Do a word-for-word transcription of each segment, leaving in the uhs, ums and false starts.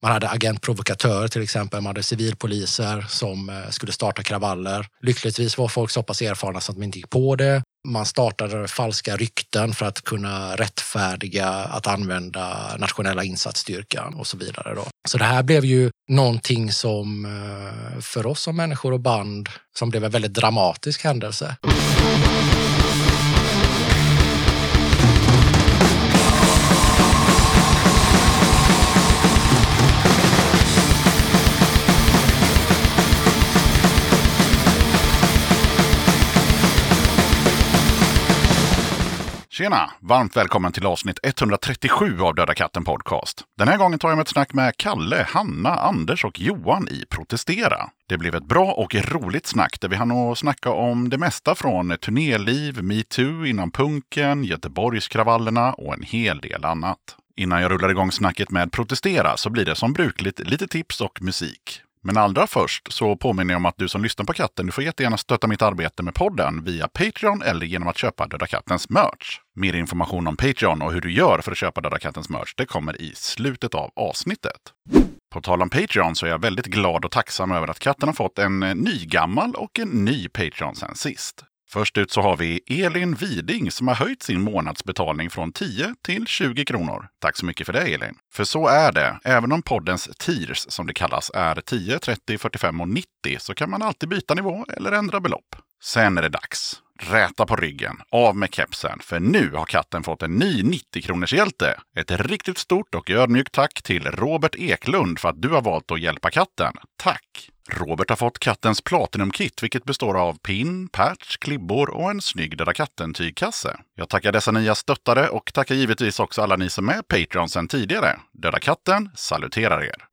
Man hade agentprovokatör till exempel, man hade civilpoliser som skulle starta kravaller. Lyckligtvis var folk så pass erfarna så att de inte gick på det. Man startade falska rykten för att kunna rättfärdiga att använda nationella insatsstyrkan och så vidare då. Så det här blev ju någonting som för oss som människor och band som blev en väldigt dramatisk händelse. Tjena! Varmt välkommen till avsnitt etthundratrettiosju av Döda katten podcast. Den här gången tar jag med ett snack med Kalle, Hanna, Anders och Johan i Protestera. Det blev ett bra och roligt snack där vi hann att snacka om det mesta från turnéliv, MeToo inom punken, Göteborgskravallerna och en hel del annat. Innan jag rullar igång snacket med Protestera så blir det som brukligt lite tips och musik. Men allra först så påminner jag om att du som lyssnar på katten, du får jättegärna stötta mitt arbete med podden via Patreon eller genom att köpa Döda kattens merch. Mer information om Patreon och hur du gör för att köpa Döda kattens merch, det kommer i slutet av avsnittet. På tal om Patreon så är jag väldigt glad och tacksam över att katten har fått en ny gammal och en ny Patreon sen sist. Först ut så har vi Elin Widing som har höjt sin månadsbetalning från tio till tjugo kronor. Tack så mycket för det, Elin. För så är det. Även om poddens tiers som det kallas är tio, trettio, fyrtiofem och nittio så kan man alltid byta nivå eller ändra belopp. Sen är det dags. Räta på ryggen, av med kepsen, för nu har katten fått en ny nittio kronors hjälte. Ett riktigt stort och ödmjukt tack till Robert Eklund för att du har valt att hjälpa katten. Tack! Robert har fått kattens Platinum-kit, vilket består av pin, patch, klibbor och en snygg Döda katten-tygkasse. Jag tackar dessa nya stöttare och tackar givetvis också alla ni som är Patreon sedan tidigare. Döda katten saluterar er.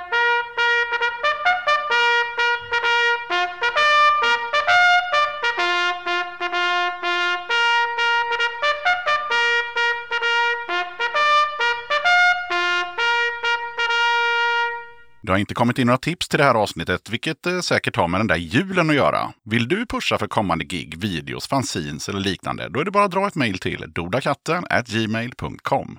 Det har inte kommit in några tips till det här avsnittet, vilket eh, säkert har med den där julen att göra. Vill du pusha för kommande gig, videos, fanzines eller liknande, då är det bara att dra ett mejl till dodakatten at gmail punkt com.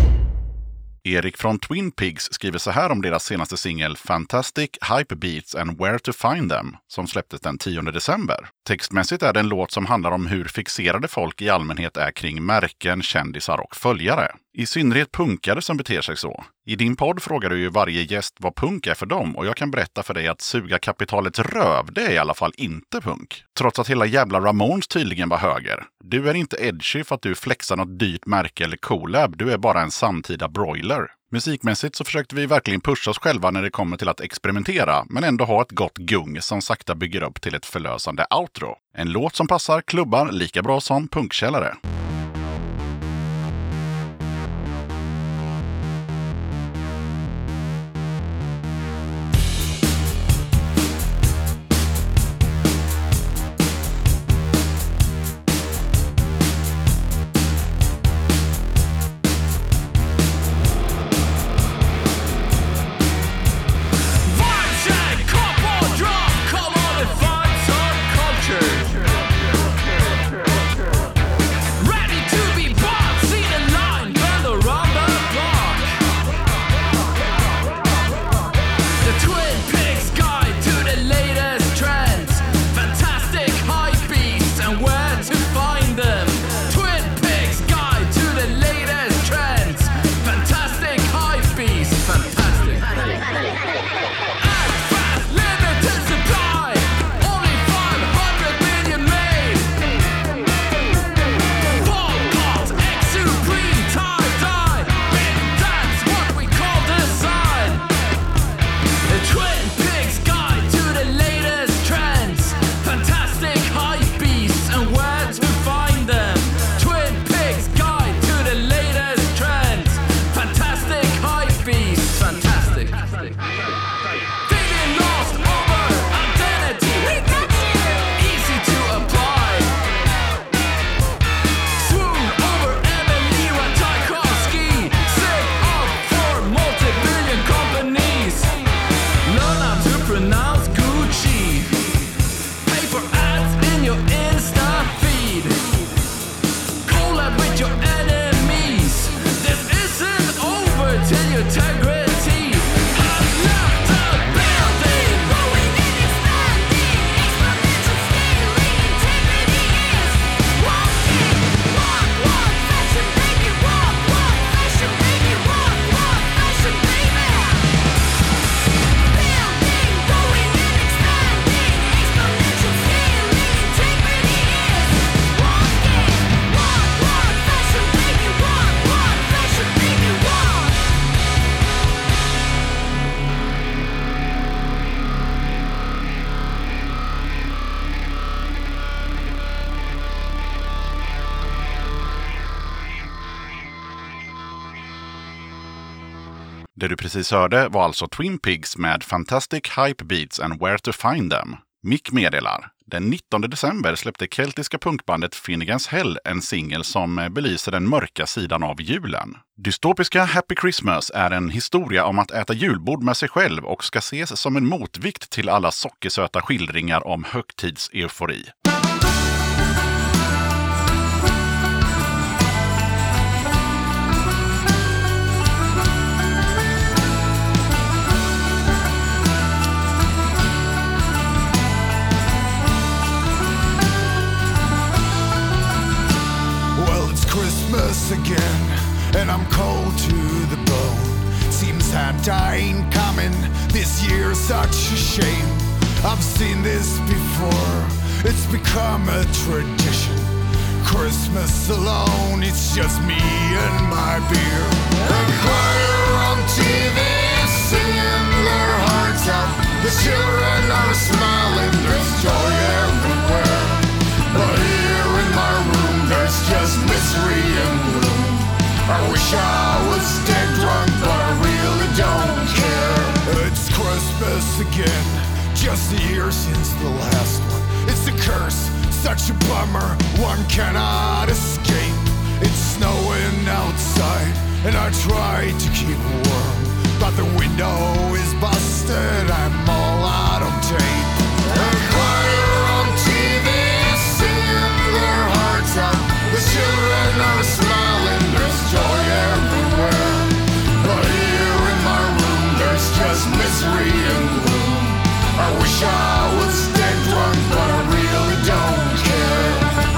Erik från Twin Pigs skriver så här om deras senaste singel Fantastic Hype Beats and Where to Find Them som släpptes den tionde december. Textmässigt är det en låt som handlar om hur fixerade folk i allmänhet är kring märken, kändisar och följare. I synnerhet punkare som beter sig så. I din podd frågar du ju varje gäst vad punk är för dem och jag kan berätta för dig att suga kapitalets röv, det är i alla fall inte punk. Trots att hela jävla Ramones tydligen var höger. Du är inte edgy för att du flexar något dyrt märke eller collab, du är bara en samtida broiler. Musikmässigt så försökte vi verkligen pusha oss själva när det kommer till att experimentera, men ändå ha ett gott gung som sakta bygger upp till ett förlösande outro. En låt som passar klubbar lika bra som punkkällare. Integrity Det du precis hörde var alltså Twin Pigs med Fantastic Hype Beats and Where to Find Them. Mick meddelar. Den nittonde december släppte keltiska punkbandet Finnegan's Hell en singel som belyser den mörka sidan av julen. Dystopiska Happy Christmas är en historia om att äta julbord med sig själv och ska ses som en motvikt till alla sockersöta skildringar om högtidseufori. Christmas again, and I'm cold to the bone. Seems Santa ain't coming this year, such a shame. I've seen this before, it's become a tradition. Christmas alone, it's just me and my beer. A choir on T V singing their hearts out. The children are smiling, there's joy everywhere. But here in my room, there's just misery and gloom. I wish I was dead drunk, but I really don't care. It's Christmas again, just a year since the last one. It's a curse, such a bummer, one cannot escape. It's snowing outside, and I try to keep warm, but the window is busted, I'm all out of tape. A choir on T V singing their hearts out. The children are smiling, there's joy everywhere. But here in my room, there's just misery and gloom. I wish I was dead drunk, but I really don't care.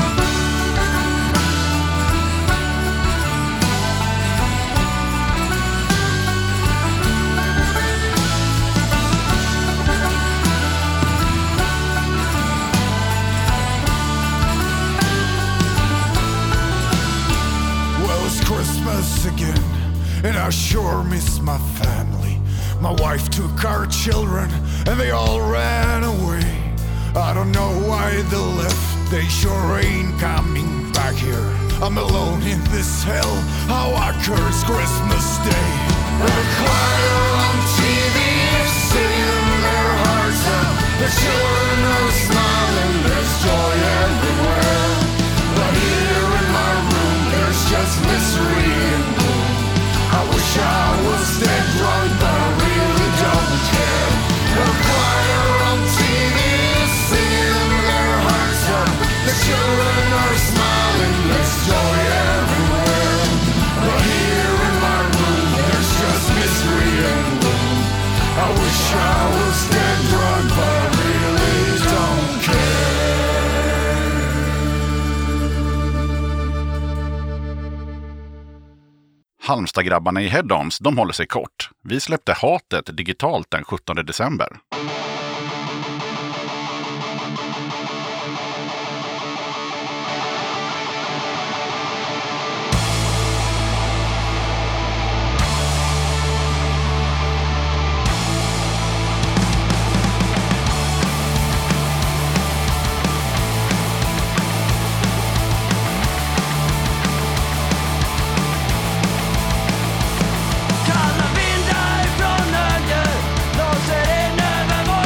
Christmas again, and I sure miss my family. My wife took our children, and they all ran away. I don't know why they left, they sure ain't coming back here. I'm alone in this hell, how I curse Christmas Day. A choir on T V singing their hearts out. The children are smiling, there's joy everywhere. But here in my room, there's just misery and gloom. I wish I was dead drunk, but I really don't care. A choir on T V singing their hearts out. The children are smiling, there's joy everywhere. But here in my room, there's just misery and gloom. I wish I was dead drunk, but I really don't care. Halmstadgrabbarna i Head-Ons, de håller sig kort. Vi släppte Hatet digitalt den sjuttonde december. Kalla vindar från höger blåser in över vår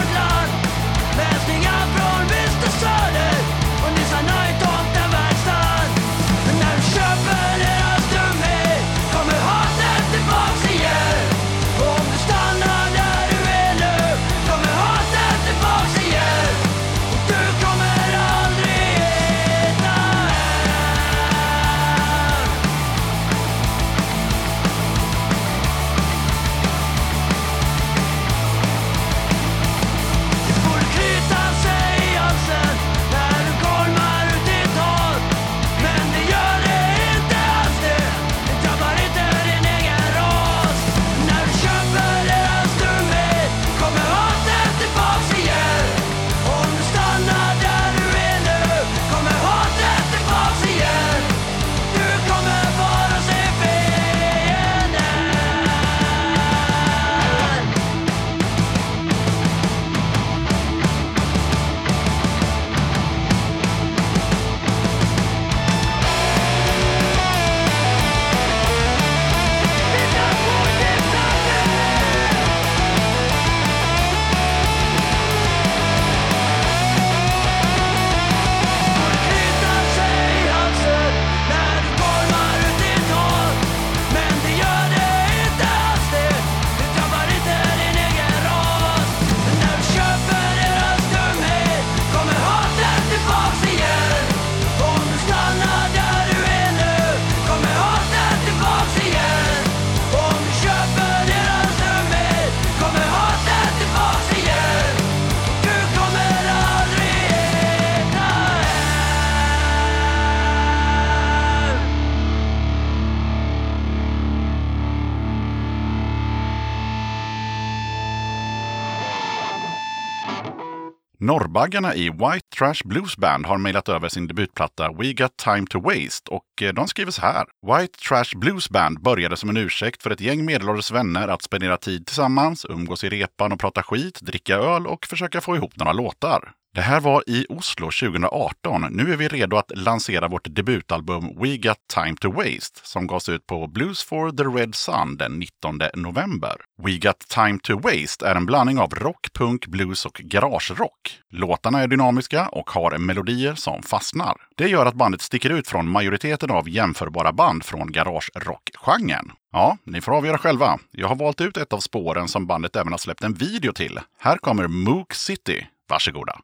Norrbaggarna i White Trash Blues Band har mejlat över sin debutplatta We Got Time to Waste och de skriver så här. White Trash Blues Band började som en ursäkt för ett gäng medelålders vänner att spendera tid tillsammans, umgås i repan och prata skit, dricka öl och försöka få ihop några låtar. Det här var i Oslo tjugo arton. Nu är vi redo att lansera vårt debutalbum We Got Time to Waste som gavs ut på Blues for the Red Sun den nittonde november. We Got Time to Waste är en blandning av rock, punk, blues och garagerock. Låtarna är dynamiska och har melodier som fastnar. Det gör att bandet sticker ut från majoriteten av jämförbara band från garagerock-genren. Ja, ni får avgöra själva. Jag har valt ut ett av spåren som bandet även har släppt en video till. Här kommer Mook City. Varsågoda.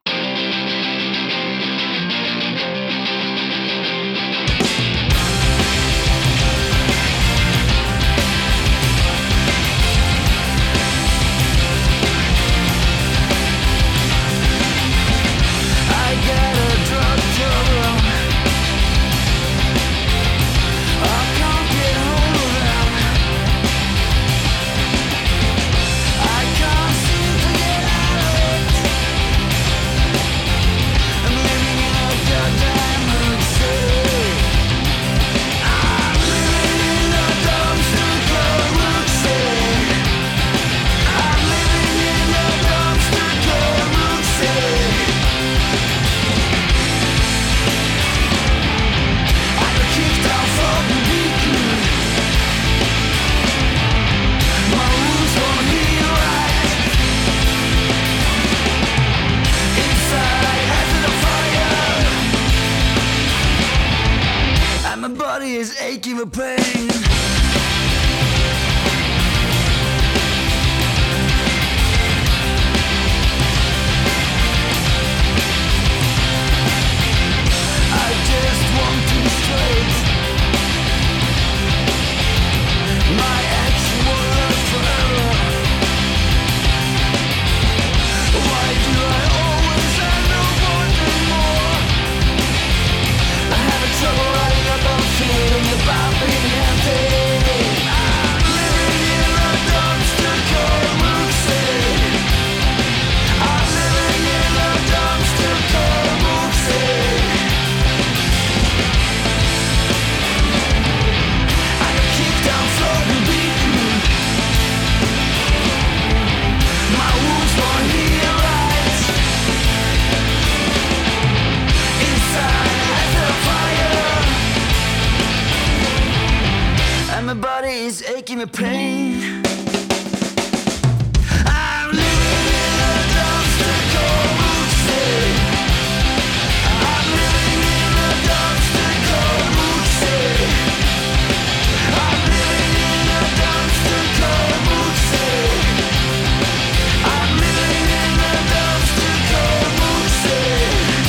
Aching with pain. I just want to be straight. My ex will last forever. Why do I always have no wanting more? I have a trouble writing about feeling about being empty. I'm living in a dumpster called Mook City. I'm living in a dumpster called Mook City. I got kicked down, flogged and beaten. My wounds won't heal right. Inside I feel fire, and my body is aching with pain. I'm living in a dumpster called Mook City. I'm living in a dumpster called Mook City. I'm living in a dumpster called Mook City. I'm living in a dumpster called Mook City.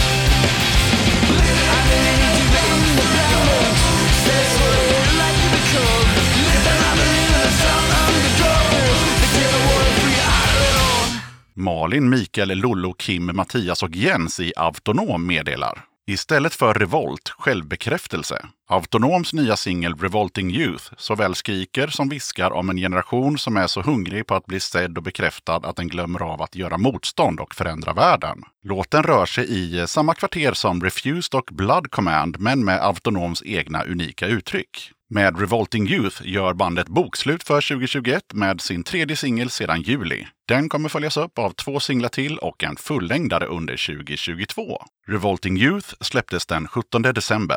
I'm living to be in the ground. That's what it's like to be cold. And I'm living in a song underground. They take the water free out of it all. Malin, Mikael, Lollo, Kim, Mattias och Jens i Autonom meddelar. Istället för revolt, självbekräftelse. Autonoms nya singel Revolting Youth såväl skriker som viskar om en generation som är så hungrig på att bli sedd och bekräftad att den glömmer av att göra motstånd och förändra världen. Låten rör sig i samma kvarter som Refused och Blood Command men med Autonoms egna unika uttryck. Med Revolting Youth gör bandet bokslut för tjugohundratjugoett med sin tredje singel sedan juli. Den kommer följas upp av två singlar till och en fullängdare under tjugohundratjugotvå. Revolting Youth släpptes den sjuttonde december.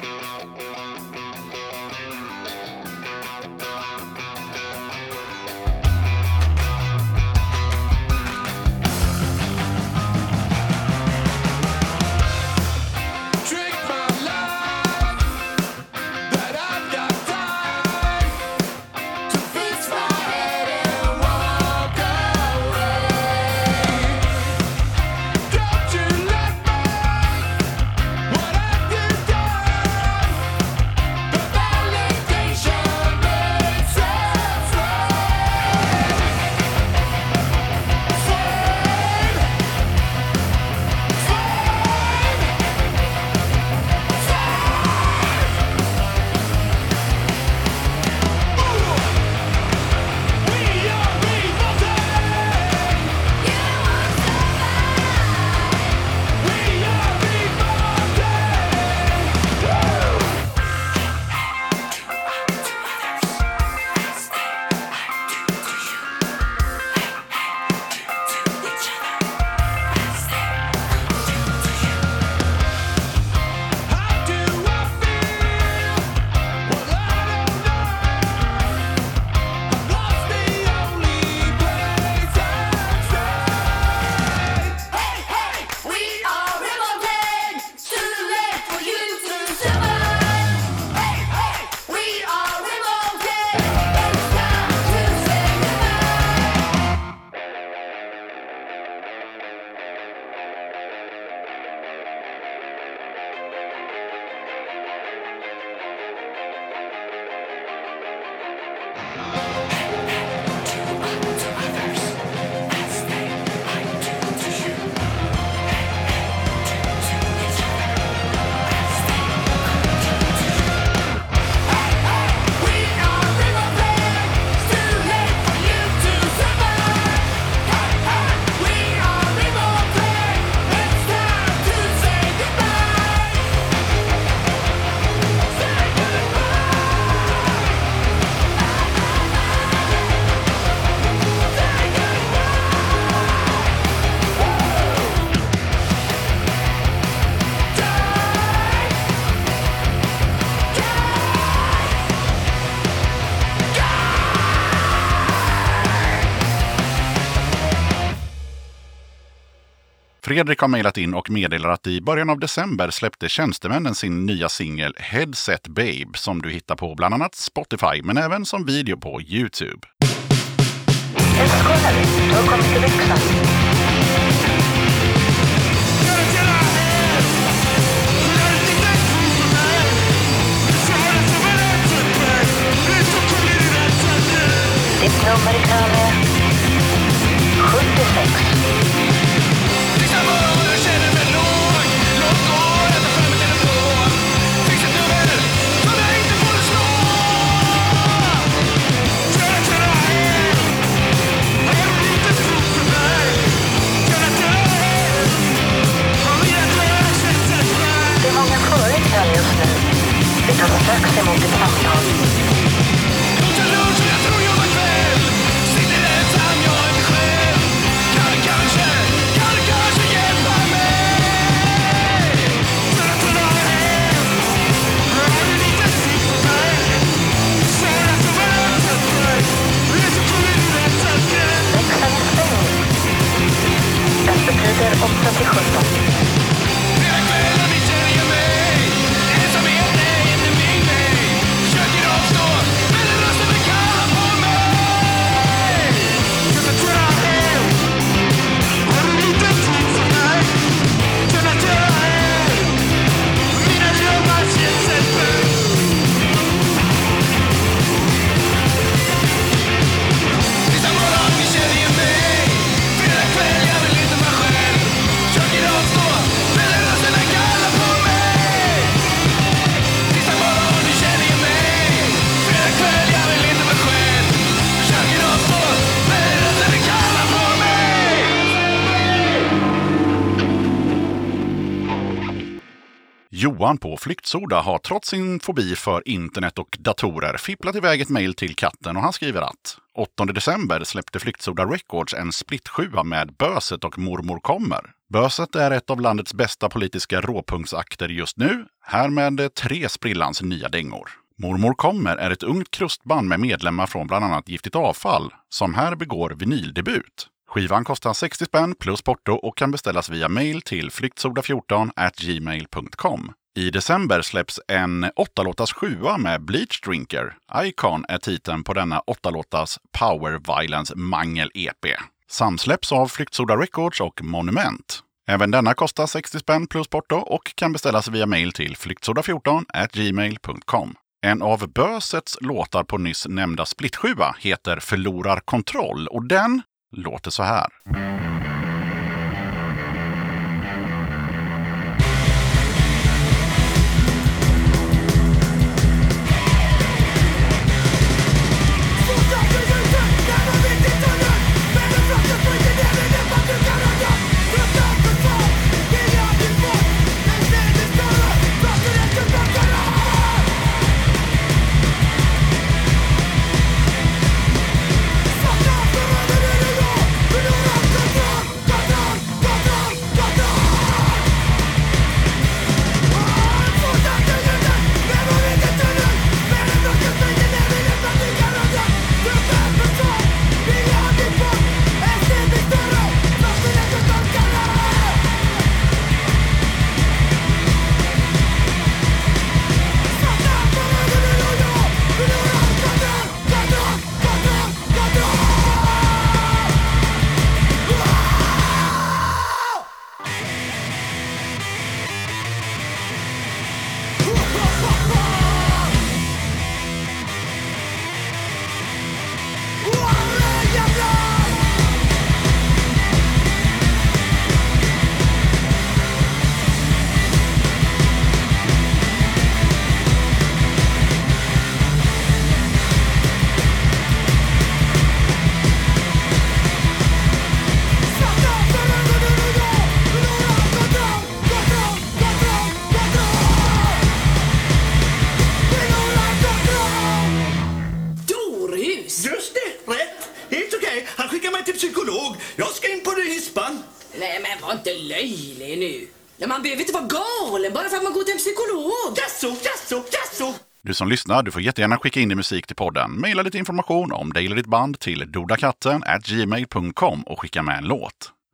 Drink my life, that I've got time to fix my head and walk away. Don't you let me, what have you done? Fredrik har mejlat in och meddelar att i början av december släppte tjänstemännen sin nya singel Headset Babe som du hittar på bland annat Spotify men även som video på YouTube. Älskar du har kommit till Växjö. Ditt nummer i kön är sjuttiosex. Det är många före i kön just nu. Vi tar strax emot ett samtal. åtta till sjutton. Johan på Flyktsoda har trots sin fobi för internet och datorer fipplat iväg ett mejl till katten och han skriver att åttonde december släppte Flyktsoda Records en splittsjua med Böset och Mormor kommer. Böset är ett av landets bästa politiska råpunktsakter just nu, här med tre sprillans nya dängor. Mormor kommer är ett ungt krustband med medlemmar från bland annat Giftigt Avfall som här begår vinyldebut. Skivan kostar sextio spänn plus porto och kan beställas via mail till flyktsoda fjorton at gmail punkt com. I december släpps en åttalåtars sjua med Bleach Drinker. Icon är titeln på denna åttalåtars Power Violence Mangel-E P. Samsläpps av Flyktsoda Records och Monument. Även denna kostar sextio spänn plus porto och kan beställas via mail till flyktsoda fjorton at gmail punkt com. En av Bösets låtar på nyss nämnda splittsjua heter Förlorar kontroll och den låter så här. inte löjlig nu. Ja, man behöver inte vara galen bara för att man går till en psykolog. Jasso, jasso, jasso! Du som lyssnar, du får jättegärna skicka in din musik till podden. Maila lite information om dig eller ditt band till dodakatten at gmail punkt com och skicka med en låt.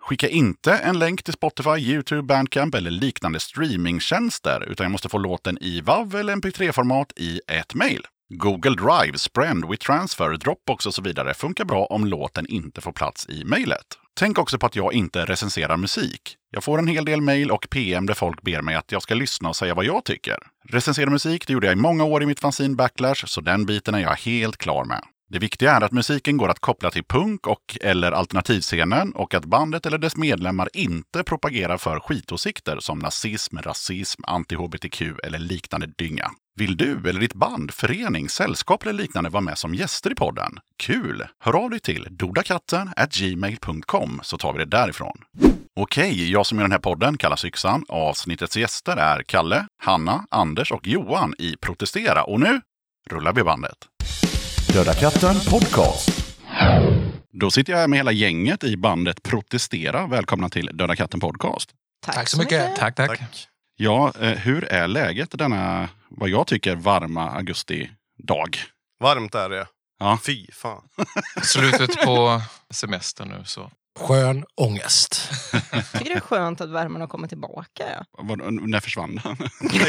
Skicka inte en länk till Spotify, YouTube, Bandcamp eller liknande streamingtjänster, utan jag måste få låten i W A V eller M P tre-format i ett mejl. Google Drive, Sprend, WeTransfer, Dropbox och så vidare funkar bra om låten inte får plats i mejlet. Tänk också på att jag inte recenserar musik. Jag får en hel del mejl och P M där folk ber mig att jag ska lyssna och säga vad jag tycker. Recensera musik, det gjorde jag i många år i mitt fanzine Backlash, så den biten är jag helt klar med. Det viktiga är att musiken går att koppla till punk och eller alternativscenen och att bandet eller dess medlemmar inte propagerar för skitåsikter som nazism, rasism, anti-H B T Q eller liknande dynga. Vill du eller ditt band, förening, sällskap eller liknande vara med som gäster i podden? Kul! Hör av dig till dodakatten at gmail punkt com så tar vi det därifrån. Okej, jag som gör den här podden kallas Yxan. Avsnittets gäster är Kalle, Hanna, Anders och Johan i Protestera. Och nu rullar vi bandet. Döda katten podcast. Då sitter jag här med hela gänget i bandet Protestera. Välkomna till Döda katten podcast. Tack, tack så mycket. mycket. Tack, tack. tack. Ja, hur är läget denna, vad jag tycker, varma augusti-dag? Varmt är det. Ja. Fy fan. Slutet på semester nu så. Skön ångest. Jag tycker det är skönt att värmen har kommit tillbaka. Ja. Var, när försvann den?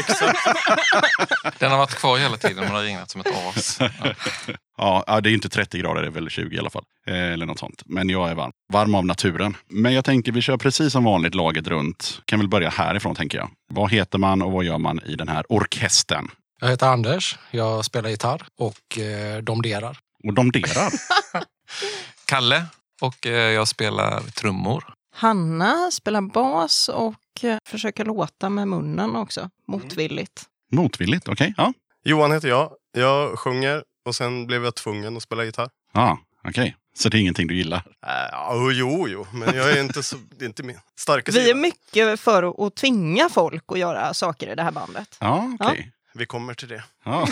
Den har varit kvar hela tiden, men har regnat som ett as. Ja. Ja, det är inte trettio grader, det är väl tjugo i alla fall. Eh, eller något sånt. Men jag är varm. Varm av naturen. Men jag tänker vi kör precis som vanligt laget runt. Kan väl börja härifrån tänker jag. Vad heter man och vad gör man i den här orkestern? Jag heter Anders, jag spelar gitarr och eh, domderar. Och domderar? Kalle. Och jag spelar trummor. Hanna spelar bas och försöker låta med munnen också. Motvilligt. Mm. Motvilligt, okej. Okay. Ja. Johan heter jag. Jag sjunger och sen blev jag tvungen att spela gitarr. Ja, okej. Okay. Så det är ingenting du gillar? Äh, jo, jo. Men jag är inte så, det är inte min starka sida. Vi är mycket för att tvinga folk att göra saker i det här bandet. Ja, okej. Okay. Ja. Vi kommer till det. Ja.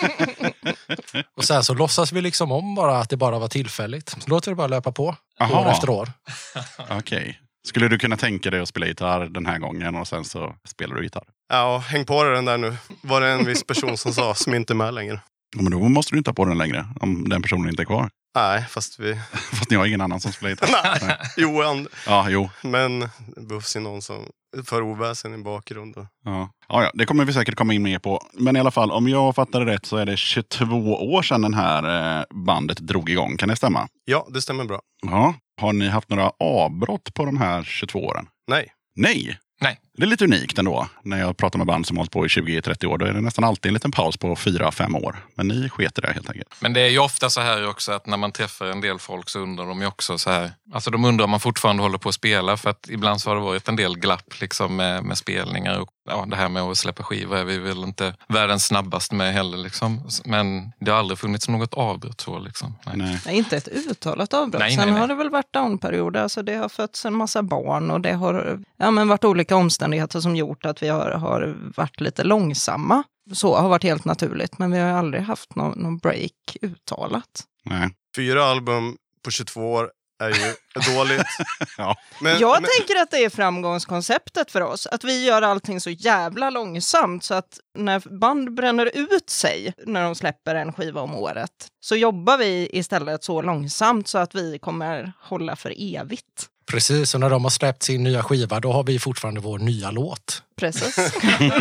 Och sen så låtsas vi liksom om bara att det bara var tillfälligt. Låter det bara löpa på. Aha. År efter år. Okej. Okay. Skulle du kunna tänka dig att spela gitarr den här gången och sen så spelar du gitarr? Ja, häng på den där nu. Var det en viss person som sa som inte är med längre? Ja, men då måste du inte ha på den längre om den personen inte är kvar. Nej, fast vi... fast ni har ingen annan som spelar gitarr. Nej, Johan. Ja, jo. Men det behövs ju någon som för oväsen i bakgrunden. Ja. Ja, ja, det kommer vi säkert komma in mer på. Men i alla fall, om jag fattar det rätt så är det tjugotvå år sedan den här bandet drog igång. Kan det stämma? Ja, det stämmer bra. Ja. Har ni haft några avbrott på de här tjugotvå åren? Nej. Nej? Nej. Det är lite unikt ändå. När jag pratar med band som har hållit på i tjugo till trettio år, då är det nästan alltid en liten paus på fyra fem år. Men ni sketer det helt enkelt. Men det är ju ofta så här också att när man träffar en del folk så undrar de ju också så här. Alltså de undrar om man fortfarande håller på att spela, för att ibland så har det varit en del glapp liksom med, med spelningar. Och ja, det här med att släppa skivor är vi väl inte världens snabbast med heller liksom. Men det har aldrig funnits något avbrott så liksom. Nej. Nej. Nej, inte ett uttalat avbrott. Nej, Sen nej, nej. har det väl varit downperioder. Alltså det har fötts en massa barn och det har ja, men varit olika omständigheter som gjort att vi har, har varit lite långsamma. Så har varit helt naturligt, men vi har aldrig haft någon, någon break uttalat. Nej. Fyra album på tjugotvå år är ju dåligt. Ja. Men, jag men... tänker att det är framgångskonceptet för oss. Att vi gör allting så jävla långsamt så att när band bränner ut sig när de släpper en skiva om året så jobbar vi istället så långsamt så att vi kommer hålla för evigt. Precis, och när de har släppt sin nya skiva då har vi fortfarande vår nya låt. Precis.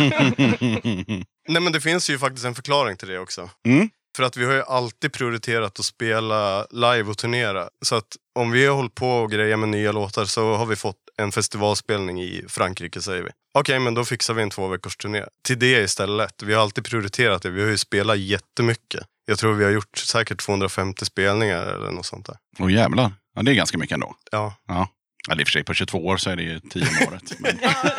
Nej, men det finns ju faktiskt en förklaring till det också. Mm. För att vi har ju alltid prioriterat att spela live och turnera. Så att om vi har hållit på och grejer med nya låtar så har vi fått en festivalspelning i Frankrike, säger vi. Okej, okay, men då fixar vi en två veckors turné. Till det istället. Vi har alltid prioriterat det. Vi har ju spelat jättemycket. Jag tror vi har gjort säkert tvåhundrafemtio spelningar eller något sånt där. Åh jävlar. Ja, det är ganska mycket ändå. Ja. Ja. Ja, det är för sig på tjugotvå år så är det ju tio om året. Men...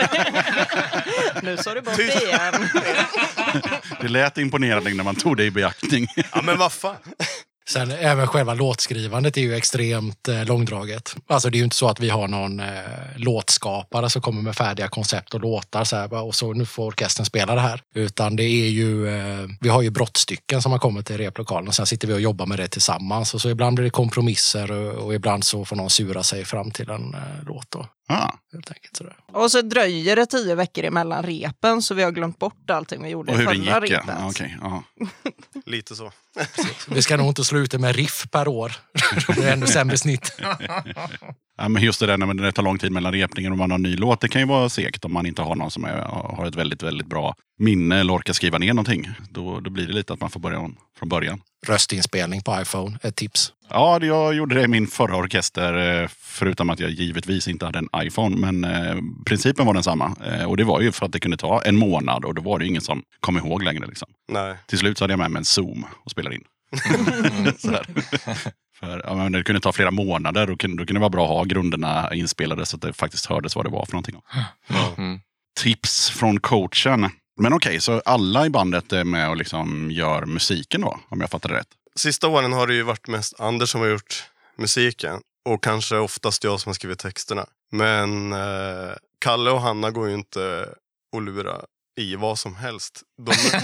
Nu sa du bort det igen. Det lät imponerande när man tog det i beaktning. Ja, men vad fan? Sen även själva låtskrivandet är ju extremt eh, långdraget. Alltså det är ju inte så att vi har någon eh, låtskapare som kommer med färdiga koncept och låtar så här, och så nu får orkestern spela det här. Utan det är ju, eh, vi har ju brottstycken som har kommit till replokalen och sen sitter vi och jobbar med det tillsammans. Och så ibland blir det kompromisser och, och ibland så får någon sura sig fram till en eh, låt då. Ah. Helt enkelt sådär. Och så dröjer det tio veckor emellan repen så vi har glömt bort allting vi gjorde och hur i förra det gick, repet. ja. Okay, ja. Lite så. Vi ska nog inte sluta med riff per år. Det blir ännu sämre snitt. Ja, men just det där när det tar lång tid mellan repningen och man har en ny låt, det kan ju vara segt om man inte har någon som är, har ett väldigt, väldigt bra minne eller orkar skriva ner någonting. Då, då blir det lite att man får börja om från början. Röstinspelning på iPhone, ett tips. Ja, jag gjorde det i min förra orkester, förutom att jag givetvis inte hade en iPhone. Men eh, principen var densamma. Eh, och det var ju för att det kunde ta en månad och då var det ingen som kom ihåg längre. Liksom. Nej. Till slut så hade jag med mig en Zoom och spelade in. Sådär. För, ja, men det kunde ta flera månader och kunde, då kunde det vara bra att ha grunderna inspelade så att det faktiskt hördes vad det var för någonting. Mm. Tips från coachen. Men okej, okay, så alla i bandet är med och liksom gör musiken då, om jag fattar det rätt? Sista åren har det ju varit mest Anders som har gjort musiken. Och kanske oftast jag som har skrivit texterna. Men eh, Kalle och Hanna går ju inte att lura i vad som helst. De är,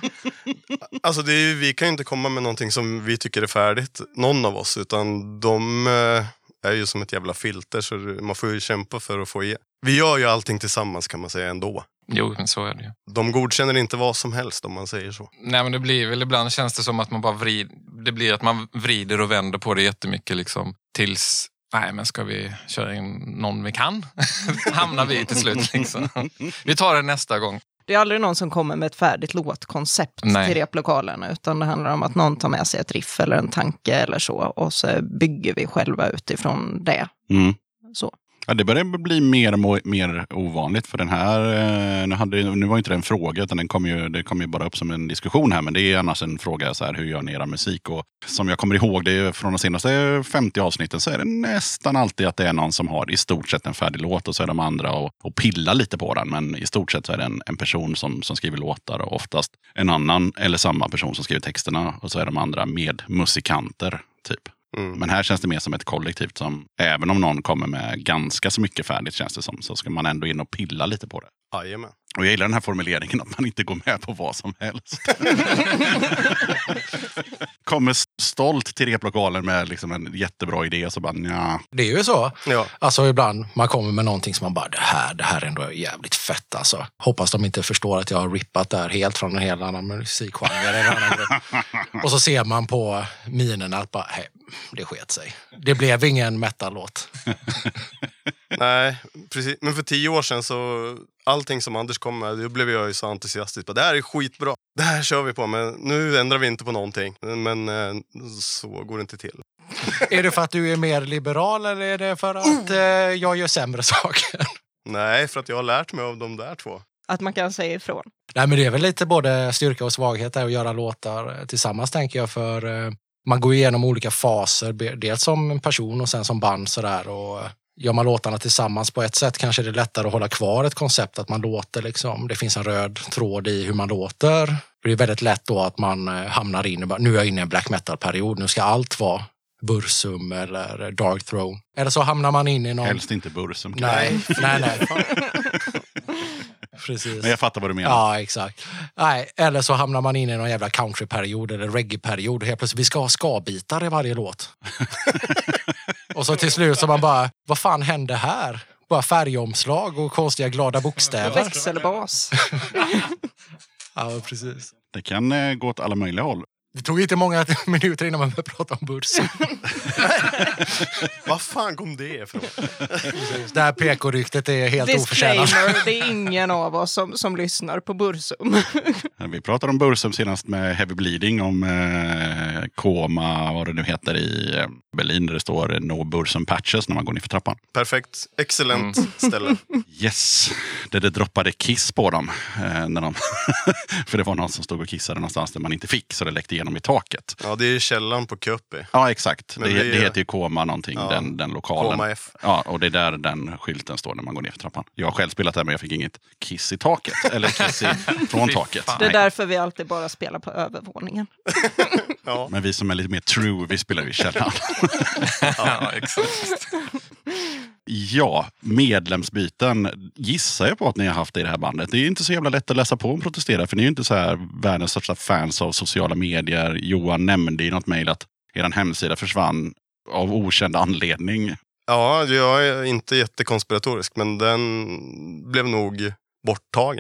alltså det är ju, vi kan ju inte komma med någonting som vi tycker är färdigt, någon av oss. Utan de eh, är ju som ett jävla filter så man får ju kämpa för att få i. Vi gör ju allting tillsammans kan man säga ändå. Jo, men så är det ju. De godkänner inte vad som helst om man säger så. Nej, men det blir väl ibland känns det som att man bara vrider, det blir att man vrider och vänder på det jättemycket liksom tills, nej men ska vi köra in någon vi kan? Hamnar vi till slut liksom. Vi tar det nästa gång. Det är aldrig någon som kommer med ett färdigt låtkoncept Nej. till replokalen, utan det handlar om att någon tar med sig ett riff eller en tanke eller så och så bygger vi själva utifrån det. Mm. Så. Ja, det börjar bli mer och mer ovanligt för den här, nu, hade, nu var inte det en fråga utan den kom ju, det kom ju bara upp som en diskussion här, men det är annars en fråga så här, hur gör ni era musik? Och som jag kommer ihåg det från de senaste femtio avsnitten så är det nästan alltid att det är någon som har i stort sett en färdig låt och så är de andra och, och pillar lite på den, men i stort sett så är det en, en person som, som skriver låtar och oftast en annan eller samma person som skriver texterna och så är de andra med musikanter typ. Mm. Men här känns det mer som ett kollektivt som, även om någon kommer med ganska så mycket färdigt känns det som, så ska man ändå in och pilla lite på det. Jajamän. Och jag gillar den här formuleringen att man inte går med på vad som helst. Kommer stolt till replokalen med liksom en jättebra idé och så bara nja. Det är ju så. Ja. Alltså ibland man kommer med någonting som man bara, det här, det här är ändå jävligt fett alltså. Hoppas de inte förstår att jag har rippat där helt från en helt annan musikgenre eller en annan grupp. Och så ser man på minerna att bara, hej, det sket sig. Det blev ingen metal-låt. Nej, precis. Men för tio år sedan så allting som Anders kom med, då blev jag ju så entusiastisk. Det här är skitbra. Det här kör vi på, men nu ändrar vi inte på någonting. Men eh, så går det inte till. Är det för att du är mer liberal eller är det för att eh, jag gör sämre saker? Nej, för att jag har lärt mig av de där två. Att man kan säga ifrån. Nej, men det är väl lite både styrka och svaghet där att göra låtar tillsammans tänker jag, för eh, man går igenom olika faser, dels som en person och sen som band sådär, och gör man låtarna tillsammans på ett sätt kanske det är lättare att hålla kvar ett koncept, att man låter liksom, det finns en röd tråd i hur man låter. Det är väldigt lätt då att man hamnar in, nu är jag inne i en black metal-period, nu ska allt vara Burzum eller Dark Throne. Eller så hamnar man in i någon... Helst inte Burzum. Nej, nej, nej. Precis. Men jag fattar vad du menar. Ja, exakt. Nej, eller så hamnar man in i någon jävla countryperiod eller reggae-period. Helt plötsligt, vi ska ha ska-bitar i varje låt. Och så till slut så man bara, vad fan hände här? Bara färgomslag och konstiga glada bokstäver. Växelbas. Ja, precis. Det kan eh, gå åt alla möjliga håll. Det tog inte många minuter innan man började prata om Burzum. Vad fan kom det ifrån? Det här P K-ryktet är helt oförtjänat. Det är ingen av oss som, som lyssnar på Burzum. Vi pratade om Burzum senast med Heavy Bleeding, om eh, Koma, vad det nu heter i eh, Berlin, där det står No Burzum Patches när man går ner för trappan. Perfekt, excellent mm. ställe. Yes, där det droppade kiss på dem. Eh, när de för det var någon som stod och kissade någonstans där man inte fick, så det läckte igenom i taket. Ja, det är källan på Köpi. Ja, exakt. Det, det, är... det heter ju Koma någonting, ja, den, den lokalen. Koma F. Ja, och det är där den skylten står när man går ner för trappan. Jag har själv spelat där, men jag fick inget kiss i taket. Eller kiss i, från taket. Det är därför vi alltid bara spelar på övervåningen. Ja. Men vi som är lite mer true, vi spelar i källaren. Ja, exakt. Ja, medlemsbyten gissar jag på att ni har haft i det här bandet. Det är ju inte så jävla lätt att läsa på och protestera, för ni är ju inte så här världens största fans av sociala medier. Johan nämnde i något mejl att er hemsida försvann av okänd anledning. Ja, jag är inte jättekonspiratorisk, men den blev nog borttagen.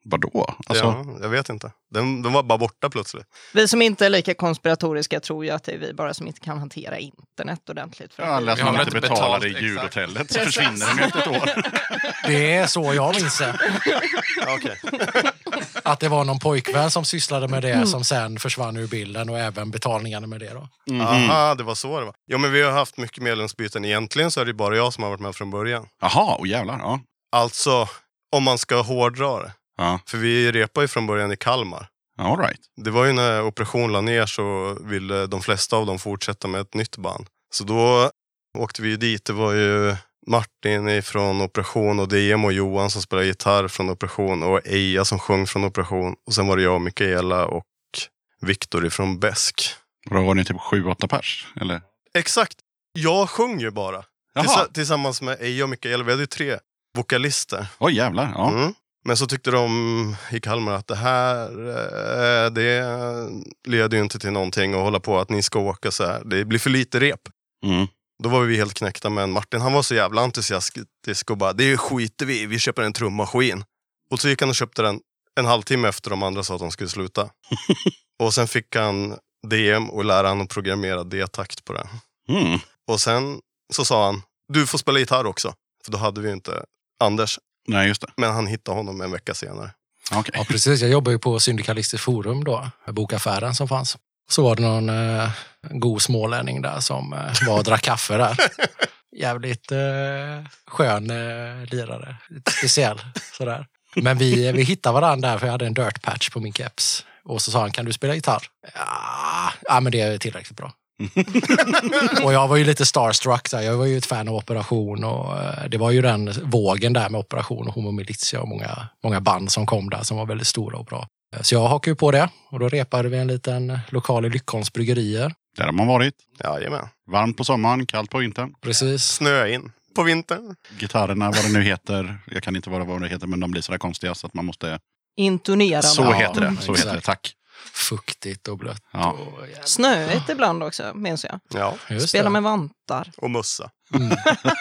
Vadå? Alltså... Ja, jag vet inte. De, de var bara borta plötsligt. Vi som inte är lika konspiratoriska tror ju att det är vi bara som inte kan hantera internet ordentligt. För Ja, att att man inte betalar i ljudhotellet så försvinner de efter ett år. Det är så jag minns det. Okay. Att det var någon pojkvän som sysslade med det som sen försvann ur bilden och även betalningarna med det då. Mm. Aha, det var så det var. Ja, men vi har haft mycket medlemsbyten. Egentligen så är det bara jag som har varit med från början. Jaha, och jävlar, ja. Alltså, om man ska hårdra det. Ja. För vi repade ju från början i Kalmar. All right. Det var ju när Operation la ner så ville de flesta av dem fortsätta med ett nytt band. Så då åkte vi dit. Det var ju Martin från Operation och D M och Johan som spelade gitarr från Operation och Eija som sjöng från Operation. Och sen var det jag och Mikaela och Viktor från Besk. Och då var ni typ sju, åtta pers, eller? Exakt. Jag sjöng ju bara. Jaha. Tillsa- tillsammans med Eija och Mikaela. Vi hade ju tre vokalister. Oj, jävlar, ja. Mm. Men så tyckte de i Kalmar att det här eh, det leder ju inte till någonting att hålla på att ni ska åka så här. Det blir för lite rep. Mm. Då var vi helt knäckta, men Martin han var så jävla entusiastisk och bara, det är ju skiter vi, vi köper en trummaskin. Och så gick han och köpte den en halvtimme efter de andra sa att de skulle sluta. Och sen fick han D M och lära han att programmera D-takt på den. Mm. Och sen så sa han, du får spela gitarr också. För då hade vi inte Anders. Nej, just det. Men han hittade honom en vecka senare. Okay. Ja, precis. Jag jobbar ju på Syndikalistiskt forum då, bokaffären som fanns. Så var det någon eh, god smålänning där som eh, var och drack kaffe där. Jävligt eh, skön eh, lirare. Lite speciell sådär. Men vi, vi hittade varandra där för jag hade en dirt patch på min keps. Och så sa han, kan du spela gitarr? Ja, ja men det är tillräckligt bra. Och jag var ju lite starstruck där. Jag var ju ett fan av Operation och eh, det var ju den vågen där med Operation och Homo Militia och många, många band som kom där som var väldigt stora och bra. Så jag hakade ju på det och då repade vi en liten lokal i Lyckons bryggerier. Där har man varit. Jajamän. Varmt på sommaren, kallt på vintern. Precis. Snö in på vintern. Gitarrerna, vad det nu heter. Jag kan inte vara vad det heter, men de blir sådär konstiga så att man måste... Intonera. Så ja, heter det, så exakt. heter det, tack. Fuktigt och blött. Ja. Och, Snöigt ibland också, minns jag. Ja, just Spela det. med vantar. och mössa. Mm.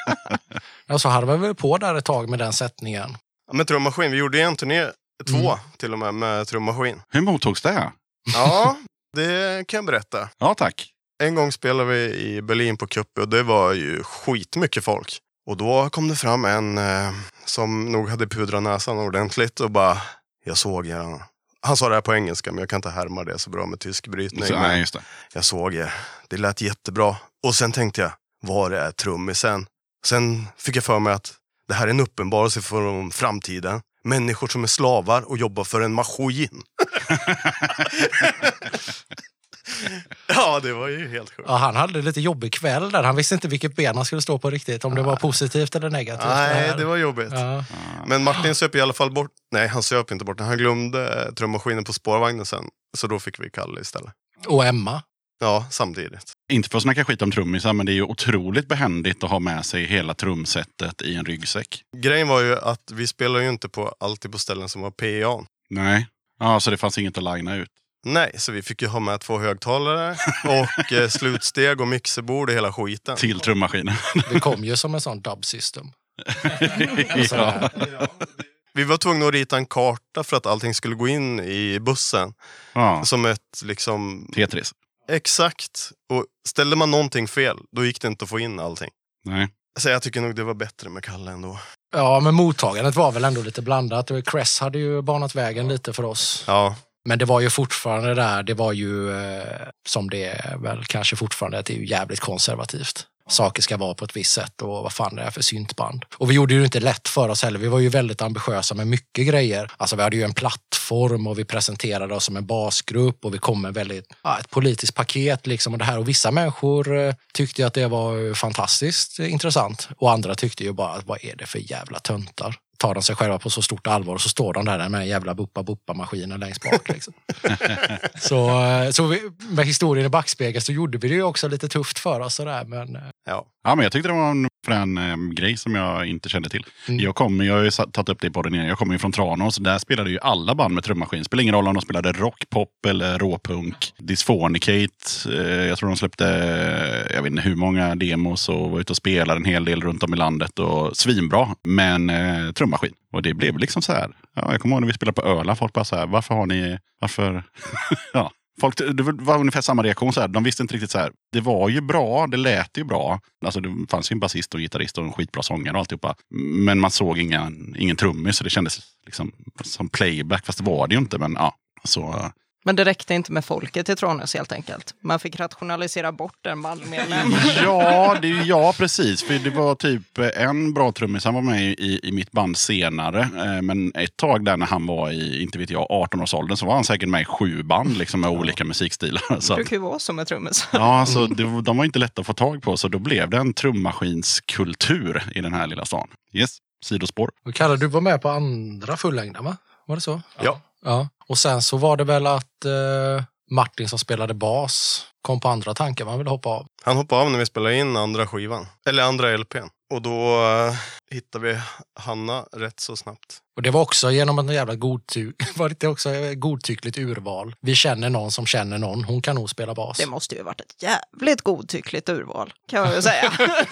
Ja, så hade vi väl på där ett tag med den sättningen. Ja, med trummaskin, vi gjorde en turné, två Mm. till och med, med trummaskin. Hur mottogs det? Ja, det kan jag berätta. Ja, tack. En gång spelade vi i Berlin på Kuppe och det var ju skitmycket folk. Och då kom det fram en eh, som nog hade pudrat näsan ordentligt och bara, jag såg er. Han sa det här på engelska men jag kan inte härma det så bra med tysk brytning. Så, nej, just det. Jag såg er. Det lät jättebra. Och sen tänkte jag, var är trummisen? Sen fick jag för mig att det här är en uppenbarelse för om framtiden. Människor som är slavar och jobbar för en maskin. Ja, det var ju helt sjukt. Ja, han hade lite jobbig kväll där. Han visste inte vilket ben han skulle stå på riktigt. Om det var positivt eller negativt. Nej, det, det var jobbigt. Ja. Men Martin söp i alla fall bort. Nej, han söp inte bort. Han glömde trummaskinen på spårvagnen sen. Så då fick vi Kalle istället. Och Emma. Ja, samtidigt. Inte för att snacka skit om trummisar, men det är ju otroligt behändigt att ha med sig hela trumsetet i en ryggsäck. Grejen var ju att vi spelar ju inte på alltid på ställen som var P A. Nej, ja, så det fanns inget att linea ut. Nej, så vi fick ju ha med två högtalare och eh, slutsteg och mixerbord och hela skiten. Till trummaskinen. Det kom ju som en sån dub system. Ja. Vi var tvungna att rita en karta för att allting skulle gå in i bussen. Ja. Som ett liksom... Tetris. Exakt. Och ställde man någonting fel, då gick det inte att få in allting. Nej. Så jag tycker nog det var bättre med Kalle ändå. Ja, men mottagandet var väl ändå lite blandat. Cress hade ju banat vägen lite för oss. Ja. Men det var ju fortfarande där, det var ju eh, som det är väl kanske fortfarande, att det är ju jävligt konservativt. Saker ska vara på ett visst sätt och vad fan det är för syntband. Och vi gjorde ju inte lätt för oss heller. Vi var ju väldigt ambitiösa med mycket grejer. Alltså vi hade ju en plattform och vi presenterade oss som en basgrupp och vi kom med väldigt, ja, ett politiskt paket liksom och det här. Och vissa människor eh, tyckte ju att det var fantastiskt intressant och andra tyckte ju bara att vad är det för jävla töntar? Tar de sig själva på så stort allvar och så står de där med en jävla buppa-buppa-maskinen längst bak. Liksom. så så vi, med historien i backspegeln så gjorde vi det ju också lite tufft för oss. Sådär, men Ja. Ja, men jag tyckte det var en frän eh, grej som jag inte kände till. Mm. Jag kommer, jag har ju tagit upp det på den. Jag kommer ju från Tranås, där spelade ju alla band med trummaskin. Spelar ingen roll om de spelade rock, pop eller råpunk. Dysphonicate, eh, jag tror de släppte, jag vet inte hur många demos och var ute och spelade en hel del runt om i landet och svinbra. Men eh, trummaskin. Och det blev liksom så här. Ja, jag kommer ihåg när vi spelade på Öla, folk bara så här, varför har ni, varför, ja. Folk, det var ungefär samma reaktion så här. De visste inte riktigt så här. Det var ju bra, det lät ju bra. Alltså det fanns ju en basist och en gitarrist och en skitbra sångare och alltihopa. Men man såg ingen, ingen trummis så det kändes liksom som playback. Fast det var det ju inte, men ja. Så... Men det räckte inte med folket i Tranås helt enkelt. Man fick rationalisera bort en bandmedlem. Ja, det, ja, precis. För det var typ en bra trummis. Han var med i, i mitt band senare. Men ett tag där när han var i, inte vet jag, arton-årsåldern så var han säkert med i sju band liksom, med olika musikstilar. Så. Det kan ju vara som en trummis. Ja, alltså, det, de var inte lätta att få tag på. Så då blev det en trummaskinskultur i den här lilla stan. Yes, sidospår. Och Kalle, du var med på andra fullängden, va? Var det så? Ja. Ja. Och sen så var det väl att eh, Martin som spelade bas kom på andra tankar, man ville hoppa av. Han hoppade av när vi spelade in andra skivan. Eller andra L P:n. Och då uh, hittade vi Hanna rätt så snabbt. Och det var också genom en jävla godtyck, var det också ett godtyckligt urval. Vi känner någon som känner någon, hon kan nog spela bas. Det måste ju varit ett jävligt godtyckligt urval, kan man ju säga.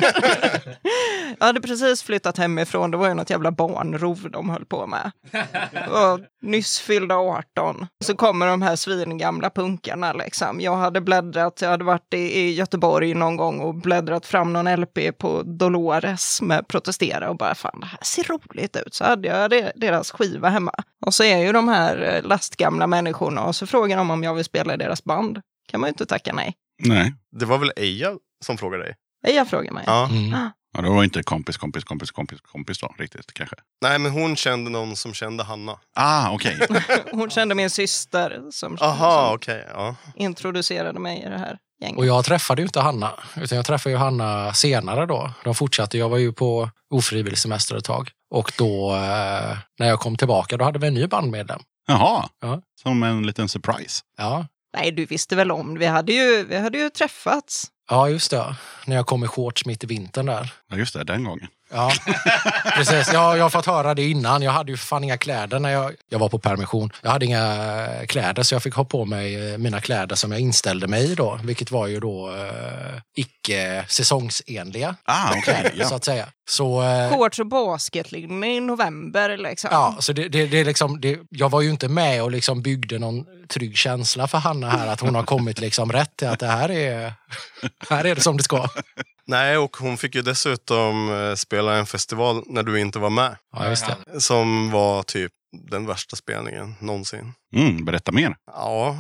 Jag hade precis flyttat hemifrån, det var ju något jävla barnrov de höll på med. Och nyss fyllda arton. Så kommer de här svingamla punkarna liksom. Jag hade bläddrat, jag hade varit i, i Göteborg någon gång och bläddrat fram någon L P på Dolores med Protestera och bara fan, det här ser roligt ut. Så hade jag det, deras skiva hemma. Och så är ju de här lastgamla människorna och så frågar de om jag vill spela i deras band. Kan man ju inte tacka nej. Nej. Det var väl Eja som frågade dig? Eja frågar mig. Ja. Mm. Ja, det var inte kompis, kompis, kompis, kompis, kompis då, riktigt kanske. Nej, men hon kände någon som kände Hanna. Ah, okej. Okay. Hon kände min syster som, Aha, som okay, ja. introducerade mig i det här gänget. Och jag träffade ju inte Hanna, utan jag träffade ju Hanna senare då. De fortsatte, jag var ju på ofrivillig semester ett tag. Och då, eh, när jag kom tillbaka, då hade vi en ny bandmedlem. Jaha, ja. Som en liten surprise. Ja. Nej, du visste väl om, vi hade ju, vi hade ju träffats. Ja, just det. När jag kom i shorts mitt i vintern där. Ja, just det, den gången. Ja, precis. Jag, jag har fått höra det innan. Jag hade ju fan inga kläder när jag, jag var på permission. Jag hade inga kläder så jag fick ha på mig mina kläder som jag inställde mig i då. Vilket var ju då eh, icke säsongsenliga ah, okay, kläder, ja. så att säga. Så, eh, shorts och basketlinje i november liksom. Ja, så det, det, det är liksom, det, jag var ju inte med och liksom byggde någon trygg känsla för Hanna här. Att hon har kommit liksom rätt till att det här är, här är det som det ska. Nej, och hon fick ju dessutom spela en festival när du inte var med. Ja, just det. Som var typ den värsta spelningen någonsin. Mm, berätta mer. Ja.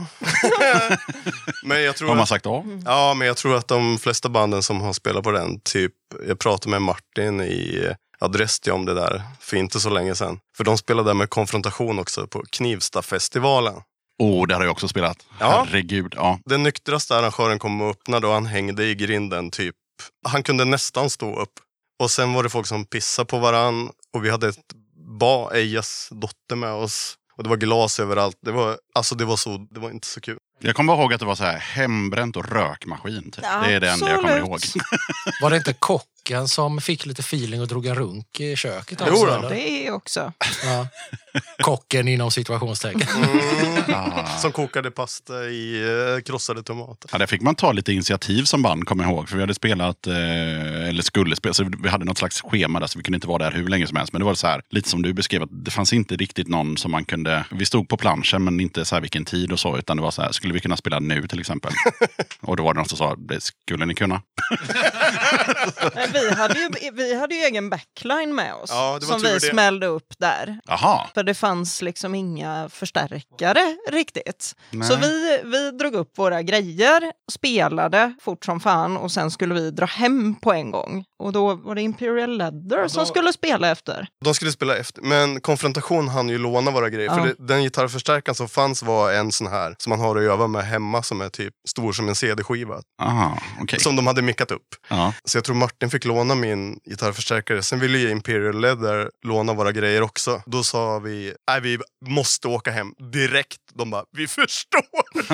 Men jag tror har man att, sagt ja? Ja, men jag tror att de flesta banden som har spelat på den, typ, jag pratade med Martin i Adresti om det där för inte så länge sedan. För de spelade där med Konfrontation också på Knivstafestivalen. Åh, oh, där har jag också spelat. Ja. Herregud, ja. Den nyktraste arrangören kom och öppnade och han hängde i grinden typ. Han kunde nästan stå upp. Och sen var det folk som pissade på varann. Och vi hade ett ba Ejas dotter med oss. Och det var glas överallt. Det var, alltså det var så, det var inte så kul. Jag kommer ihåg att det var så här hembränt och rökmaskin. Typ. Ja, det är det enda jag kommer ihåg. Var det inte kocken som fick lite feeling och drog en runk i köket? Jo också, då. eller? Det är också. Ja. Kocken inom situationstecken. Mm. Ah. Som kokade pasta i eh, krossade tomater. Ja, där fick man ta lite initiativ som band, kommer jag ihåg. För vi hade spelat, eh, eller skulle spela, så vi hade något slags schema där så vi kunde inte vara där hur länge som helst. Men det var så här, lite som du beskrev, att det fanns inte riktigt någon som man kunde, vi stod på planschen men inte så här vilken tid och så, utan det var så här, skulle vi kunna spela nu till exempel? Och då var det någon som sa, det skulle ni kunna. Nej, vi, hade ju, vi hade ju egen backline med oss. Ja, det var som tur vi det. smällde upp där. Jaha. För det fanns liksom inga förstärkare riktigt. Nej. Så vi, vi drog upp våra grejer, spelade fort som fan och sen skulle vi dra hem på en gång. Och då var det Imperial Leather Ja, då... som skulle spela efter. De skulle spela efter, men Konfrontation hann ju låna våra grejer. Ja. För det, den gitarrförstärkaren som fanns var en sån här som man har att öva med hemma som är typ stor som en C D-skiva. Aha, okej. Som de hade mickat upp. Ja. Så jag tror Martin fick fick låna min gitarrförstärkare. Sen ville ju Imperial Leather låna våra grejer också. Då sa vi, nej vi måste åka hem direkt. De bara, vi förstår.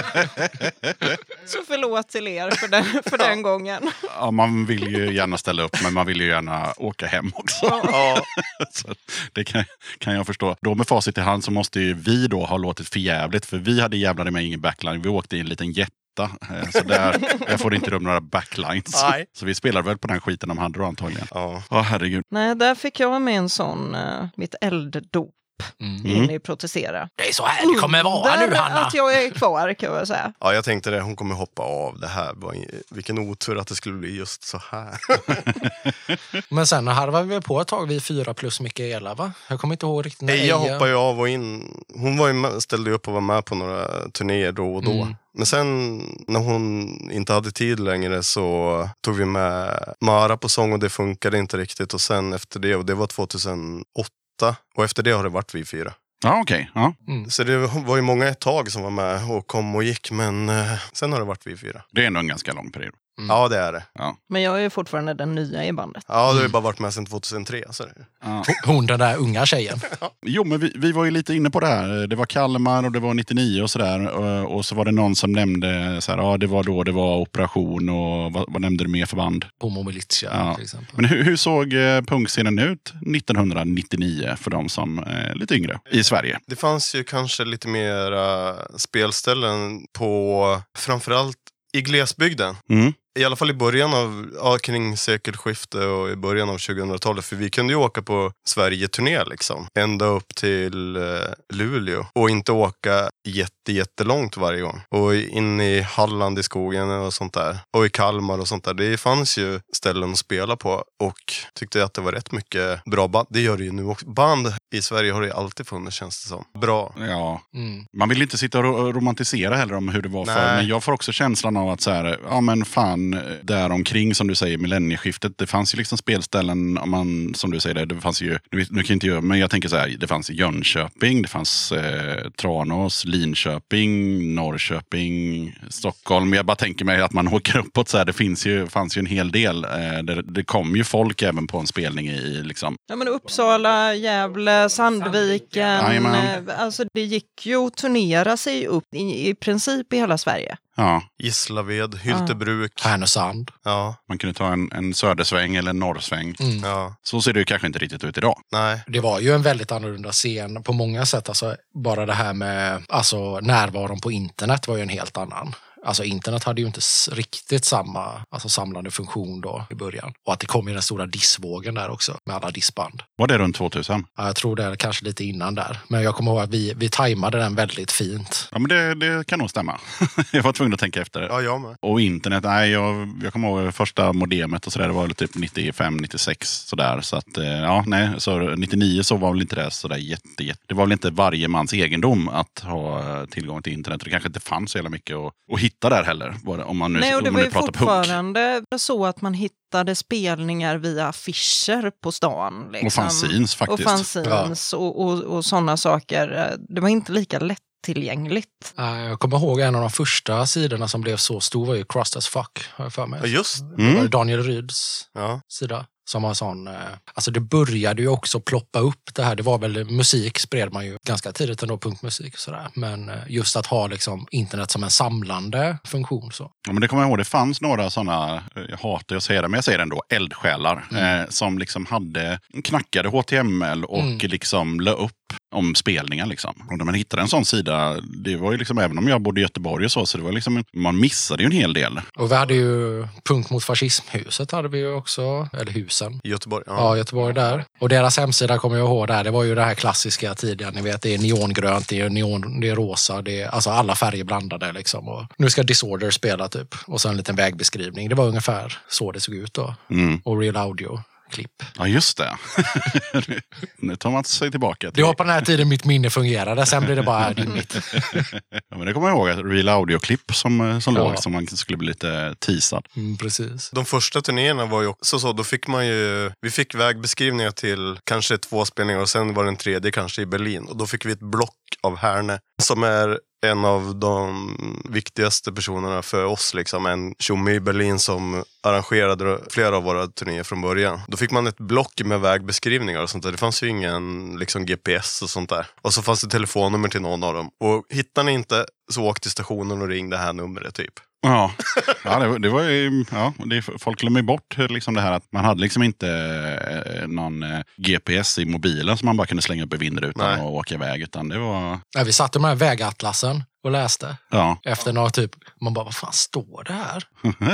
Så förlåt till er för den, för den ja. gången. Ja, man vill ju gärna ställa upp, men man vill ju gärna åka hem också. Ja. Så det kan, kan jag förstå. Då med facit i hand så måste ju vi då ha låtit för jävligt, för vi hade jävlade med ingen backline. Vi åkte i en liten jätte. Så där, jag får inte rum några backlines. Nej. Så vi spelar väl på den skiten de hade då antagligen. Ja, oh, herregud. Nej, där fick jag med en sån, uh, mitt elddop. Mm. In i protestera. Det är så här det kommer vara nu, Hanna. Att jag är kvar, kan jag säga. Ja, jag tänkte det. Hon kommer hoppa av det här. Vilken otur att det skulle bli just så här. Men sen harvade vi på ett tag, vi fyra plus Mikaela, va? Jag kommer inte ihåg riktigt. Nej, jag hoppade ju av och in. Hon var ju med, ställde upp och var med på några turnéer då och då. Mm. Men sen när hon inte hade tid längre så tog vi med Mara på sång och det funkade inte riktigt. Och sen efter det, och det var tjugohundraåtta. Och efter det har det varit vi fyra. Ja, okej. Okay. Ja. Mm. Så det var ju många ett tag som var med och kom och gick. Men eh, sen har det varit vi fyra. Det är ändå en ganska lång period. Mm. Ja, det är det. Ja. Men jag är ju fortfarande den nya i bandet. Ja, du har ju bara varit med sedan tjugohundratre. Så det. Ja. Hon, den där unga tjejen. Jo, men vi, vi var ju lite inne på det här. Det var Kalmar och det var nittionio och sådär. Och, och så var det någon som nämnde så här, ja, det var då det var operation och vad, vad nämnde du mer för band? Homo Militia, ja. till exempel. Men hur, hur såg eh, punkscenen ut nittonhundranittionio för de som är eh, lite yngre i Sverige? Det fanns ju kanske lite mera spelställen på framförallt i glesbygden. Mm. I alla fall i början av, ja, kring sekelskiftet och i början av tjugohundratalet. För vi kunde ju åka på Sverige-turné liksom. Ända upp till eh, Luleå. Och inte åka jätte, jättelångt varje gång. Och in i Halland i skogen och sånt där. Och i Kalmar och sånt där. Det fanns ju ställen att spela på. Och tyckte att det var rätt mycket bra band. Det gör det ju nu också. Band i Sverige har det ju alltid funnits, känns det som. Bra. Ja. Mm. Man vill inte sitta och romantisera heller om hur det var Nej. för. Men jag får också känslan av att så här, ja men fan, där omkring som du säger, millennieskiftet, det fanns ju liksom spelställen, om man, som du säger det, det fanns ju, nu kan jag inte göra, men jag tänker så här, det fanns i Jönköping, det fanns eh, Tranås, Linköping, Norrköping, Stockholm. Jag bara tänker mig att man åker uppåt så här, det finns ju, fanns ju en hel del. Eh, det, det kom ju folk även på en spelning i liksom. Ja, men Uppsala, Gävle, Sandviken, eh, alltså det gick ju att turnera sig upp i, i princip i hela Sverige. Ja. Gislaved, Hyltebruk. Ja. Härnösand. Ja. Man kunde ta en, en södersväng eller en norrsväng. Mm. Ja. Så ser det ju kanske inte riktigt ut idag. Nej. Det var ju en väldigt annorlunda scen på många sätt. Alltså, bara det här med alltså, närvaron på internet var ju en helt annan. Alltså internet hade ju inte riktigt samma alltså, samlande funktion då i början. Och att det kom i den stora dissvågen där också med alla dissband. Var det runt tvåtusen? Ja, jag tror det är kanske lite innan där. Men jag kommer ihåg att vi, vi tajmade den väldigt fint. Ja, men det, det kan nog stämma. Jag var tvungen att tänka efter. Ja, jag med. Och internet, nej, jag, jag kommer ihåg första modemet och sådär, det var typ nittiofem nittiosex sådär. Så att, ja, nej, så nittionio så var väl inte det sådär jätte, jätte. Det var väl inte varje mans egendom att ha tillgång till internet. Det kanske inte fanns så jävla mycket att, att hitta där heller. Om man nu, nej, och det om var man ju nu pratar fortfarande punk. Så att man hittade spelningar via affischer på stan. Liksom. Och fanzines faktiskt. Och fanzines ja. och, och, och sådana saker. Det var inte lika lätt tillgängligt. Jag kommer ihåg en av de första sidorna som blev så stor var ju Crossed as Fuck, har jag för mig. Ja, just. Det var Daniel Ryds ja. sida. Som var sån, alltså det började ju också ploppa upp det här. Det var väl musik spred man ju ganska tidigt ändå, punkmusik och sådär. Men just att ha liksom internet som en samlande funktion så. Ja, men det kommer jag ihåg, det fanns några sådana, jag hatar att säga det, men jag säger det ändå, eldsjälar. Mm. Eh, som liksom hade, knackade H T M L och mm. liksom la upp om spelningar liksom. Och när man hittade en sån sida, det var ju liksom, även om jag bodde i Göteborg och så, så det var liksom, man missade ju en hel del. Och vi hade ju Punk mot fascismhuset hade vi ju också, eller husen. Göteborg. Ja, ja Göteborg där. Och deras hemsida kommer jag ihåg där, det var ju det här klassiska tidiga, ni vet, det är neongrönt, det är neon, det är rosa, det är alltså alla färger blandade liksom. Och nu ska Disorder spela typ, och så en liten vägbeskrivning. Det var ungefär så det såg ut då. Mm. Och Real Audio. Klipp. Ja, just det. Nu tar man sig tillbaka. Till... Det var på den här tiden mitt minne fungerade. Sen blev det bara dimmigt. Ja, men det kommer jag ihåg. Att Real Audio-klipp som, som ja. låg, som man skulle bli lite teasad. Mm, precis. De första turnéerna var ju också så. Då fick man ju... Vi fick vägbeskrivningar till kanske två spelningar och sen var den tredje kanske i Berlin. Och då fick vi ett block av Herne som är en av de viktigaste personerna för oss, liksom en tjomme i Berlin som arrangerade flera av våra turnéer från början. Då fick man ett block med vägbeskrivningar och sånt där. Det fanns ju ingen liksom G P S och sånt där. Och så fanns det telefonnummer till någon av dem. Och hittar ni inte, så åk till stationen och ring det här numret typ. Ja, ja det, var, det var ju, ja, det, folk glömmer bort liksom det här att man hade liksom inte eh, någon eh, G P S i mobilen som man bara kunde slänga upp i vindrutan och åka iväg, utan det var... Ja, vi satt med den här vägatlasen och läste. Ja. Efter några typ, man bara, vad fan står det här?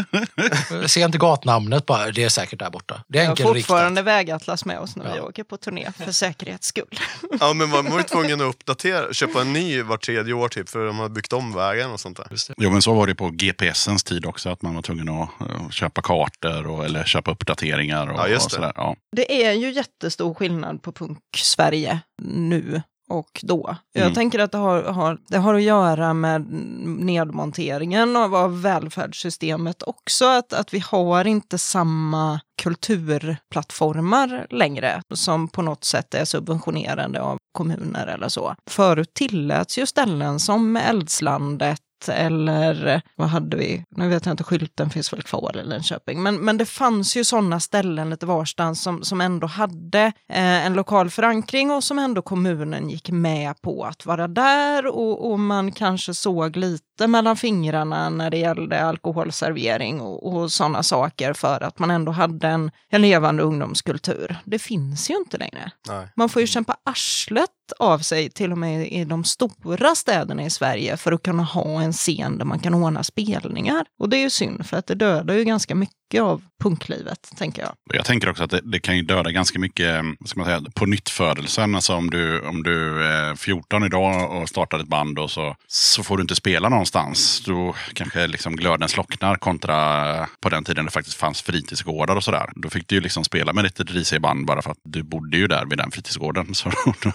Jag ser inte gatnamnet, bara, det är säkert där borta. Det är jag har enkelriktat. fortfarande vägatlas med oss när Ja. vi åker på turné, för säkerhets skull. Ja, men man var ju tvungen att uppdatera, köpa en ny var tredje år typ, för de har byggt om vägen och sånt där. Jo, men så var det på G P S:ens tid också, att man var tvungen att uh, köpa kartor och, eller köpa uppdateringar och, ja, just och det. sådär. Ja. Det är ju jättestor skillnad på Punk-Sverige nu och då. Jag Mm. tänker att det har, har, det har att göra med nedmonteringen av, av välfärdssystemet också. Att, att vi har inte samma kulturplattformar längre som på något sätt är subventionerande av kommuner eller så. Förut tilläts ju ställen som Eldslandet eller vad hade vi? Nu vet jag inte, Skylten finns väl kvar i Linköping. Men, men det fanns ju sådana ställen lite varstans som, som ändå hade eh, en lokal förankring och som ändå kommunen gick med på att vara där och, och man kanske såg lite mellan fingrarna när det gällde alkoholservering och, och sådana saker för att man ändå hade en, en levande ungdomskultur. Det finns ju inte längre. Nej. Man får ju kämpa arslet av sig till och med i de stora städerna i Sverige för att kunna ha en scen där man kan ordna spelningar. Och det är ju synd, för att det dödar ju ganska mycket av punklivet, tänker jag. Jag tänker också att det, det kan ju döda ganska mycket, vad ska man säga, på nyttfödelsen. Alltså om du, om du är fjorton idag och startar ett band och så, så får du inte spela någonstans. Då kanske liksom glöden slocknar kontra på den tiden det faktiskt fanns fritidsgårdar och sådär. Då fick du ju liksom spela med lite risiga band bara för att du bodde ju där vid den fritidsgården. Så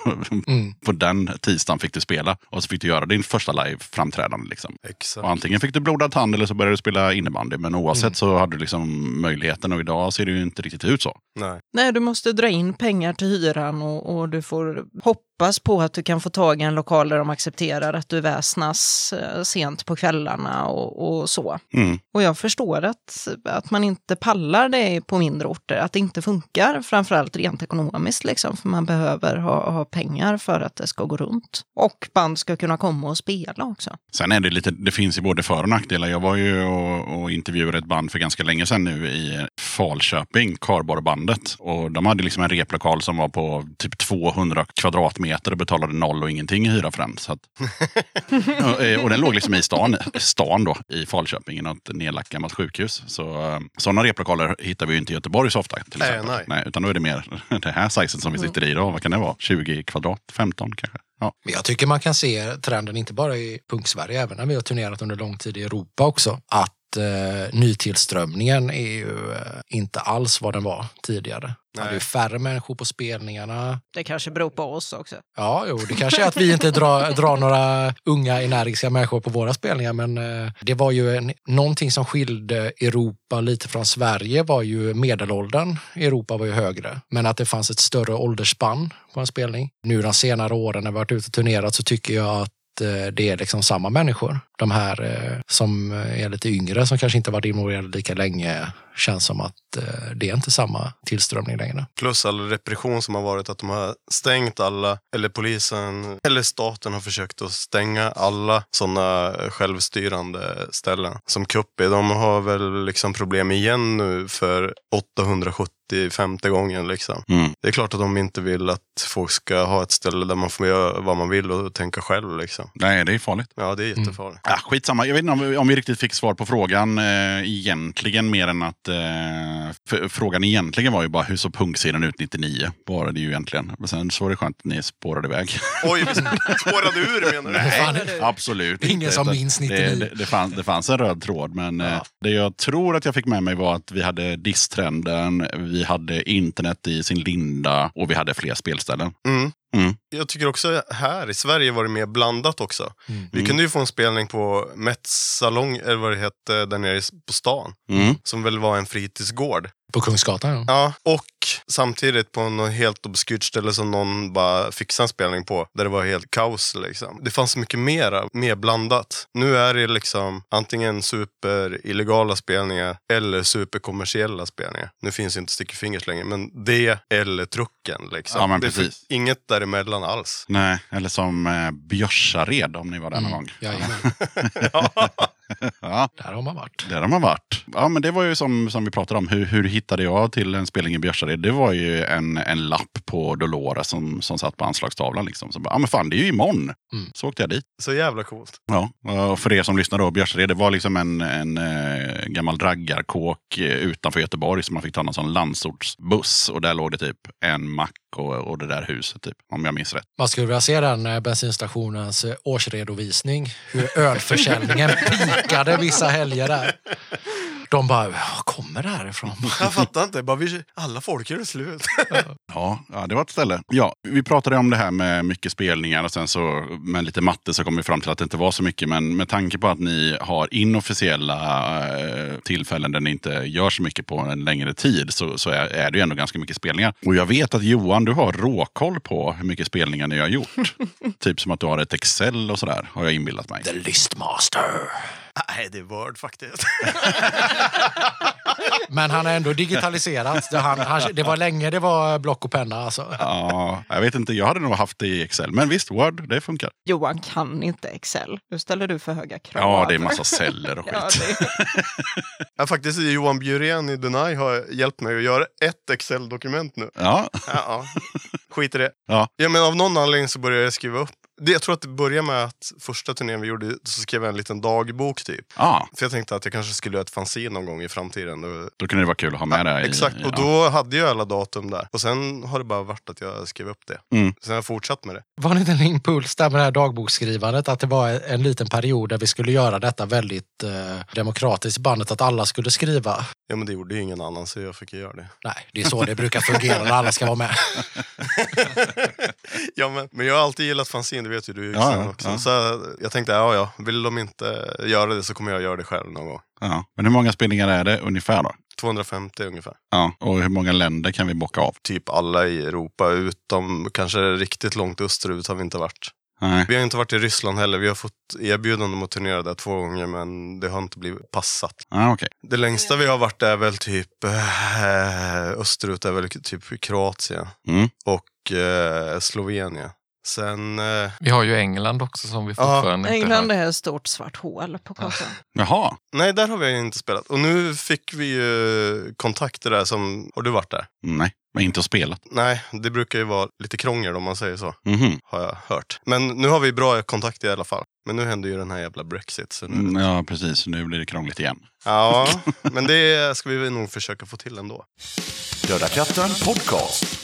mm. på den tisdagen fick du spela och så fick du göra din första live-framträdande liksom. Exakt. Och antingen fick du blodad tand eller så började du spela innebandy. Men oavsett Mm. så hade du liksom möjligheten, och idag ser det ju inte riktigt ut så. Nej. Nej, du måste dra in pengar till hyran och, och du får hoppas på att du kan få tag i en lokal där de accepterar att du väsnas eh, sent på kvällarna och, och så. Mm. Och jag förstår att, att man inte pallar det på mindre orter, att det inte funkar, framförallt rent ekonomiskt liksom, för man behöver ha, ha pengar för att det ska gå runt. Och band ska kunna komma och spela också. Sen är det lite, det finns ju både för- och nackdelar. Jag var ju och, och intervjuade ett band för ganska länge sedan nu i Falköping, Karborgbandet. Och de hade liksom en replokal som var på typ tvåhundra kvadratmeter och betalade noll och ingenting i hyra för den. Så att, och, och den låg liksom i stan, stan då, i Falköping, i något nedlagt gammalt sjukhus. Så sådana replokaler hittar vi ju inte i Göteborg så ofta till exempel. Nej, nej. nej, utan då är det mer det här sizet som vi sitter i då. Vad kan det vara? tjugo kvadrat? femton kanske? Ja. Men jag tycker man kan se trenden inte bara i Punk-Sverige, även när vi har turnerat under lång tid i Europa också, att eh, nytillströmningen är ju eh, inte alls vad den var tidigare. Nej. Det är färre människor på spelningarna. Det kanske beror på oss också. Ja, jo, det kanske är att vi inte drar, drar några unga energiska människor på våra spelningar, men eh, det var ju en, någonting som skilde Europa lite från Sverige var ju medelåldern. Europa var ju högre, men att det fanns ett större åldersspann på en spelning. Nu de senare åren när vi varit ute och turnerat så tycker jag att det är liksom samma människor. De här eh, som är lite yngre, som kanske inte varit involverade lika länge, känns som att eh, det är inte samma tillströmning längre. Plus all repression som har varit, att de har stängt alla, eller polisen eller staten har försökt att stänga alla sådana självstyrande ställen. Som Kuppi, de har väl liksom problem igen nu för åttahundrasjuttiofemte gången liksom. Mm. Det är klart att de inte vill att folk ska ha ett ställe där man får göra vad man vill och tänka själv liksom. Nej, det är farligt. Ja, det är jättefarligt. Mm. Ah, skitsamma, jag vet inte om vi, om vi riktigt fick svar på frågan eh, egentligen, mer än att eh, för, frågan egentligen var ju bara hur så punksidan ut nittionio, var det ju egentligen. Men sen så var det skönt att ni spårade iväg. Oj, vi spårade ur menar du? Nej, absolut ingen inte. som minns nittionio. Det, det, det, fanns, det fanns en röd tråd, men ja. eh, det jag tror att jag fick med mig var att vi hade disstrenden, vi hade internet i sin linda och vi hade fler spelställen. Mm. Mm. Jag tycker också här i Sverige var det mer blandat också. Mm. Vi kunde ju få en spelning på Mets salong, eller vad det hette, där nere på stan. Mm. Som väl var en fritidsgård. På Kungsgatan, ja. Ja, och samtidigt på något helt obskyrt ställe som någon bara fixade en spelning på, där det var helt kaos liksom. Det fanns mycket mera, mer blandat. Nu är det liksom antingen super illegala spelningar eller superkommersiella spelningar. Nu finns inte Sticky Fingers längre, men det eller trucken liksom. Ja, men det är precis. inget däremellan alls. Nej, eller som eh, Björsared om ni var där någon gång. Jajamän. Ja, Där har man varit. där har man varit. Ja, men det var ju som, som vi pratade om. Hur, hur hittade jag till en spelning i Björsared? Det var ju en, en lapp på Dolores som, som satt på anslagstavlan. Liksom. Så bara, ja men fan, det är ju imorgon. Mm. Så åkte jag dit. Så jävla coolt. Ja, och för er som lyssnar då, Björsared, det var liksom en, en äh, gammal draggarkåk eh, utanför Göteborg som man fick ta en sån landsortsbuss. Och där låg det typ en mack och, och det där huset, typ, om jag minns rätt. Man skulle vilja se den eh, bensinstationens eh, årsredovisning. Hur ölförsäljningen pikade vissa helger där. De bara, vad kommer det här ifrån? Jag fattar inte, bara vi, alla folk gör det slut. Ja, ja, det var ett ställe. Ja, vi pratade om det här med mycket spelningar och sen så med lite matte så kom vi fram till att det inte var så mycket. Men med tanke på att ni har inofficiella eh, tillfällen där ni inte gör så mycket på en längre tid så, så är, är det ju ändå ganska mycket spelningar. Och jag vet att Johan, du har råkoll på hur mycket spelningar ni har gjort. Typ som att du har ett Excel och sådär, har jag inbillat mig. The Listmaster. Nej, det är Word faktiskt. Men han är ändå digitaliserat. Det, han, han, det var länge det var block och penna alltså. Ja, jag vet inte, jag hade nog haft det i Excel. Men visst, Word, det funkar. Johan kan inte Excel. Nu ställer du för höga krav. Ja, det är massa celler och skit. Ja, det... Ja, faktiskt Johan Bjurén i Deny har hjälpt mig att göra ett Excel-dokument nu. Ja. Ja, ja. Skit i det. Ja. Ja, men av någon anledning så började jag skriva upp. Det, jag tror att det började med att första turnén vi gjorde så skrev jag en liten dagbok typ. Ja. För jag tänkte att jag kanske skulle göra ett fanzine någon gång i framtiden. Och, Då kunde det vara kul att ha med ja, det. I, exakt, och ja. då hade jag alla datum där. Och sen har det bara varit att jag skrev upp det. Mm. Sen har jag fortsatt med det. Var det inte en impuls där med det här dagboksskrivandet att det var en liten period där vi skulle göra detta väldigt eh, demokratiskt bandet att alla skulle skriva? Ja, men det gjorde ju ingen annan så jag fick göra det. Nej, det är så det brukar fungera när alla ska vara med. Ja, men, men jag har alltid gillat fanzine, det vet ju du Ja, ja, ja, också. ja. Så jag tänkte, ja ja, vill de inte göra det så kommer jag göra det själv någon gång. Ja. Men hur många spelningar är det ungefär då? tvåhundrafemtio ungefär. Ja. Och hur många länder kan vi bocka av? Typ alla i Europa, utom kanske riktigt långt österut har vi inte varit. Nej. Vi har inte varit i Ryssland heller. Vi har fått erbjudande om att turnera där två gånger, men det har inte blivit passat. Ah, okay. Det längsta vi har varit är väl typ äh, österut är väl typ Kroatien Mm. och äh, Slovenien. Sen... Äh, Vi har ju England också som vi fortfarande inte England har. är ett stort svart hål på kartan. Jaha. nej, där har vi inte spelat. Och nu fick vi ju kontakter där som... Har du varit där? Nej, men inte att spela. Nej, det brukar ju vara lite krångel om man säger så. Mhm. Har jag hört. Men nu har vi bra kontakt i alla fall. Men nu händer ju den här jävla Brexit. Så nu... Mm, ja, precis. Nu blir det krångligt igen. Ja, men det ska vi nog försöka få till ändå. Döda katten podcast.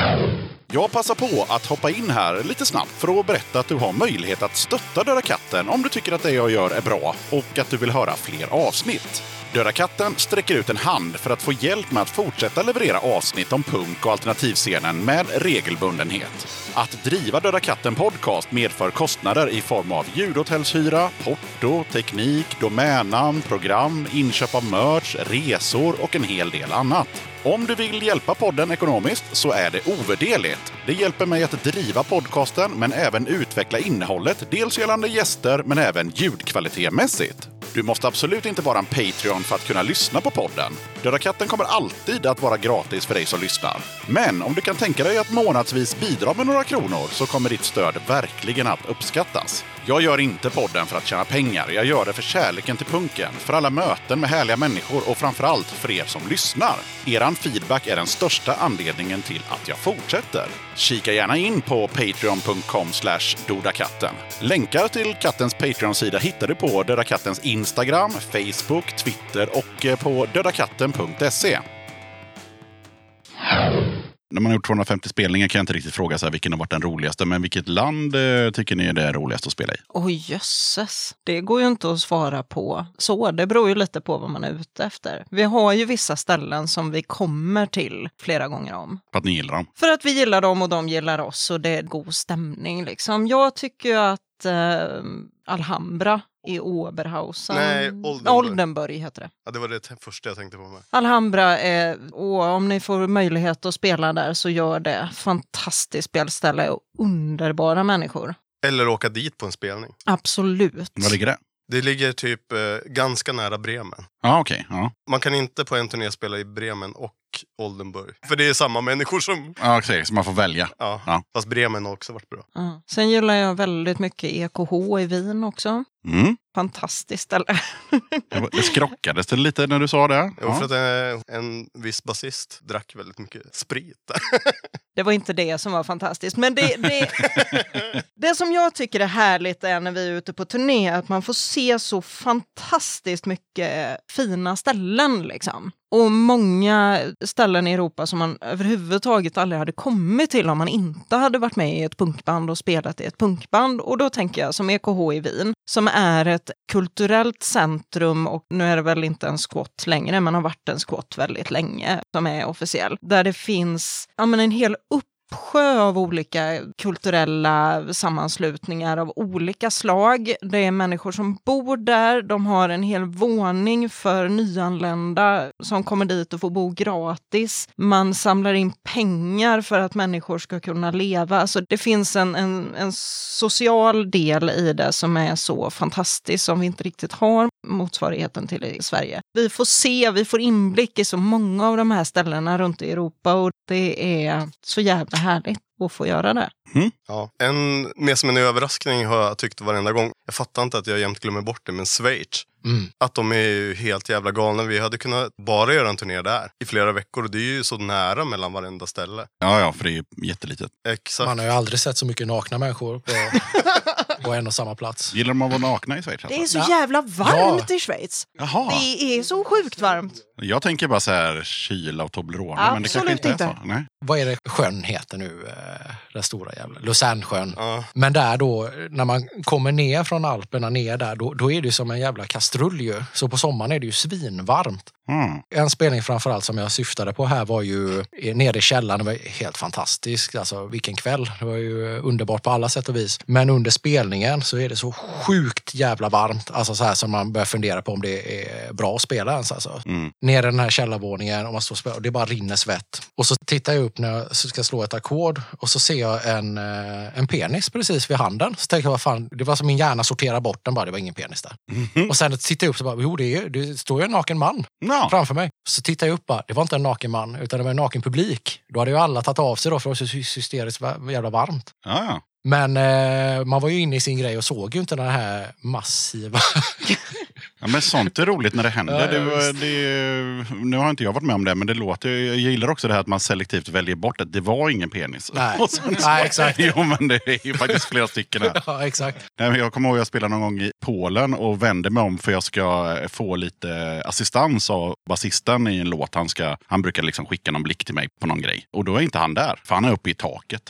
Jag passar på att hoppa in här lite snabbt för att berätta att du har möjlighet att stötta Döda katten om du tycker att det jag gör är bra och att du vill höra fler avsnitt. Döda katten sträcker ut en hand för att få hjälp med att fortsätta leverera avsnitt om punk- och alternativscenen med regelbundenhet. Att driva Döda katten podcast medför kostnader i form av ljudhotellshyra, porto, teknik, domännamn, program, inköp av merch, resor och en hel del annat. Om du vill hjälpa podden ekonomiskt så är det ovärderligt. Det hjälper mig att driva podcasten men även utveckla innehållet, dels gällande gäster men även ljudkvalitetmässigt. Du måste absolut inte vara en Patreon för att kunna lyssna på podden. Döda katten kommer alltid att vara gratis för dig som lyssnar. Men om du kan tänka dig att månadsvis bidra med några kronor så kommer ditt stöd verkligen att uppskattas. Jag gör inte podden för att tjäna pengar. Jag gör det för kärleken till punken, för alla möten med härliga människor och framförallt för er som lyssnar. Eran feedback är den största anledningen till att jag fortsätter. Kika gärna in på patreon punkt com slash dodakatten. Länkar till kattens Patreon-sida hittar du på Döda kattens Instagram, Facebook, Twitter och på dödakatten punkt se. När man har gjort tvåhundrafemtio spelningar kan jag inte riktigt fråga så här, vilken har varit den roligaste. Men vilket land eh, tycker ni är det roligaste att spela i? Oj, jösses. Det går ju inte att svara på så. Det beror ju lite på vad man är ute efter. Vi har ju vissa ställen som vi kommer till flera gånger om. För att ni gillar dem? För att vi gillar dem och de gillar oss och det är god stämning liksom. Jag tycker ju att eh, Alhambra i Oberhausen. Nej, Oldenburg. Oldenburg heter det. Ja, det var det första jag tänkte på med. Alhambra är, och om ni får möjlighet att spela där så gör det. Fantastiskt spelställe och underbara människor. Eller åka dit på en spelning. Absolut. Var ligger det? Det ligger typ eh, ganska nära Bremen. Ja, okej. Okay, ja. Man kan inte på en turné spela i Bremen och Oldenburg. För det är samma människor som... Ja, okej. Okay, så man får välja. Ja, ja. Fast Bremen har också varit bra. Ja. Sen gillar jag väldigt mycket E K H i Wien också. Mm. Fantastiskt ställe. det, det skrockades det lite när du sa det. Jo, ja. för att en, en viss basist drack väldigt mycket sprit där. Det var inte det som var fantastiskt. Men det, det, det som jag tycker är härligt är när vi är ute på turné att man får se så fantastiskt mycket fina ställen liksom. Och många ställen i Europa som man överhuvudtaget aldrig hade kommit till om man inte hade varit med i ett punkband och spelat i ett punkband. Och då tänker jag som E K H i Wien som är ett kulturellt centrum och nu är det väl inte en squat längre men har varit en squat väldigt länge som är officiell. Där det finns ja, men en hel uppsjö av olika kulturella sammanslutningar av olika slag. Det är människor som bor där. De har en hel våning för nyanlända som kommer dit och får bo gratis. Man samlar in pengar för att människor ska kunna leva. Alltså det finns en, en, en social del i det som är så fantastisk som vi inte riktigt har motsvarigheten till i Sverige. Vi får se, vi får inblick i så många av de här ställena runt i Europa och det är så jävla härligt att få göra det. Mm. Ja, en, mer som en överraskning har jag tyckt varenda gång. Jag fattar inte att jag jämt glömmer bort det, men Schweiz. Mm. Att de är ju helt jävla galna. Vi hade kunnat bara göra en turné där i flera veckor och det är ju så nära mellan varenda ställe. Ja, ja, för det är ju jättelitet. Exakt. Man har ju aldrig sett så mycket nakna människor på, på en och samma plats. Gillar de att vara nakna i Schweiz? Det är så Ja. jävla varmt Ja. i Schweiz. Jaha. Det är så sjukt varmt. Jag tänker bara så här kyla och Toblerone, men det kanske Absolut inte är inte. så. Nej. Vad är det sjön heter nu? eh, Den stora jävla Lausanne-sjön. Ja. Men där då, när man kommer ner från Alperna ner där, då, då är det ju som en jävla kastrull ju. Så på sommaren är det ju svinvarmt. Mm. En spelning framförallt som jag syftade på här var ju nere i källaren. Det var helt fantastiskt. Alltså vilken kväll. Det var ju underbart på alla sätt och vis. Men under spelningen så är det så sjukt jävla varmt. Alltså så här som man börjar fundera på om det är bra att spela ens. Alltså. Mm. Nere i den här källarvåningen och, man står och, spelar, och det bara rinner svett. Och så tittar jag upp när jag ska slå ett ackord och så ser jag en, en penis precis vid handen. Så tänker jag, vad fan, det var som min hjärna sorterar bort den bara, det var ingen penis där. Mm. Och sen tittar jag upp så bara, jo det, är, det står ju en naken man. Ja. Framför mig. Så tittar jag upp bara, det var inte en naken man utan det var en naken publik. Då hade ju alla tagit av sig då för det var så hysteriskt jävla varmt. Ja, ja. Men eh, man var ju inne i sin grej och såg ju inte den här massiva... Ja, men sånt är roligt när det händer. Ja, det, ja, var- det, nu har inte jag varit med om det, men det låter, jag gillar också det här att man selektivt väljer bort att det var ingen penis. Nej. Och sen så- Nej, exakt. Jo, men det är ju faktiskt flera stycken här. Ja, exakt. Nej, men jag kommer ihåg att jag spelade någon gång i Polen och vände mig om för jag ska få lite assistans av basisten i en låt. Han, ska, han brukar liksom skicka någon blick till mig på någon grej. Och då är inte han där, för han är uppe i taket.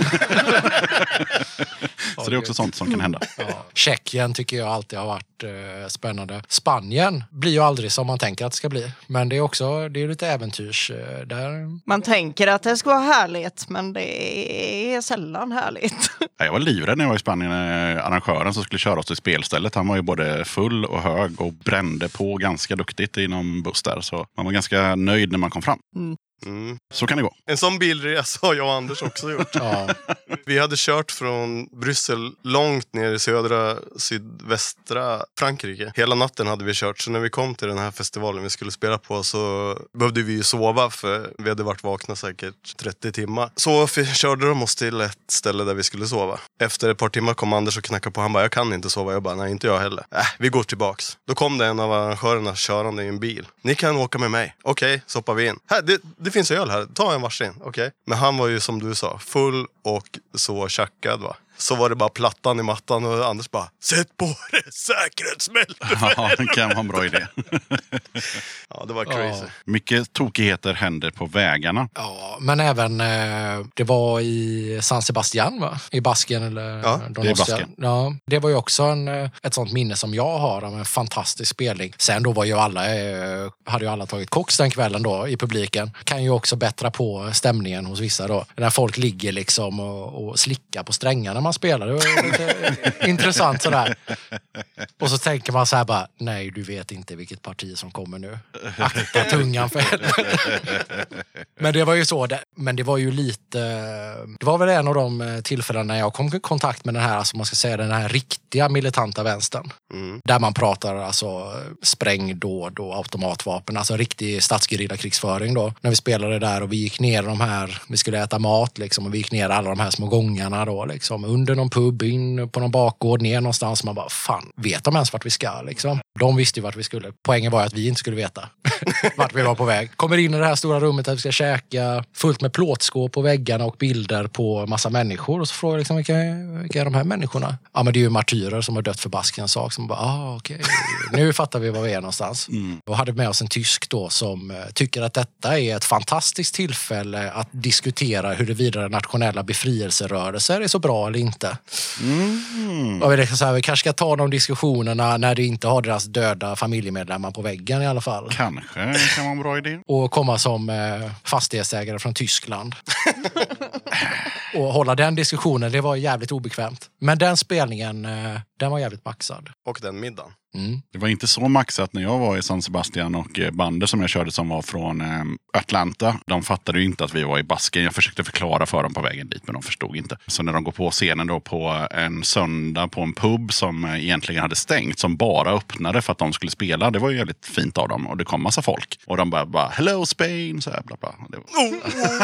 Så det är också sånt som kan hända. Ja. Tjeckien tycker jag alltid har varit eh, spännande. Spanien blir ju aldrig som man tänker att det ska bli. Men det är också det är lite äventyrs. Eh, där. Man tänker att det ska vara härligt, men det är sällan härligt. Ja, jag var livrädd när jag var i Spanien. eh, Arrangören som skulle köra oss till spelstället. Han var ju både full och hög och brände på ganska duktigt i någon buss där. Så man var ganska nöjd när man kom fram. Mm. Så kan det gå. En sån bilresa har jag och Anders också gjort. Ja. Vi hade kört från Bryssel långt ner i södra, sydvästra Frankrike. Hela natten hade vi kört, så när vi kom till den här festivalen vi skulle spela på så behövde vi ju sova för vi hade varit vakna säkert trettio timmar. Så f- körde de oss till ett ställe där vi skulle sova. Efter ett par timmar kom Anders och knackade på. Han bara, jag kan inte sova. Jag bara, nej inte jag heller. Äh, vi går tillbaks. Då kom det en av arrangörerna körande i en bil. Ni kan åka med mig. Okej, okay, så hoppar vi in. Här, det, det finns öl här. Ta en varsin. Okej. Okay. Men han var ju som du sa, full och så tjackad va. Så var det bara plattan i mattan och Anders bara, sätt på det, säkerhetsbälte. Ja, det kan vara en bra idé. Ja, det var crazy. Ja. Mycket tokigheter händer på vägarna. Ja, men även eh, det var i San Sebastian, va? I Basken eller Ja, Donostia. det är Basken. Ja, det var ju också en, eh, ett sånt minne som jag har av en fantastisk spelning. Sen då var ju alla, eh, hade ju alla tagit koks den kvällen då i publiken. Kan ju också bättra på stämningen hos vissa då. När folk ligger liksom och, och slickar på strängarna när man spelar. Det var lite intressant sådär. Och så tänker man så här bara, nej du vet inte vilket parti som kommer nu. Akta tungan för helvete. Men det var ju så, men det var ju lite, det var väl en av de tillfällen när jag kom i kontakt med den här, alltså man ska säga den här riktiga militanta vänstern. Mm. Där man pratar alltså sprängdåd och automatvapen, alltså riktig statsgerilla krigsföring då. När vi spelade där och vi gick ner de här, vi skulle äta mat liksom, och vi gick ner alla de här små gångarna då liksom, under någon pub, in på någon bakgård, ner någonstans. Man bara, fan, vet de ens vart vi ska liksom? De visste ju vart vi skulle. Poängen var att vi inte skulle veta vart vi var på väg. Kommer in i det här stora rummet där vi ska käka, fullt med plåtskåp på väggarna och bilder på massa människor. Och så frågar jag liksom, vilka, vilka är de här människorna? Ja, men det är ju martyrer som har dött för Baskens sak. Som bara, ah, okej. Okay. Nu fattar vi var vi är någonstans. Mm. Och hade med oss en tysk då som uh, tycker att detta är ett fantastiskt tillfälle att diskutera huruvida nationella befrielserörelser är så bra eller inte. Mm. Och vi, liksom så här, vi kanske ska ta de diskussionerna när det inte har deras döda familjemedlemmar på väggen i alla fall. Kanske, det kan vara en bra idé. Och komma som eh, fastighetsägare från Tyskland. Och hålla den diskussionen, det var jävligt obekvämt. Men den spelningen, eh, den var jävligt maxad. Och den middagen. Mm. Det var inte så maxat när jag var i San Sebastian och bandet som jag körde som var från eh, Atlanta. De fattade ju inte att vi var i Basken. Jag försökte förklara för dem på vägen dit, men de förstod inte. Så när de går på scenen då på en söndag på en pub som eh, egentligen hade stängt, som bara öppnade för att de skulle spela. Det var ju jävligt fint av dem och det kom massa folk. Och de bara, bara hello Spain, så här bla bla. Det var...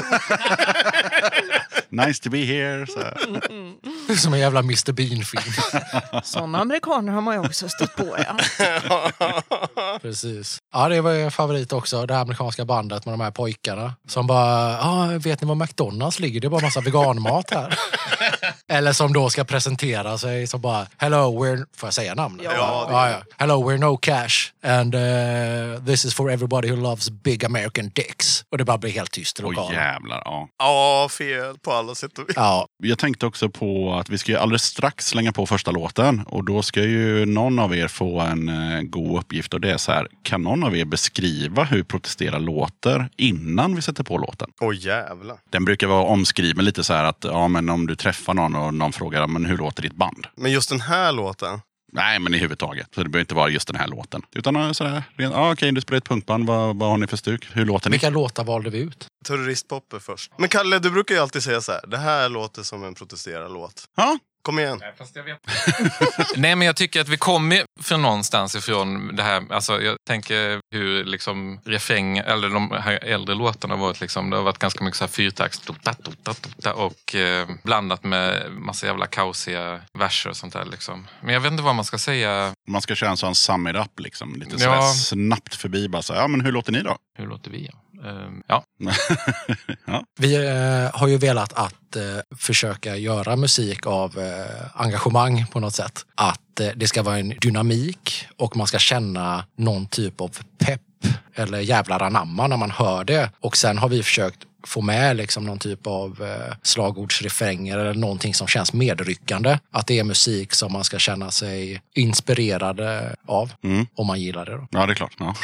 Nice to be here. Så här. Som en jävla mister Bean-film. Sådana amerikaner har man ju också stött på, ja. Precis. Ja, det var ju en favorit också. Det här amerikanska bandet med de här pojkarna. Som bara, ja, vet ni var McDonalds ligger? Det är bara massa veganmat här. Eller som då ska presentera sig som bara, hello, we're... Får jag säga namnet? Ja. Ja, ja. Hello, we're no cash. And uh, this is for everybody who loves big American dicks. Och det bara blir helt tyst i lokalen. Åh jävlar, ja. Ja, fel på alla sätt och vis. Ja. Jag tänkte också på att vi ska ju alldeles strax slänga på första låten. Och då ska ju någon av er få en eh, god uppgift. Och det är så här, kan någon av er beskriva hur Protestera låter innan vi sätter på låten? Åh jävlar. Den brukar vara omskriven lite så här att ja, men om du träffar någon och någon frågar, men hur låter ditt band? Men just den här låten? Nej, men i huvudtaget. Så det behöver inte vara just den här låten. Utan sådär, ja ah, okej, du spelar ett punkband. Vad, vad har ni för stuk? Hur låter ni? Vilka låtar valde vi ut? Terroristpop först. Men Kalle, du brukar ju alltid säga så här, det här låter som en Protestera-låt. Ja. Kom igen. Nej, fast jag vet. Nej, men jag tycker att vi kommer från någonstans ifrån det här. Alltså, jag tänker hur liksom refräng, eller de här äldre låtarna har varit liksom, det har varit ganska mycket så här fyrtakts och eh, blandat med massa jävla kaosiga verser och sånt där liksom. Men jag vet inte vad man ska säga. Man ska köra en sån sum it up liksom, lite Ja. så snabbt förbi bara så, ja men hur låter ni då? Hur låter vi? Ja. Uh, ja. Ja. Vi eh, har ju velat att eh, försöka göra musik av eh, engagemang på något sätt. Att eh, det ska vara en dynamik och man ska känna någon typ av pepp eller jävlar anamma när man hör det. Och sen har vi försökt få med liksom någon typ av eh, slagordsrefränger eller någonting som känns medryckande. Att det är musik som man ska känna sig inspirerad av mm. om man gillar det då. Ja, det är klart. Ja.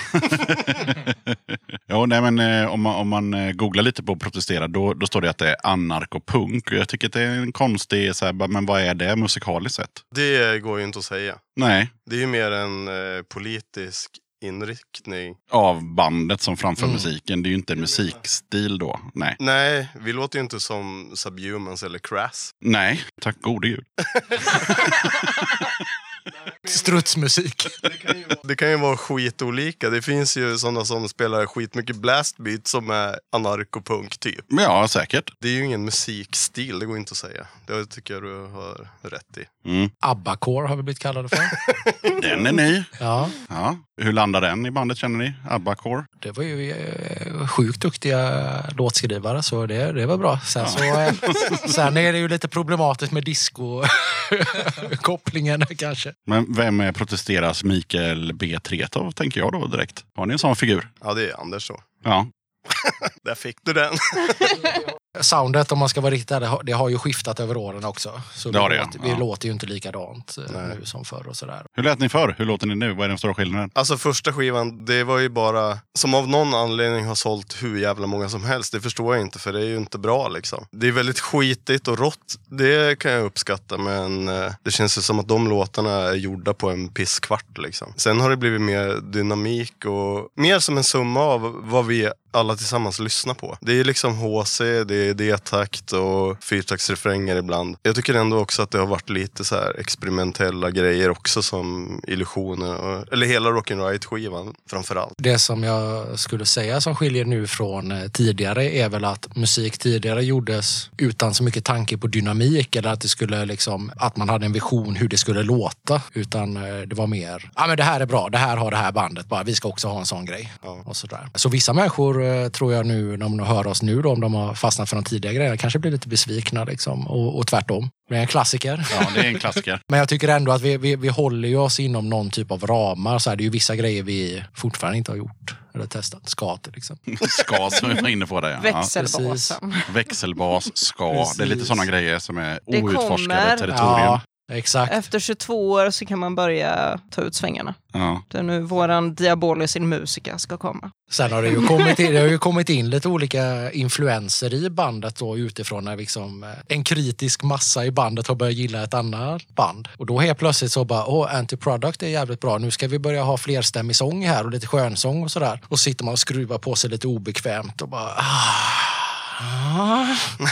Ja, nej, men eh, om man, om man eh, googlar lite på Protestera, då, då står det att det är anarkopunk. Och jag tycker att det är en konstig, så här, men vad är det musikaliskt sett? Det går ju inte att säga. Nej. Det är ju mer en eh, politisk inriktning av bandet som framför mm. musiken. Det är ju inte en jag musikstil då. Nej. Nej, vi låter ju inte som Subhumans eller Crass. Nej, tack gode gud. Strutsmusik. Det kan, ju vara, det kan ju vara skitolika. Det finns ju sådana som spelar skitmycket blastbeat som är anarkopunk typ. Ja, säkert. Det är ju ingen musikstil, det går inte att säga. Det tycker jag du har rätt i. Mm. ABBA-core har vi blivit kallade för. Den är ny. Ja. Ja. Hur landar den i bandet, känner ni? ABBA-core? Det var ju eh, sjukt duktiga låtskrivare, så det, det var bra. Sen, ja. så, eh, sen är det ju lite problematiskt med disco-kopplingen kanske. Men vem är protesteras Mikael B. Tretow, tänker jag då direkt? Har ni en sån figur? Ja, det är Anders så. Ja. Där fick du den. Soundet, om man ska vara riktigt ärlig, det har ju skiftat över åren också. Så det vi, det, låter, vi ja. låter ju inte likadant Nej. nu som förr och sådär. Hur lät ni förr? Hur låter ni nu? Vad är den stora skillnaden? Alltså första skivan, det var ju bara, som av någon anledning har sålt hur jävla många som helst. Det förstår jag inte, för det är ju inte bra liksom. Det är väldigt skitigt och rått, det kan jag uppskatta, men eh, det känns ju som att de låtarna är gjorda på en pisskvart liksom. Sen har det blivit mer dynamik och mer som en summa av vad vi alla tillsammans lyssnar på. Det är liksom H C, det är D-takt och fyrtaktsrefränger ibland. Jag tycker ändå också att det har varit lite så här experimentella grejer också, som illusioner och, eller hela Rock'n'Ride-skivan framförallt. Det som jag skulle säga som skiljer nu från tidigare är väl att musik tidigare gjordes utan så mycket tanke på dynamik, eller att det skulle liksom, att man hade en vision hur det skulle låta, utan det var mer, ja ah, men det här är bra, det här har det här bandet, bara vi ska också ha en sån grej. Ja. Och sådär. Så vissa människor tror jag nu, när de hör oss nu då, om de har fastnat för de tidigare grejerna, kanske blir lite besvikna liksom, och, och tvärtom. Det är en klassiker. Ja, det är en klassiker. Men jag tycker ändå att vi, vi, vi håller ju oss inom någon typ av ramar. Så här, det är ju vissa grejer vi fortfarande inte har gjort eller testat. Ska till exempel. Ska, som vi var inne på det. Ja. Växelbasen. Växelbas, ska. Precis. Det är lite sådana grejer som är Det outforskade kommer. territorium. Ja, exakt. Efter tjugotvå år så kan man börja ta ut svängarna. Ja. Det är nu våran Diabolis in Musica ska komma. Sen har det ju kommit in, det har ju kommit in lite olika influenser i bandet då, utifrån när liksom en kritisk massa i bandet har börjat gilla ett annat band. Och då helt plötsligt så bara, åh, Anti-Product är jävligt bra. Nu ska vi börja ha flerstämmig sång här och lite skönsång och sådär. Och sitter man och skruvar på sig lite obekvämt och bara, ah.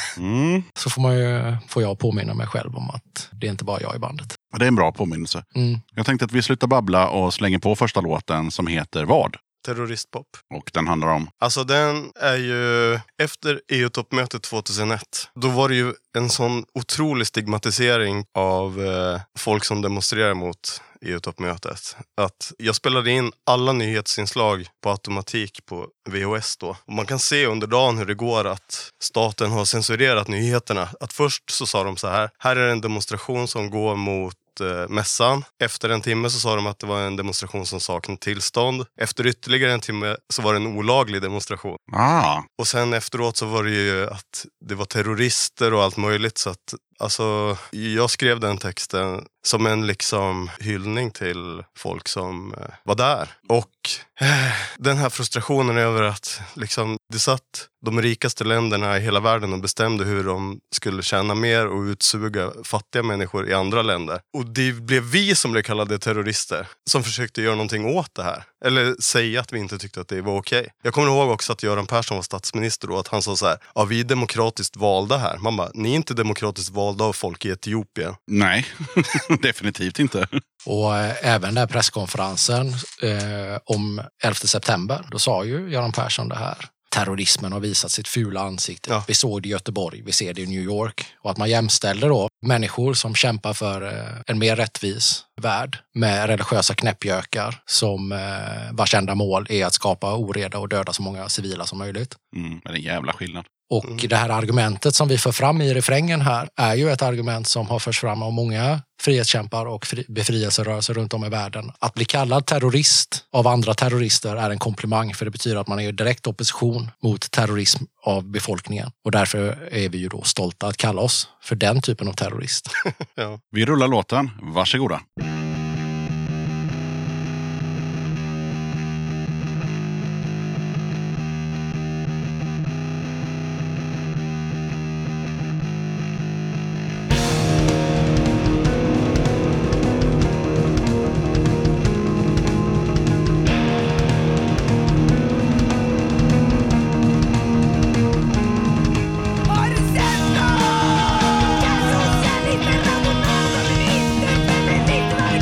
Mm. Så får man ju, får jag påminna mig själv om att det är inte bara jag i bandet. Det är en bra påminnelse. Mm. Jag tänkte att vi slutar babbla och slänger på första låten som heter vad? Terroristpop. Och den handlar om? Alltså den är ju, efter E U-toppmötet tjugohundraett, då var det ju en sån otrolig stigmatisering av eh, folk som demonstrerar mot E U-toppmötet. Att jag spelade in alla nyhetsinslag på automatik på V H S då. Och man kan se under dagen hur det går att staten har censurerat nyheterna. Att först så sa de så här, här är en demonstration som går mot mässan. Efter en timme så sa de att det var en demonstration som saknade tillstånd. Efter ytterligare en timme så var det en olaglig demonstration. Ah. Och sen efteråt så var det ju att det var terrorister och allt möjligt. Så att, alltså, jag skrev den texten som en liksom hyllning till folk som eh, var där. Och eh, den här frustrationen över att liksom, det satt de rikaste länderna i hela världen och bestämde hur de skulle tjäna mer och utsuga fattiga människor i andra länder. Och det blev vi som blev kallade terrorister som försökte göra någonting åt det här. Eller säga att vi inte tyckte att det var okej. Jag kommer ihåg också att Göran Persson var statsminister och att han sa så här, ja, vi är demokratiskt valda här. Man bara, ni är inte demokratiskt valda av folk i Etiopien. Nej, definitivt inte. Och eh, även den presskonferensen eh, om elfte september, då sa ju Göran Persson det här. Terrorismen har visat sitt fula ansikte. Ja. Vi såg det i Göteborg, vi ser det i New York. Och att man jämställer då människor som kämpar för eh, en mer rättvis värld med religiösa knäppjökar som eh, vars enda mål är att skapa oreda och döda så många civila som möjligt. Mm, det är en jävla skillnad. Och mm. det här argumentet som vi för fram i refrängen här är ju ett argument som har förts fram av många frihetskämpar och fri- befrielserörelser runt om i världen. Att bli kallad terrorist av andra terrorister är en komplimang, för det betyder att man är i direkt opposition mot terrorism av befolkningen. Och därför är vi ju då stolta att kalla oss för den typen av terrorist. Ja. Vi rullar låten. Varsågoda. Socialista,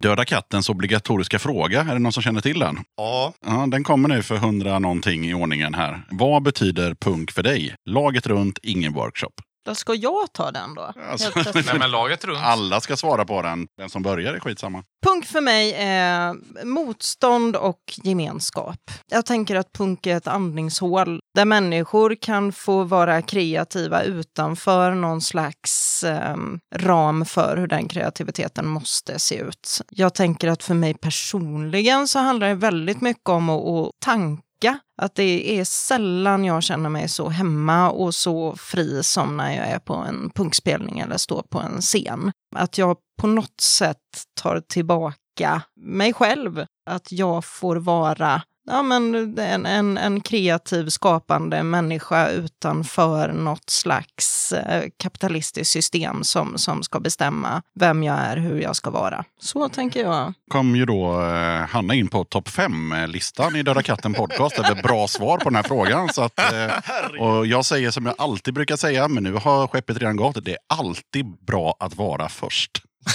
Döda kattens obligatoriska fråga, är det någon som känner till den? Ja. Ja, den kommer nu för hundra någonting i ordningen här. Vad betyder punk för dig? Laget runt, ingen workshop. Då ska jag ta den då? Alltså, Nej, men laget runt. Alla ska svara på den. Den som börjar är skitsamma. Punk för mig är motstånd och gemenskap. Jag tänker att punk är ett andningshål där människor kan få vara kreativa utanför någon slags eh, ram för hur den kreativiteten måste se ut. Jag tänker att för mig personligen så handlar det väldigt mycket om att, att tanka. Att det är sällan jag känner mig så hemma och så fri som när jag är på en punkspelning eller står på en scen. Att jag på något sätt tar tillbaka mig själv. Att jag får vara ja, men en, en, en kreativ skapande människa utanför något slags eh, kapitalistiskt system som, som ska bestämma vem jag är, hur jag ska vara. Så tänker jag. Kom ju då eh, Hanna in på topp fem-listan i Döda katten podcast. Det är bra svar på den här frågan. Så att, eh, och jag säger som jag alltid brukar säga, men nu har skeppet redan gått. Det är alltid bra att vara först.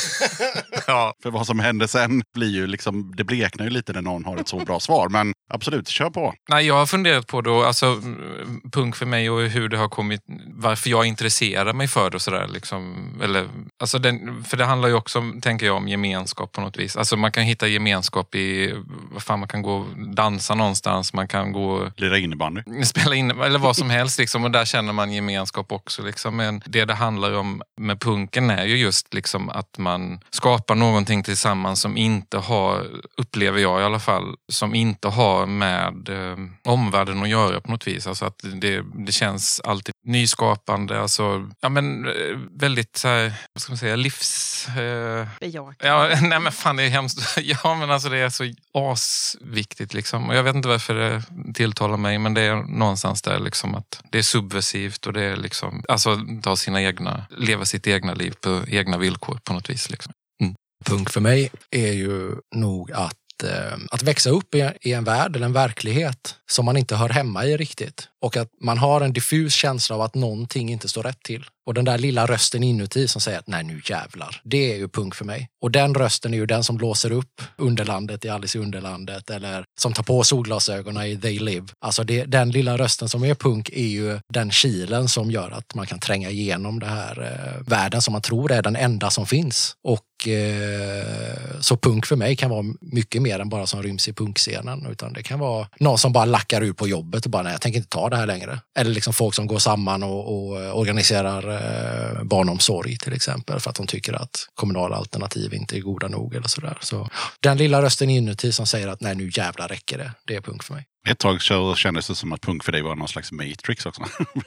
Ja. För vad som händer sen blir ju liksom, det bleknar ju lite när någon har ett så bra svar. Men absolut, kör på. Nej, jag har funderat på då, alltså punk för mig och hur det har kommit, varför jag intresserar mig för det och sådär liksom, eller, alltså den, för det handlar ju också, tänker jag, om gemenskap på något vis. Alltså man kan hitta gemenskap i, vad fan, man kan gå och dansa någonstans, man kan gå lira innebandy, spela in, eller vad som helst liksom, och där känner man gemenskap också liksom. Men det det handlar om med punken är ju just liksom att man skapar någonting tillsammans som inte har, upplever jag i alla fall, som inte har med eh, omvärlden att göra på något vis. Alltså att det, det känns alltid nyskapande, alltså, ja men väldigt så här, vad ska man säga, livs... Eh, Bejakande. Ja, nej men fan det är hemskt. Ja men alltså det är så asviktigt liksom. Och jag vet inte varför det tilltalar mig, men det är någonstans där liksom att det är subversivt och det är liksom, alltså ta sina egna, leva sitt egna liv på egna villkor på något vis liksom. Mm. Punk för mig är ju nog att att växa upp i en värld eller en verklighet som man inte hör hemma i riktigt. Och att man har en diffus känsla av att någonting inte står rätt till. Och den där lilla rösten inuti som säger att nej nu jävlar. Det är ju punk för mig. Och den rösten är ju den som blåser upp underlandet i Alice i Underlandet. Eller som tar på solglasögonen i They Live. Alltså det, den lilla rösten som är punk är ju den kilen som gör att man kan tränga igenom det här eh, världen som man tror är den enda som finns. Och eh, så punk för mig kan vara mycket mer än bara som ryms i punkscenen. Utan det kan vara någon som bara lackar ut på jobbet och bara nej jag tänker inte ta det här längre. Eller liksom folk som går samman och, och organiserar eh, barnomsorg till exempel för att de tycker att kommunala alternativ inte är goda nog eller sådär. Så den lilla rösten inuti som säger att nej nu jävla räcker det, det är punk för mig. Ett tag så kändes det som att punk för dig var någon slags Matrix också.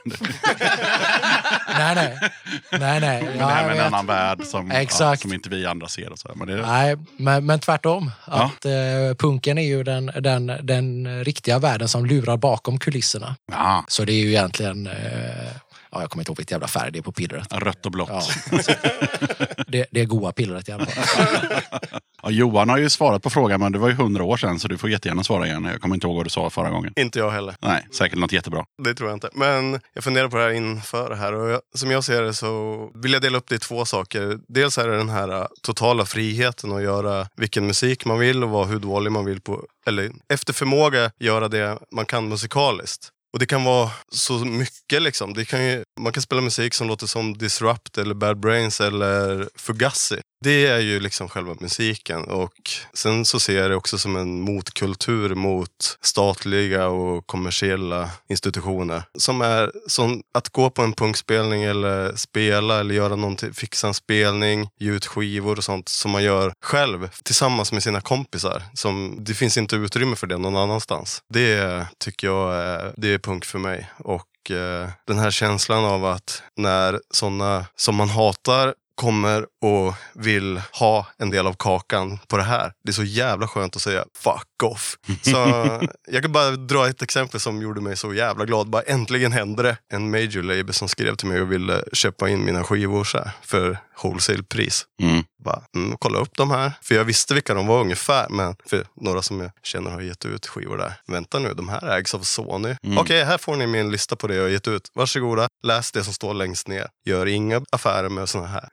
nej, nej. Nej, nej. Men ja, det är en annan värld som, ja, som inte vi andra ser. Och så. Men det... Nej, men, men tvärtom. Ja. Att, eh, punken är ju den, den, den riktiga världen som lurar bakom kulisserna. Ja. Så det är ju egentligen... Eh, ja, jag kommer inte ihåg vilket jävla färg det är på pillret. Rött och blått. Ja, alltså, det, det är goda pillret i alla fall. Ja, Johan har ju svarat på frågan, men det var ju hundra år sedan så du får jättegärna svara igen. Jag kommer inte ihåg vad du sa förra gången. Inte jag heller. Nej, säkert något jättebra. Det tror jag inte. Men jag funderar på det här inför det här. Och jag, som jag ser det så vill jag dela upp det i två saker. Dels är det den här uh, totala friheten att göra vilken musik man vill och vara hur dålig man vill på. Eller efter förmåga göra det man kan musikaliskt. Och det kan vara så mycket liksom. Det kan ju, man kan spela musik som låter som Disrupt eller Bad Brains eller Fugazi. Det är ju liksom själva musiken. Och sen så ser jag det också som en motkultur mot statliga och kommersiella institutioner. Som är som att gå på en punkspelning eller spela eller göra någonting, fixa en spelning, ge ut skivor och sånt som man gör själv tillsammans med sina kompisar. Som, det finns inte utrymme för det någon annanstans. Det tycker jag är, det är punk för mig. Och eh, den här känslan av att när sådana som man hatar kommer och vill ha en del av kakan på det här. Det är så jävla skönt att säga fuck off. Så jag kan bara dra ett exempel som gjorde mig så jävla glad. Bara äntligen hände det. En major label som skrev till mig och ville köpa in mina skivor så här, för wholesale-pris. Mm. Bara, mm, kolla upp de här. För jag visste vilka de var ungefär. Men för några som jag känner har gett ut skivor där. Vänta nu, de här ägs av Sony. Mm. Okej, okay, här får ni min lista på det jag har gett ut. Varsågoda, läs det som står längst ner. Gör inga affärer med såna här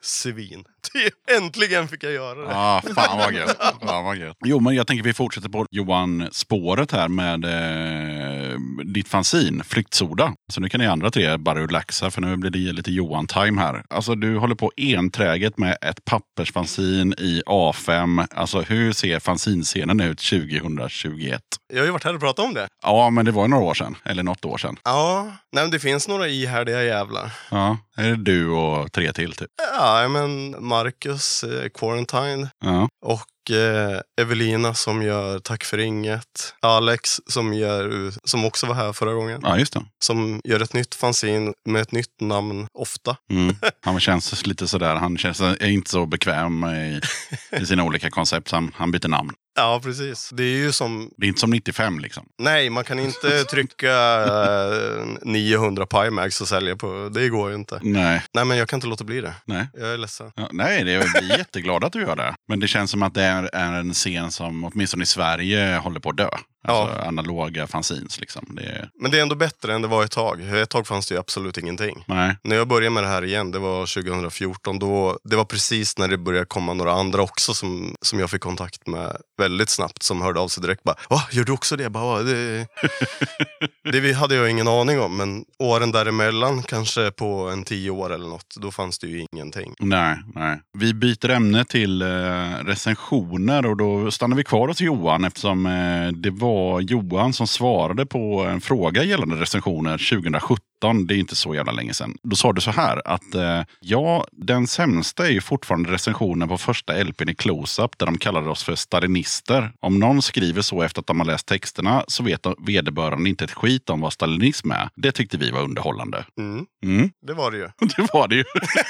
svin. Äntligen fick jag göra det. Ja, ah, fan vad gött. Fan vad gött. Jo, men jag tänker vi fortsätter på Johan spåret här med eh, ditt fanzin, Flyktsoda. Så nu kan ni andra tre bara relaxa, för nu blir det lite Johan-time här. Alltså du håller på enträget med ett pappersfanzin i A fem. Alltså hur ser fanzinscenen ut tjugohundratjugoett? Jag har ju varit här och pratat om det. Ja, men det var ju några år sedan. Eller något år sedan. Ja, nej, men det finns några ihärdiga jävlar. Ja, är det du och tre till typ? Ja, men Marcus, eh, Quarantine. Ja. Och eh, Evelina som gör Tack för inget. Alex som, gör, som också var här förra gången. Ja, just det. Som gör ett nytt fanzin med ett nytt namn ofta. Mm. Han känns lite sådär, han känns är inte så bekväm i, i sina olika koncept. Han, han byter namn. Ja, precis. Det är ju som... Det är inte som nittiofem liksom. Nej, man kan inte trycka eh, niohundra Pimax och sälja på. Det går ju inte. Nej. Nej, men jag kan inte låta bli det. Nej. Jag är ledsen. Ja, nej, det är, vi är jätteglada att du gör det. Men det känns som att det är, är en scen som åtminstone i Sverige håller på att dö. Alltså ja. Analoga fanzines liksom. Det är... Men det är ändå bättre än det var ett tag. Ett tag fanns det ju absolut ingenting. Nej. När jag började med det här igen, det var tjugohundrafjorton. Då, det var precis när det började komma några andra också som, som jag fick kontakt med väldigt snabbt. Som hörde av sig direkt. Bara, va, gör du också det? Jag bara, det... det hade jag ingen aning om. Men åren däremellan, kanske på en tio år eller något, då fanns det ju ingenting. Nej, nej. Vi byter ämne till eh, recensioner. Och då stannar vi kvar hos Johan. Eftersom eh, det var Johan som svarade på en fråga gällande recensioner tjugosjutton. Det är inte så jävla länge sedan. Då sa du så här att eh, ja, den sämsta är ju fortfarande recensionen på första L P:n i Close-Up där de kallade oss för stalinister. Om någon skriver så efter att de har läst texterna så vet vederbörande inte ett skit om vad stalinism är. Det tyckte vi var underhållande. Mm. Mm. Det var det ju. Det var det ju.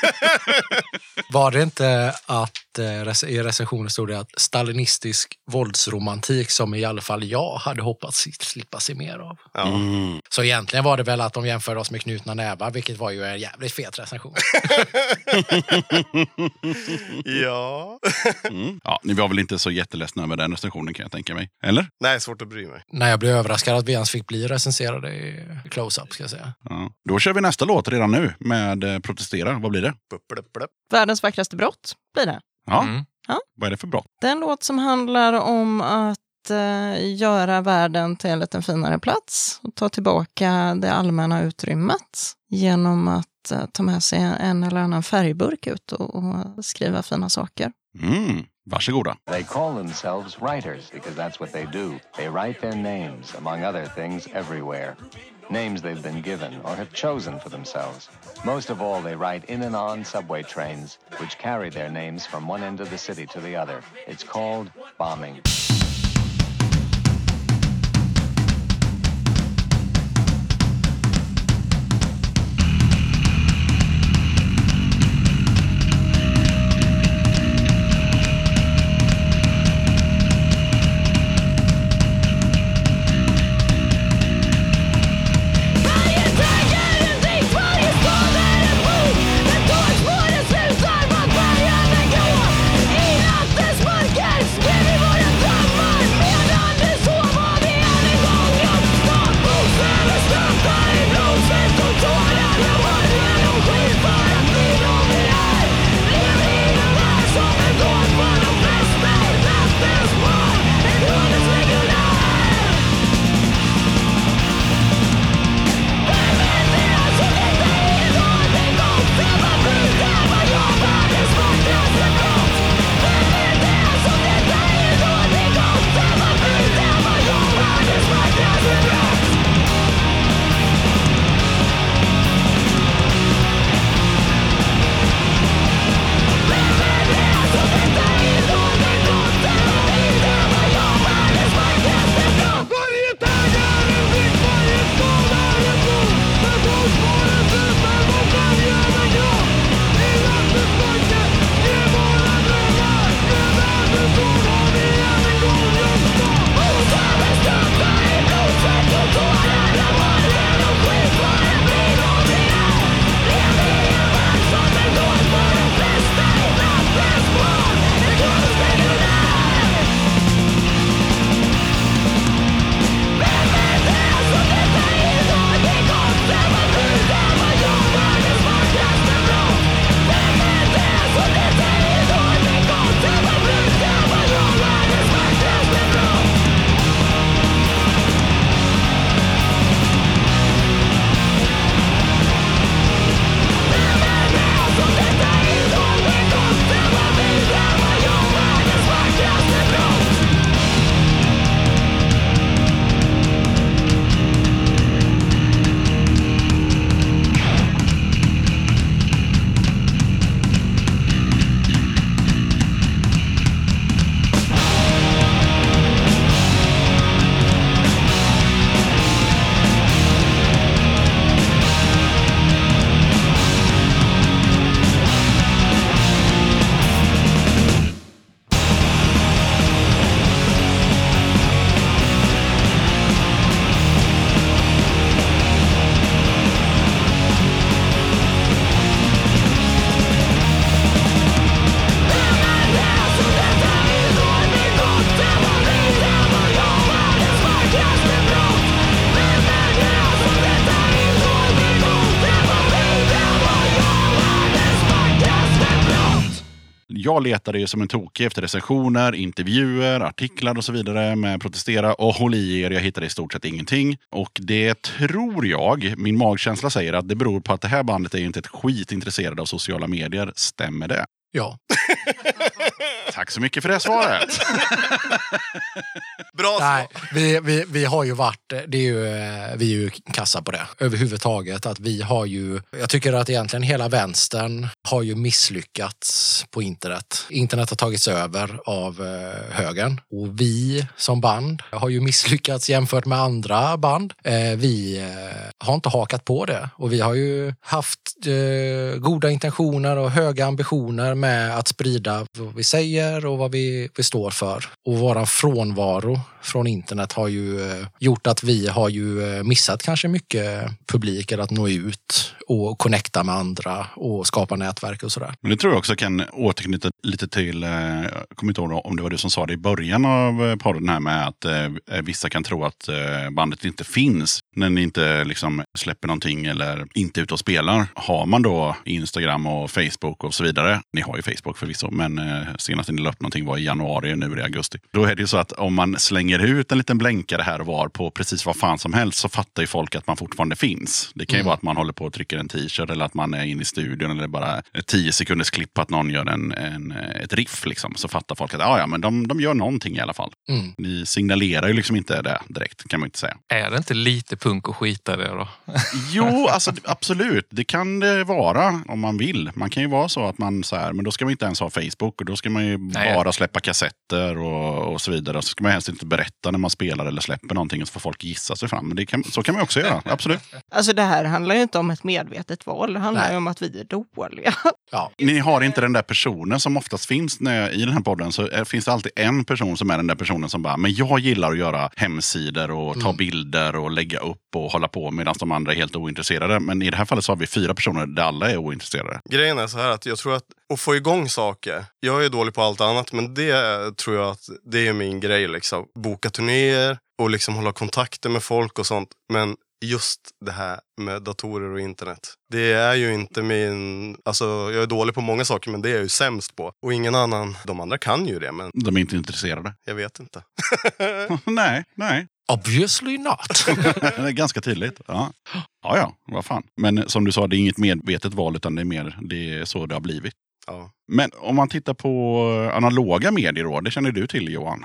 Var det inte att eh, i recensionen stod det att stalinistisk våldsromantik som i alla fall jag hade hoppats slippa se mer av. Ja. Mm. Så egentligen var det väl att de jämförde oss med knutna nävar, vilket var ju en jävligt fet recension. Ja. Mm. Ja, ni var väl inte så jätteledsna med den recensionen kan jag tänka mig. Eller? Nej, svårt att bry mig. Nej, jag blev överraskad att vi ens fick bli recenserade i Close-Up, ska jag säga. Ja. Då kör vi nästa låt redan nu med eh, Protestera. Vad blir det? Bup, bup, bup. Världens vackraste brott blir det. Ja. Mm. Ja. Vad är det för brott? Det är en låt som handlar om att eh, göra världen till en lite finare plats och ta tillbaka det allmänna utrymmet genom att eh, ta med sig en eller annan färgburk ut och, och skriva fina saker. Mm. Varsågoda. They call themselves writers because that's what they do. They write their names, among other things, everywhere. Names they've been given or have chosen for themselves. Most of all, they write in and on subway trains, which carry their names from one end of the city to the other. It's called bombing. I nattens mörker skrev vi våra drömmar. jag letade ju som en tokig efter recensioner, intervjuer, artiklar och så vidare med protestera och håll i er, jag hittade i stort sett ingenting. Och det tror jag, min magkänsla säger att det beror på att det här bandet är ju inte ett skit intresserad av sociala medier. Stämmer det? Ja. Tack så mycket för det svaret. Bra svar. Nej, vi, vi, vi har ju varit, det är ju, vi är ju kassa på det överhuvudtaget. Att vi har ju, jag tycker att egentligen hela vänstern har ju misslyckats på internet. Internet har tagits över av eh, högern och vi som band har ju misslyckats jämfört med andra band. Eh, vi eh, har inte hakat på det och vi har ju haft eh, goda intentioner och höga ambitioner med att sprida vad vi säger och vad vi, vi står för. Och våran frånvaro från internet har ju eh, gjort att vi har ju eh, missat kanske mycket publik eller att nå ut och connecta med andra och skapa nätverk och sådär. Men det tror jag också kan återknyta lite till, eh, jag kommer inte ihåg om det var du som sa det i början av podden här med att eh, vissa kan tro att eh, bandet inte finns när ni inte liksom släpper någonting eller inte ute och spelar. Har man då Instagram och Facebook och så vidare, ni har ju Facebook förvisso, men eh, senast ni la upp någonting var i januari, nu är det augusti. Då är det ju så att om man slänger ut en liten blänkare här och var på precis vad fan som helst så fattar ju folk att man fortfarande finns. Det kan ju mm. vara att man håller på och trycker en t-shirt eller att man är inne i studion eller bara ett tio sekunders klipp att någon gör en, en, ett riff liksom. Så fattar folk att ah, ja, men de, de gör någonting i alla fall. Mm. Ni signalerar ju liksom inte det direkt, kan man inte säga. Är det inte lite punk och skita det då? Jo, alltså absolut. Det kan det vara om man vill. Man kan ju vara så att man så här, men då ska man inte ens ha Facebook och då ska man ju Nej. bara släppa kassetter och, och så vidare. Och så ska man helst inte berätta när man spelar eller släpper någonting och så får folk gissa sig fram. Men det kan, så kan man också göra, absolut. Alltså det här handlar ju inte om ett medvetet val. Det handlar Nej. ju om att vi är dåliga. Ja. Ni har inte den där personen som oftast finns när, i den här podden, så är, finns det alltid en person som är den där personen som bara, men jag gillar att göra hemsidor och ta mm. bilder och lägga upp och hålla på medan de andra är helt ointresserade. Men i det här fallet så har vi fyra personer där alla är ointresserade. Grejen är så här att jag tror att att få igång saker, jag är dålig på allt annat, men det tror jag att det är min grej liksom. Boka turnéer och liksom hålla kontakter med folk och sånt. Men just det här med datorer och internet, det är ju inte min, alltså jag är dålig på många saker men det är jag ju sämst på. Och ingen annan, de andra kan ju det men... De är inte intresserade. Jag vet inte. nej, nej. Obviously not. Det är ganska tydligt. Ja. ja, ja, vad fan. Men som du sa, det är inget medvetet val utan det är mer, det är så det har blivit. Ja. Men om man tittar på analoga medier då, det känner du till Johan.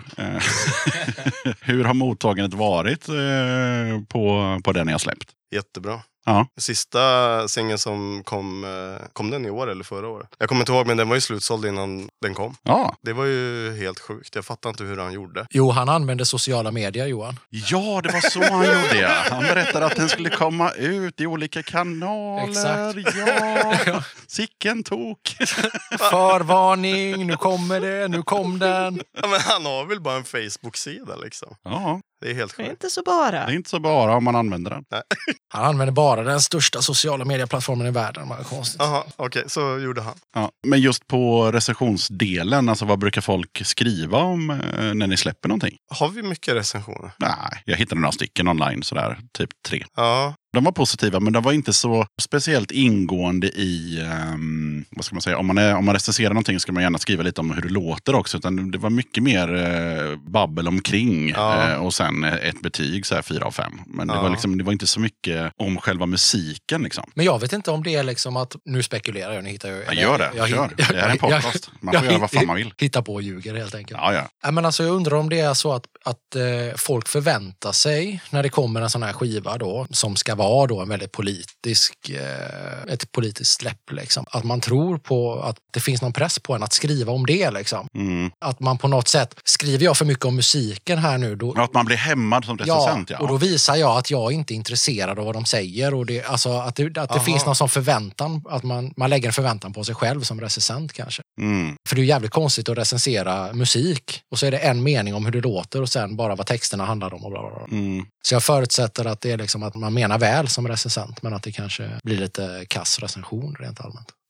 Hur har mottagandet varit på, på den jag släppt? Jättebra. Ja. Sista singeln som kom, kom den i år eller förra året? Jag kommer inte ihåg, men den var ju slutsåld innan den kom. Ja. Det var ju helt sjukt. Jag fattar inte hur han gjorde. Jo, han använde sociala medier, Johan. Ja, det var så han gjorde. Ja. Han berättade att den skulle komma ut i olika kanaler. Exakt. Ja, sicken tok. Förvarning, nu kommer det, nu kom den. Ja, men han har väl bara en Facebook-sida liksom. Ja. Det är helt sjukt. Det är inte så bara. Det är inte så bara om man använder den. Nej. Han använder bara den största sociala medieplattformen i världen. Vad konstigt. Jaha, okej. Okay, så gjorde han. Ja, men just på recensionsdelen, alltså vad brukar folk skriva om eh, när ni släpper någonting? Har vi mycket recensioner? Nej, jag hittade några stycken online, sådär, typ tre. Ja. De var positiva, men de var inte så speciellt ingående i, um, vad ska man säga, om man, är, om man recenserar någonting ska man gärna skriva lite om hur det låter också. Utan det var mycket mer uh, babbel omkring ja. uh, och sen ett betyg, så här fyra av fem. Men ja. det, var liksom, det var inte så mycket om själva musiken liksom. Men jag vet inte om det är liksom att, nu spekulerar jag, ni hittar ju... Ja, gör det, jag, kör. Jag, det är en podcast, man får jag, göra vad fan man vill. Hitta på och ljuger helt enkelt. Ja, ja. Ja, men alltså, jag undrar om det är så att, att eh, folk förväntar sig när det kommer en sån här skiva då, som ska vara då en väldigt politisk, eh, ett politiskt släpp liksom. Att man tror på att det finns någon press på en att skriva om det liksom. Mm. Att man på något sätt, skriver jag för mycket om musiken här nu då... Att man blir hämmad som recensent, ja. ja. Och då visar jag att jag inte är intresserad av vad de säger och det, alltså att det, att det finns någon sån förväntan, att man, man lägger en förväntan på sig själv som recensent kanske. Mm. För det är jävligt konstigt att recensera musik och så är det en mening om hur det låter och sen bara vad texterna handlar om och bla bla bla. Mm. Så jag förutsätter att det är liksom att man menar väl som recensent men att det kanske blir lite kass recension rent allmänt.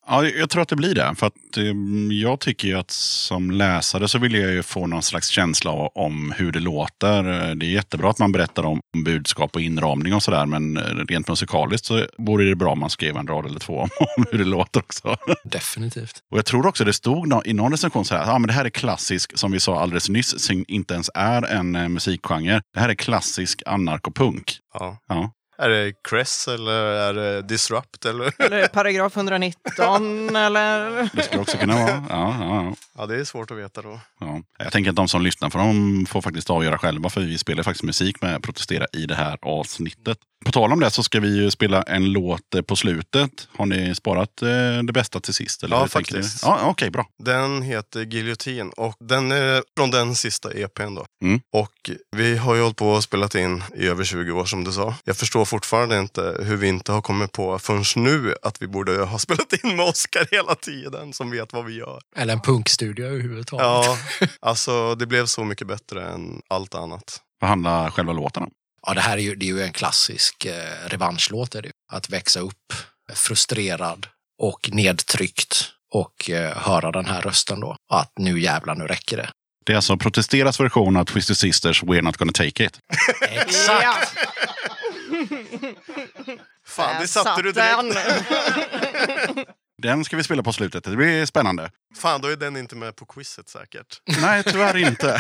Ja, jag tror att det blir det. För att eh, jag tycker ju att som läsare så vill jag ju få någon slags känsla om hur det låter. Det är jättebra att man berättar om budskap och inramning och sådär. Men rent musikaliskt så vore det bra om man skrev en rad eller två om hur det låter också. Definitivt. Och jag tror också det stod i någon recension så här. Ja, men det här är klassisk, som vi sa alldeles nyss, som inte ens är en eh, musikgenre. Det här är klassisk anarkopunk. Ja. Ja. Är det Cress eller är det Disrupt? Eller, eller paragraf etthundranitton eller... Det skulle också kunna vara. Ja, ja, ja. Ja, det är svårt att veta då. Ja. Jag tänker att de som lyssnar för de får faktiskt avgöra själva, för vi spelar faktiskt musik med Protestera i det här avsnittet. På tal om det så ska vi ju spela en låt på slutet. Har ni sparat eh, det bästa till sist? Eller ja, faktiskt. Ja, okej, okay, bra. Den heter Giljotin och den är från den sista E P:n då. Mm. Och vi har ju hållit på och spelat in i över tjugo år som du sa. Jag förstår fortfarande inte hur vi inte har kommit på förrän nu att vi borde ha spelat in med Oscar hela tiden som vet vad vi gör. Eller en punkstudio överhuvudtaget. Ja, alltså det blev så mycket bättre än allt annat. Vad handlar själva låten om? Ja, det här är ju, det är ju en klassisk eh, revanschlåt. Är det. Att växa upp frustrerad och nedtryckt och eh, höra den här rösten då. Att nu jävlar, nu räcker det. Det är alltså Protesteras version av Twisted Sisters We're Not Gonna Take It. Exakt! Fan, det satte du direkt. Den ska vi spela på slutet. Det blir spännande. Fan, då är den inte med på quizet säkert. Nej, tyvärr inte.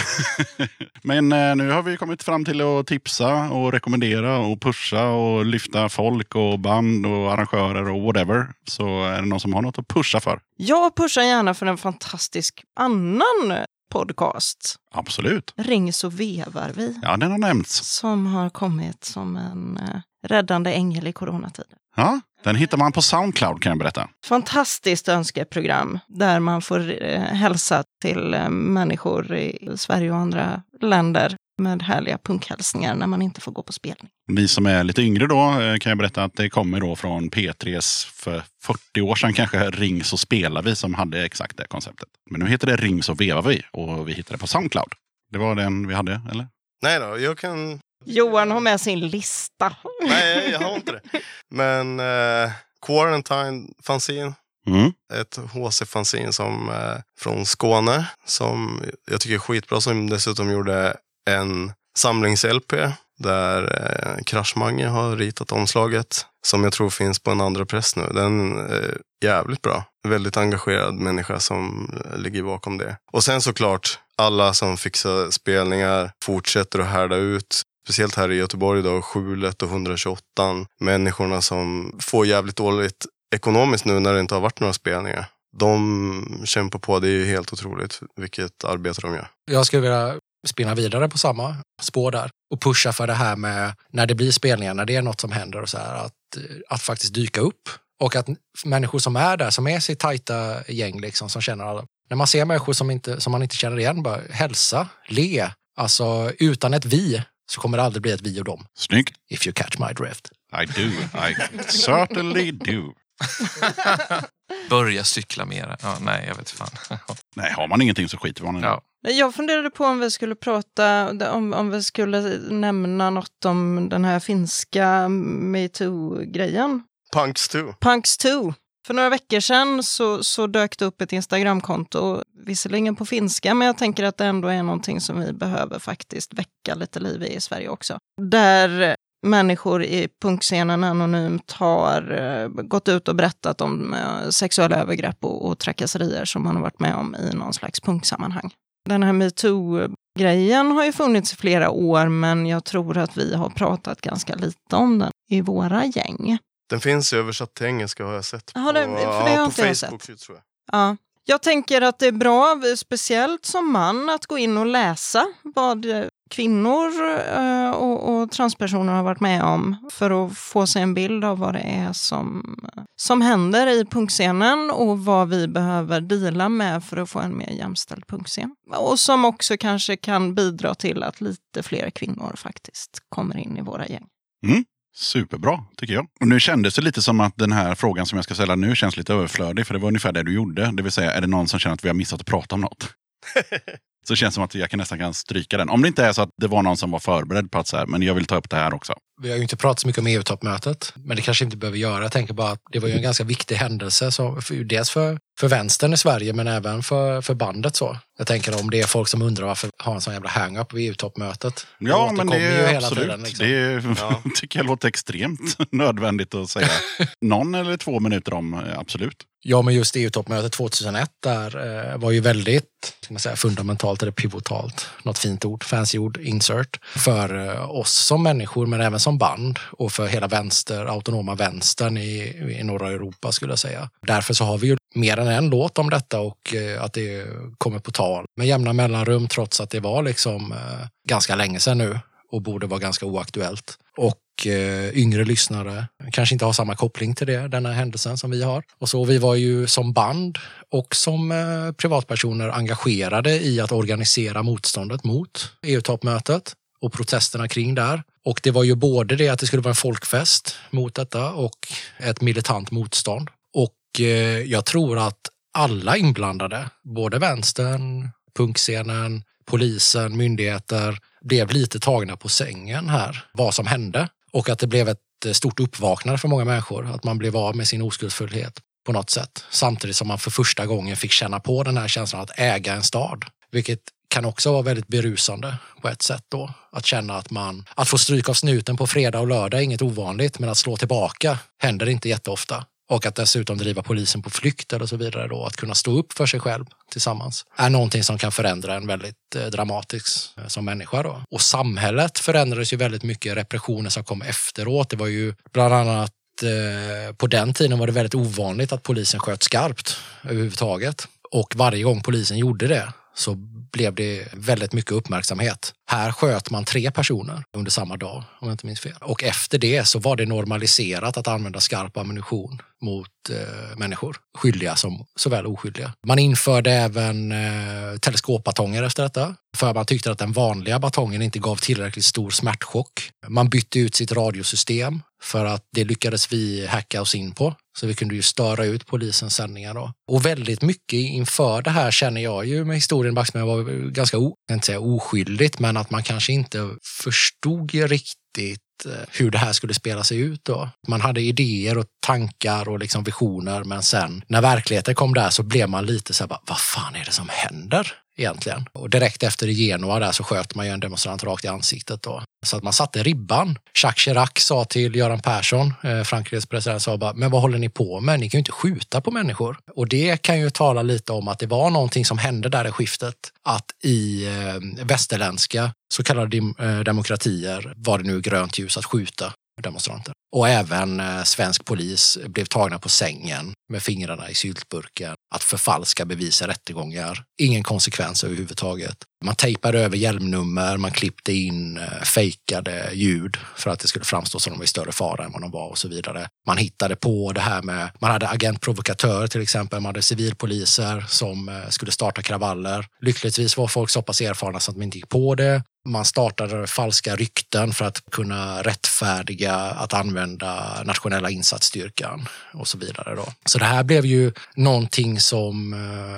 Men eh, nu har vi kommit fram till att tipsa och rekommendera och pusha och lyfta folk och band och arrangörer och whatever. Så är det någon som har något att pusha för? Jag pushar gärna för en fantastisk annan podcast. Absolut. Ring så vevar vi. Ja, den har nämnts. Som har kommit som en eh, räddande ängel i coronatiden. Ja, den hittar man på SoundCloud kan jag berätta. Fantastiskt önskeprogram där man får eh, hälsa till eh, människor i Sverige och andra länder med härliga punkhälsningar när man inte får gå på spelning. Ni som är lite yngre då kan jag berätta att det kommer då från P tres för fyrtio år sedan kanske Ring så spelar vi som hade exakt det konceptet. Men nu heter det Ring så vevar vi och vi hittar det på SoundCloud. Det var den vi hade, eller? Nej då, jag kan... Johan har med sin lista. Nej, jag har inte det. Men eh, Quarantine Fanzine. Mm. Ett H C-fanzine som eh, från Skåne som jag tycker är skitbra, som dessutom gjorde en samlings-L P där eh, Crash Mange har ritat omslaget som jag tror finns på en andra press nu. Den är jävligt bra. Väldigt engagerad människa som ligger bakom det. Och sen såklart alla som fixar spelningar fortsätter att härda ut. Speciellt här i Göteborg då, Skjulet och etthundratjugoåtta. Människorna som får jävligt dåligt ekonomiskt nu när det inte har varit några spelningar. De kämpar på, det är ju helt otroligt vilket arbete de gör. Jag skulle vilja spinna vidare på samma spår där och pusha för det här med när det blir spelningar, när det är något som händer och så här, att, att faktiskt dyka upp. Och att människor som är där, som är sitt tajta gäng liksom, som känner alla. När man ser människor som, inte, som man inte känner igen, bara hälsa, le. Alltså utan ett vi så kommer det aldrig bli ett vi och dem. Snyggt. If you catch my drift. I do. I certainly do. Börja cykla mer. Ja, nej, jag vet fan. Nej, har man ingenting så skiter man. Ja. Jag funderade på om vi skulle prata, om, om vi skulle nämna något om den här finska MeToo-grejen. Punks två. Punks två. För några veckor sedan så, så dök det upp ett Instagramkonto, visserligen på finska, men jag tänker att det ändå är någonting som vi behöver faktiskt väcka lite liv i i Sverige också. Där människor i punkscenen anonymt har uh, gått ut och berättat om uh, sexuella övergrepp och, och trakasserier som man har varit med om i någon slags punksammanhang. Den här MeToo-grejen har ju funnits i flera år, men jag tror att vi har pratat ganska lite om den i våra gäng. Den finns översatt till engelska har jag sett på, ja, det, för det har ja, inte på jag Facebook. Sett. Tror jag. Ja. Jag tänker att det är bra, speciellt som man, att gå in och läsa vad kvinnor och, och transpersoner har varit med om för att få sig en bild av vad det är som, som händer i punkscenen och vad vi behöver deala med för att få en mer jämställd punkscen. Och som också kanske kan bidra till att lite fler kvinnor faktiskt kommer in i våra gäng. Mm. Superbra, tycker jag. Och nu kändes det lite som att den här frågan som jag ska ställa nu känns lite överflödig, för det var ungefär det du gjorde. Det vill säga, är det någon som känner att vi har missat att prata om något? Så känns det som att jag kan nästan kan stryka den. Om det inte är så att det var någon som var förberedd på att så här, men jag vill ta upp det här också. Vi har ju inte pratat så mycket om E U-toppmötet, men det kanske inte behöver göra. Jag tänker bara att det var ju en ganska viktig händelse, så för, dels för, för vänstern i Sverige, men även för, för bandet. Så. Jag tänker om det är folk som undrar varför har en sån jävla hang-up vid E U-toppmötet. Ja, men det är ju absolut. Tiden, liksom. Det är, ja. tycker jag låter extremt nödvändigt att säga. Någon eller två minuter om, absolut. Ja, men just E U-toppmötet tjugohundraett där eh, var ju väldigt ska man säga, fundamentalt eller pivotalt. Något fint ord, fancy ord, insert. För eh, oss som människor, men även som band och för hela vänster, autonoma vänstern i, i norra Europa skulle jag säga. Därför så har vi ju mer än en låt om detta och eh, att det kommer på tal med jämna mellanrum, trots att det var liksom eh, ganska länge sedan nu och borde vara ganska oaktuellt. Och eh, yngre lyssnare kanske inte har samma koppling till det, denna händelsen som vi har. Och så vi var ju som band och som eh, privatpersoner engagerade i att organisera motståndet mot E U-toppmötet och protesterna kring där. Och det var ju både det att det skulle vara en folkfest mot detta och ett militant motstånd. Och eh, jag tror att alla inblandade, både vänstern, punkscenen, polisen, myndigheter, blev lite tagna på sängen här, vad som hände. Och att det blev ett stort uppvaknande för många människor, att man blev av med sin oskuldsfullhet på något sätt. Samtidigt som man för första gången fick känna på den här känslan att äga en stad. Vilket kan också vara väldigt berusande på ett sätt då. Att känna att man, att få stryk av snuten på fredag och lördag är inget ovanligt, men att slå tillbaka händer inte jätteofta. Och att dessutom driva polisen på flykt eller så vidare då, att kunna stå upp för sig själv tillsammans, är någonting som kan förändra en väldigt eh, dramatiskt eh, som människa då. Och samhället förändrades ju väldigt mycket, repressioner som kom efteråt. Det var ju bland annat eh, på den tiden var det väldigt ovanligt att polisen sköt skarpt överhuvudtaget. Och varje gång polisen gjorde det så blev det väldigt mycket uppmärksamhet. Här sköt man tre personer under samma dag, om jag inte minns fel. Och efter det så var det normaliserat att använda skarp ammunition mot eh, människor, skyldiga som såväl oskyldiga. Man införde även eh, teleskopbatonger efter detta, för man tyckte att den vanliga batongen inte gav tillräckligt stor smärtchock. Man bytte ut sitt radiosystem för att det lyckades vi hacka oss in på. Så vi kunde ju störa ut polisens sändningar då. Och väldigt mycket inför det här känner jag ju med historien backsmäll var ganska o, jag inte säga oskyldigt, men att man kanske inte förstod riktigt hur det här skulle spela sig ut då. Man hade idéer och tankar och liksom visioner, men sen när verkligheten kom där så blev man lite så här, vad fan är det som händer egentligen? Och direkt efter i Genua där så sköt man ju en demonstrant rakt i ansiktet då. Så att man satte ribban. Jacques Chirac sa till Göran Persson, eh, Frankrikes president, sa bara, men vad håller ni på med? Ni kan ju inte skjuta på människor. Och det kan ju tala lite om att det var någonting som hände där i skiftet. Att i eh, västerländska så kallade dem, eh, demokratier var det nu grönt ljus att skjuta demonstranter. Och även eh, svensk polis blev tagna på sängen med fingrarna i syltburken. Att förfalska bevis i rättegångar. Ingen konsekvens överhuvudtaget. Man tejpade över hjälmnummer, man klippte in eh, fejkade ljud för att det skulle framstå som de var i större fara än vad de var och så vidare. Man hittade på det här med, man hade agentprovokatörer till exempel, man hade civilpoliser som eh, skulle starta kravaller. Lyckligtvis var folk så pass erfarna så att de inte gick på det. Man startade falska rykten för att kunna rättfärdiga att använda nationella insatsstyrkan och så vidare då. Så det här blev ju någonting som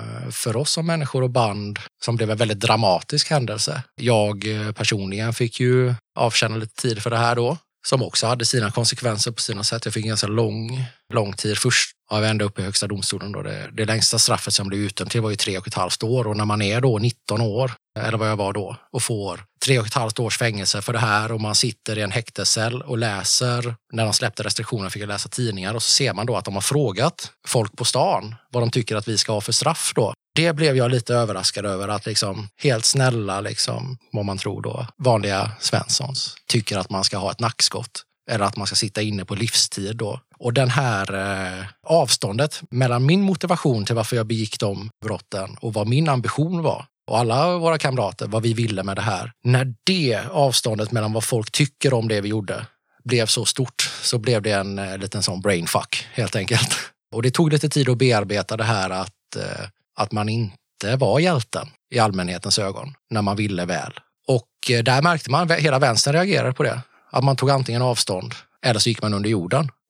för oss som människor och band som blev en väldigt dramatisk händelse. Jag personligen fick ju avtjäna lite tid för det här då, som också hade sina konsekvenser på sina sätt. Jag fick en ganska lång, lång tid. Först var jag ända upp i högsta domstolen då. Det, det längsta straffet som blev utdömt till var ju tre och ett halvt år. Och när man är då nitton år, eller vad jag var då, och får tre och ett halvt års fängelse för det här och man sitter i en häktescell och läser, när de släppte restriktioner fick jag läsa tidningar och så ser man då att de har frågat folk på stan vad de tycker att vi ska ha för straff då. Det blev jag lite överraskad över, att liksom helt snälla, liksom, vad man tror då, vanliga Svenssons tycker att man ska ha ett nackskott eller att man ska sitta inne på livstid då. Och den här eh, avståndet mellan min motivation till varför jag begick de brotten och vad min ambition var och alla våra kamrater, vad vi ville med det här. När det avståndet mellan vad folk tycker om det vi gjorde blev så stort, så blev det en eh, liten sån brainfuck helt enkelt. Och det tog lite tid att bearbeta det här att, eh, att man inte var hjälten i allmänhetens ögon när man ville väl. Och eh, där märkte man, hela vänstern reagerade på det. Att man tog antingen avstånd eller så gick man under jorden. Och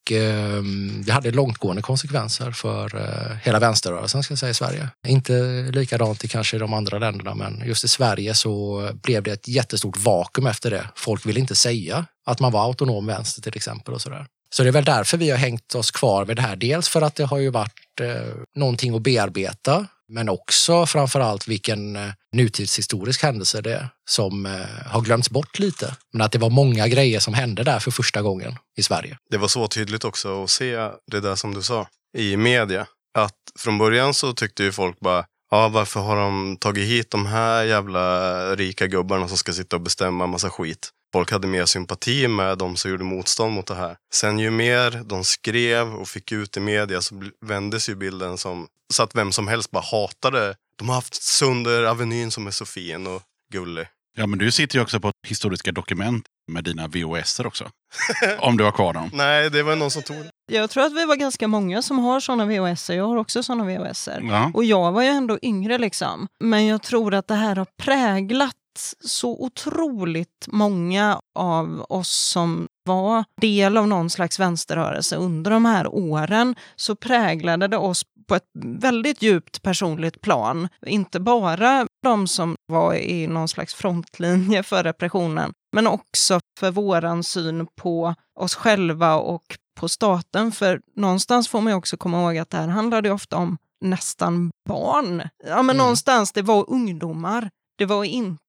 eh, det hade långtgående konsekvenser för eh, hela vänsterrörelsen ska jag säga, i Sverige. Inte likadant i kanske de andra länderna, men just i Sverige så blev det ett jättestort vakuum efter det. Folk ville inte säga att man var autonom vänster till exempel och sådär. Så det är väl därför vi har hängt oss kvar vid det här. Dels för att det har ju varit eh, någonting att bearbeta, men också framförallt vilken eh, nutidshistorisk händelse det är som eh, har glömts bort lite. Men att det var många grejer som hände där för första gången i Sverige. Det var så tydligt också att se det där som du sa i media. Att från början så tyckte ju folk bara, ja varför har de tagit hit de här jävla rika gubbarna som ska sitta och bestämma massa skit. Folk hade mer sympati med de som gjorde motstånd mot det här. Sen ju mer de skrev och fick ut i media så vändes ju bilden som så att vem som helst bara hatade. De har haft Sönder Avenyn som är så fin och gullig. Ja, men du sitter ju också på historiska dokument med dina V H S-er också. Om du har kvar dem. Nej, det var någon som tog det. Jag tror att vi var ganska många som har såna V H S-er. Jag har också såna V H S-er. Ja. Och jag var ju ändå yngre liksom. Men jag tror att det här har präglat så otroligt många av oss som var del av någon slags vänsterrörelse under de här åren, så präglade det oss på ett väldigt djupt personligt plan. Inte bara de som var i någon slags frontlinje för repressionen, men också för våran syn på oss själva och på staten. För någonstans får man ju också komma ihåg att det här handlade ofta om nästan barn. Ja, men mm. någonstans det var ungdomar. Det var inte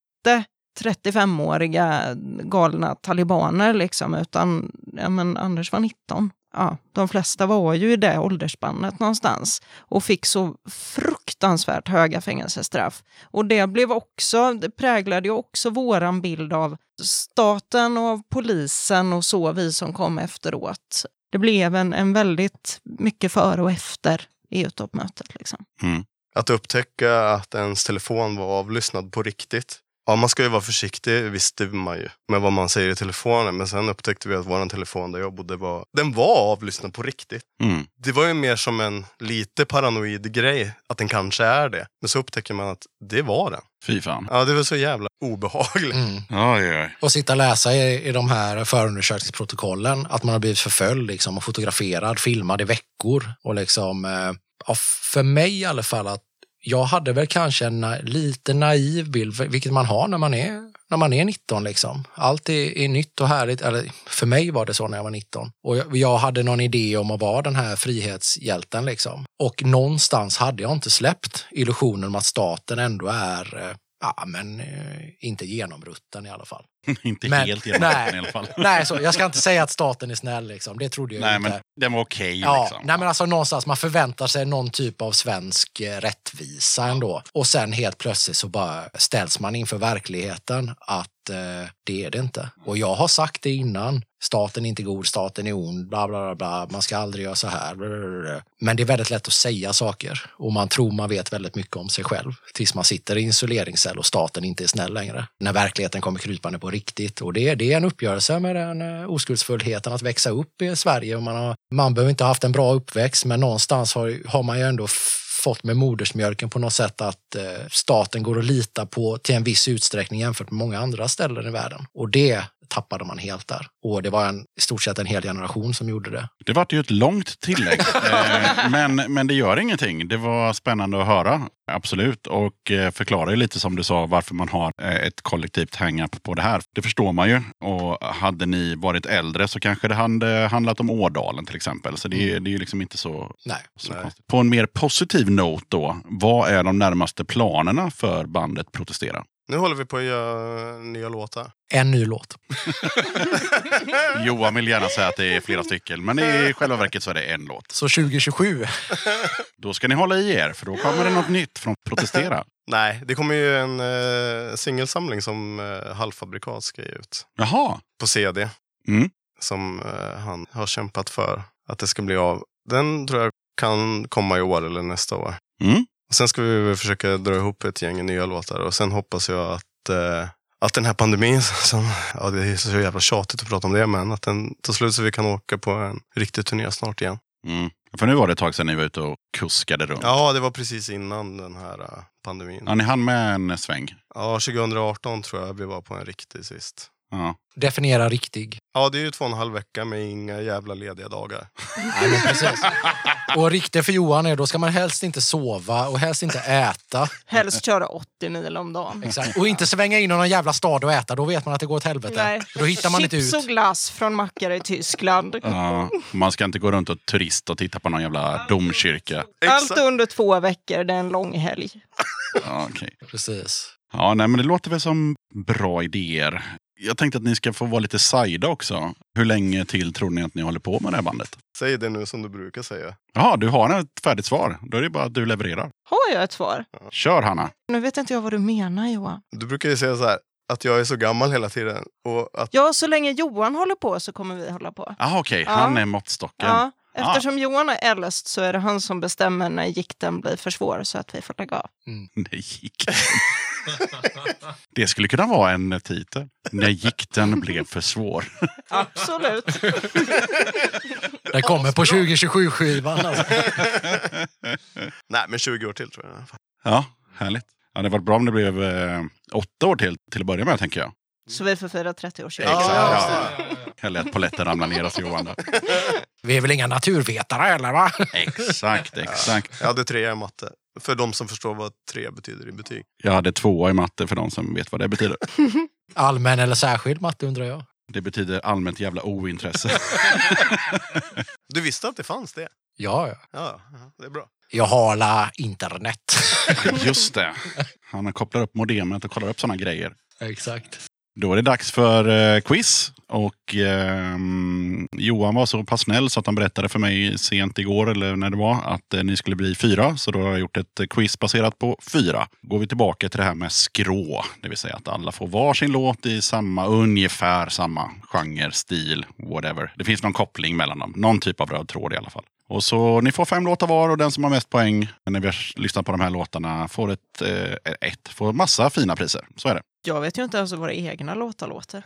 trettiofemåriga galna talibaner liksom, utan ja, men Anders var nitton. Ja, de flesta var ju i det åldersspannet någonstans och fick så fruktansvärt höga fängelsestraff. Och det blev också, det präglade ju också våran bild av staten och av polisen och så, vi som kom efteråt. Det blev en, en väldigt mycket före och efter E U-toppmötet liksom. Mm. Att upptäcka att ens telefon var avlyssnad på riktigt. Ja, man ska ju vara försiktig, visste man ju, med vad man säger i telefonen. Men sen upptäckte vi att vår telefon där jag bodde var, den var avlyssnad på riktigt. Mm. Det var ju mer som en lite paranoid grej, att den kanske är det. Men så upptäcker man att det var den. Fy fan. Ja, det var så jävla obehagligt. Mm. Oj, oj. Och sitta och läsa i, i de här förundersökningsprotokollen att man har blivit förföljd liksom, och fotograferad, filmad i veckor. Och liksom, eh, ja, för mig i alla fall, att jag hade väl kanske en na- lite naiv bild, vilket man har när man är, när man är nitton. Liksom. Allt är, är nytt och härligt. Eller, för mig var det så när jag var nitton. Och jag, jag hade någon idé om att vara den här frihetshjälten. Liksom. Och någonstans hade jag inte släppt illusionen om att staten ändå är, eh, ja, men eh, inte genomrutten i alla fall. Inte men, helt genomrutten nej, i alla fall. Nej, så jag ska inte säga att staten är snäll. Liksom. Det trodde jag nej, inte. Men den var okej. Okay, ja, liksom. Nej, men alltså någonstans man förväntar sig någon typ av svensk eh, rättvisa ändå. Och sen helt plötsligt så bara ställs man inför verkligheten att eh, det är det inte. Och jag har sagt det innan. Staten är inte god, staten är ond, bla bla bla, bla. Man ska aldrig göra så här. Bla, bla, bla. Men det är väldigt lätt att säga saker. Och man tror man vet väldigt mycket om sig själv. Tills man sitter i en isoleringscell och staten inte är snäll längre. När verkligheten kommer krypande på riktigt. Och det, det är en uppgörelse med den uh, oskuldsfullheten att växa upp i Sverige. Och man, har, man behöver inte ha haft en bra uppväxt, men någonstans har, har man ju ändå fått med modersmjölken på något sätt att eh, staten går att lita på till en viss utsträckning jämfört med många andra ställen i världen. Och det tappade man helt där. Och det var en, i stort sett en hel generation som gjorde det. Det var ju ett långt tillägg, eh, men, men det gör ingenting. Det var spännande att höra, absolut. Och eh, förklara ju lite som du sa varför man har eh, ett kollektivt hang-up på det här. Det förstår man ju. Och hade ni varit äldre så kanske det hade handlat om Årdalen till exempel. Så det, mm. det är ju liksom inte så, Nej. så Nej. konstigt. På en mer positiv not då, vad är de närmaste planerna för bandet Protestera? Nu håller vi på att göra nya låtar. En ny låt. Johan vill gärna säga att det är flera stycken, men i själva verket så är det en låt. Så tjugo tjugosju. Då ska ni hålla i er, för då kommer det något nytt från Protestera. Nej, det kommer ju en eh, singelsamling som eh, Halvfabrikat ska ge ut. Jaha. På C D. Mm. Som eh, han har kämpat för att det ska bli av. Den tror jag kan komma i år eller nästa år. Mm. Och sen ska vi försöka dra ihop ett gäng nya låtar. Och sen hoppas jag att, eh, att den här pandemin, som, ja, det är så jävla tjatigt att prata om det, men att den tar slut så vi kan åka på en riktig turné snart igen. Mm. För nu var det ett tag sedan ni var ute och kuskade runt. Ja, det var precis innan den här uh, pandemin. Ja, ni hann med en sväng. Ja, tjugo arton tror jag vi var på en riktig sist. Ja. Definiera riktig. Ja, det är ju två och en halv vecka med inga jävla lediga dagar. Nej, men precis. Och riktigt för Johan är då ska man helst inte sova och helst inte äta. Helst köra åttio mil om dagen. Exakt. Och inte svänga in i någon jävla stad och äta. Då vet man att det går åt helvete. Nej. Då hittar man inte ut. Chips och glass från mackar i Tyskland. Ja, man ska inte gå runt och turista och titta på någon jävla domkyrka. Allt under två veckor, det är en lång helg. Ja, okay. Precis. Ja, nej, men det låter väl som bra idéer. Jag tänkte att ni ska få vara lite sajda också. Hur länge till tror ni att ni håller på med det här bandet? Säg det nu som du brukar säga. Jaha, du har ett färdigt svar. Då är det bara att du levererar. Har jag ett svar? Kör, Hanna. Nu vet inte jag vad du menar, Johan. Du brukar ju säga så här, att jag är så gammal hela tiden. Och att... Ja, så länge Johan håller på så kommer vi hålla på. Jaha, okej. Okay. Ja. Han är måttstocken. Ja. Eftersom Johan är äldst så är det han som bestämmer när gikten blir för svår så att vi får lägga av. Mm. När gikten. Det skulle kunna vara en titel. När gikten blev för svår. Absolut. Det kommer på tjugo tjugosju-skivan. Alltså. Nej, men tjugo år till tror jag. Ja, härligt. Ja, det var bra om det blev eh, åtta år till till att börja med, tänker jag. Så vi får fira trettio-årsjubileum. Ja, ja. Eller att poletten ramlar ner hos Johan. Vi är väl inga naturvetare, eller va? Exakt, exakt. Ja, jag hade tre i matte. För de som förstår vad tre betyder i betyg. Jag hade tvåa i matte för de som vet vad det betyder. Allmän eller särskild matte undrar jag. Det betyder allmänt jävla ointresse. Du visste att det fanns det? Ja, ja. Ja, det är bra. Jag har la internet. Just det. Han kopplar upp modemet och kollar upp sådana grejer. Exakt. Då är det dags för eh, quiz. Och eh, Johan var så pass snäll så att han berättade för mig sent igår eller när det var att eh, ni skulle bli fyra. Så då har jag gjort ett eh, quiz baserat på fyra. Går vi tillbaka till det här med skrå. Det vill säga att alla får varsin låt i samma, ungefär samma genre, stil, whatever. Det finns någon koppling mellan dem. Någon typ av röd tråd i alla fall. Och så ni får fem låtar var och den som har mest poäng när vi har lyssnat på de här låtarna får ett, eh, ett får massa fina priser. Så är det. Jag vet ju inte ens våra egna låtar låter.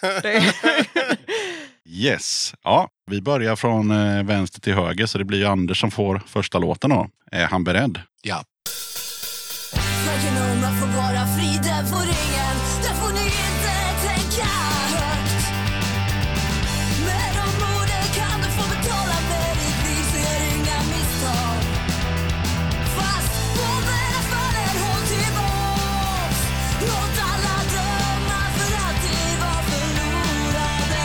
Yes. Ja, vi börjar från eh, vänster till höger så det blir ju Anders som får första låten då. Är han beredd? Ja. Tanken om att få vara fri, den får ingen. Den får ni inte tänka högt. Med de orden kan du få betala med ditt liv, så gör inga misstag. Fast bomberna faller, håll tillbaks. Låt alla drömmar för alltid vara förlorade.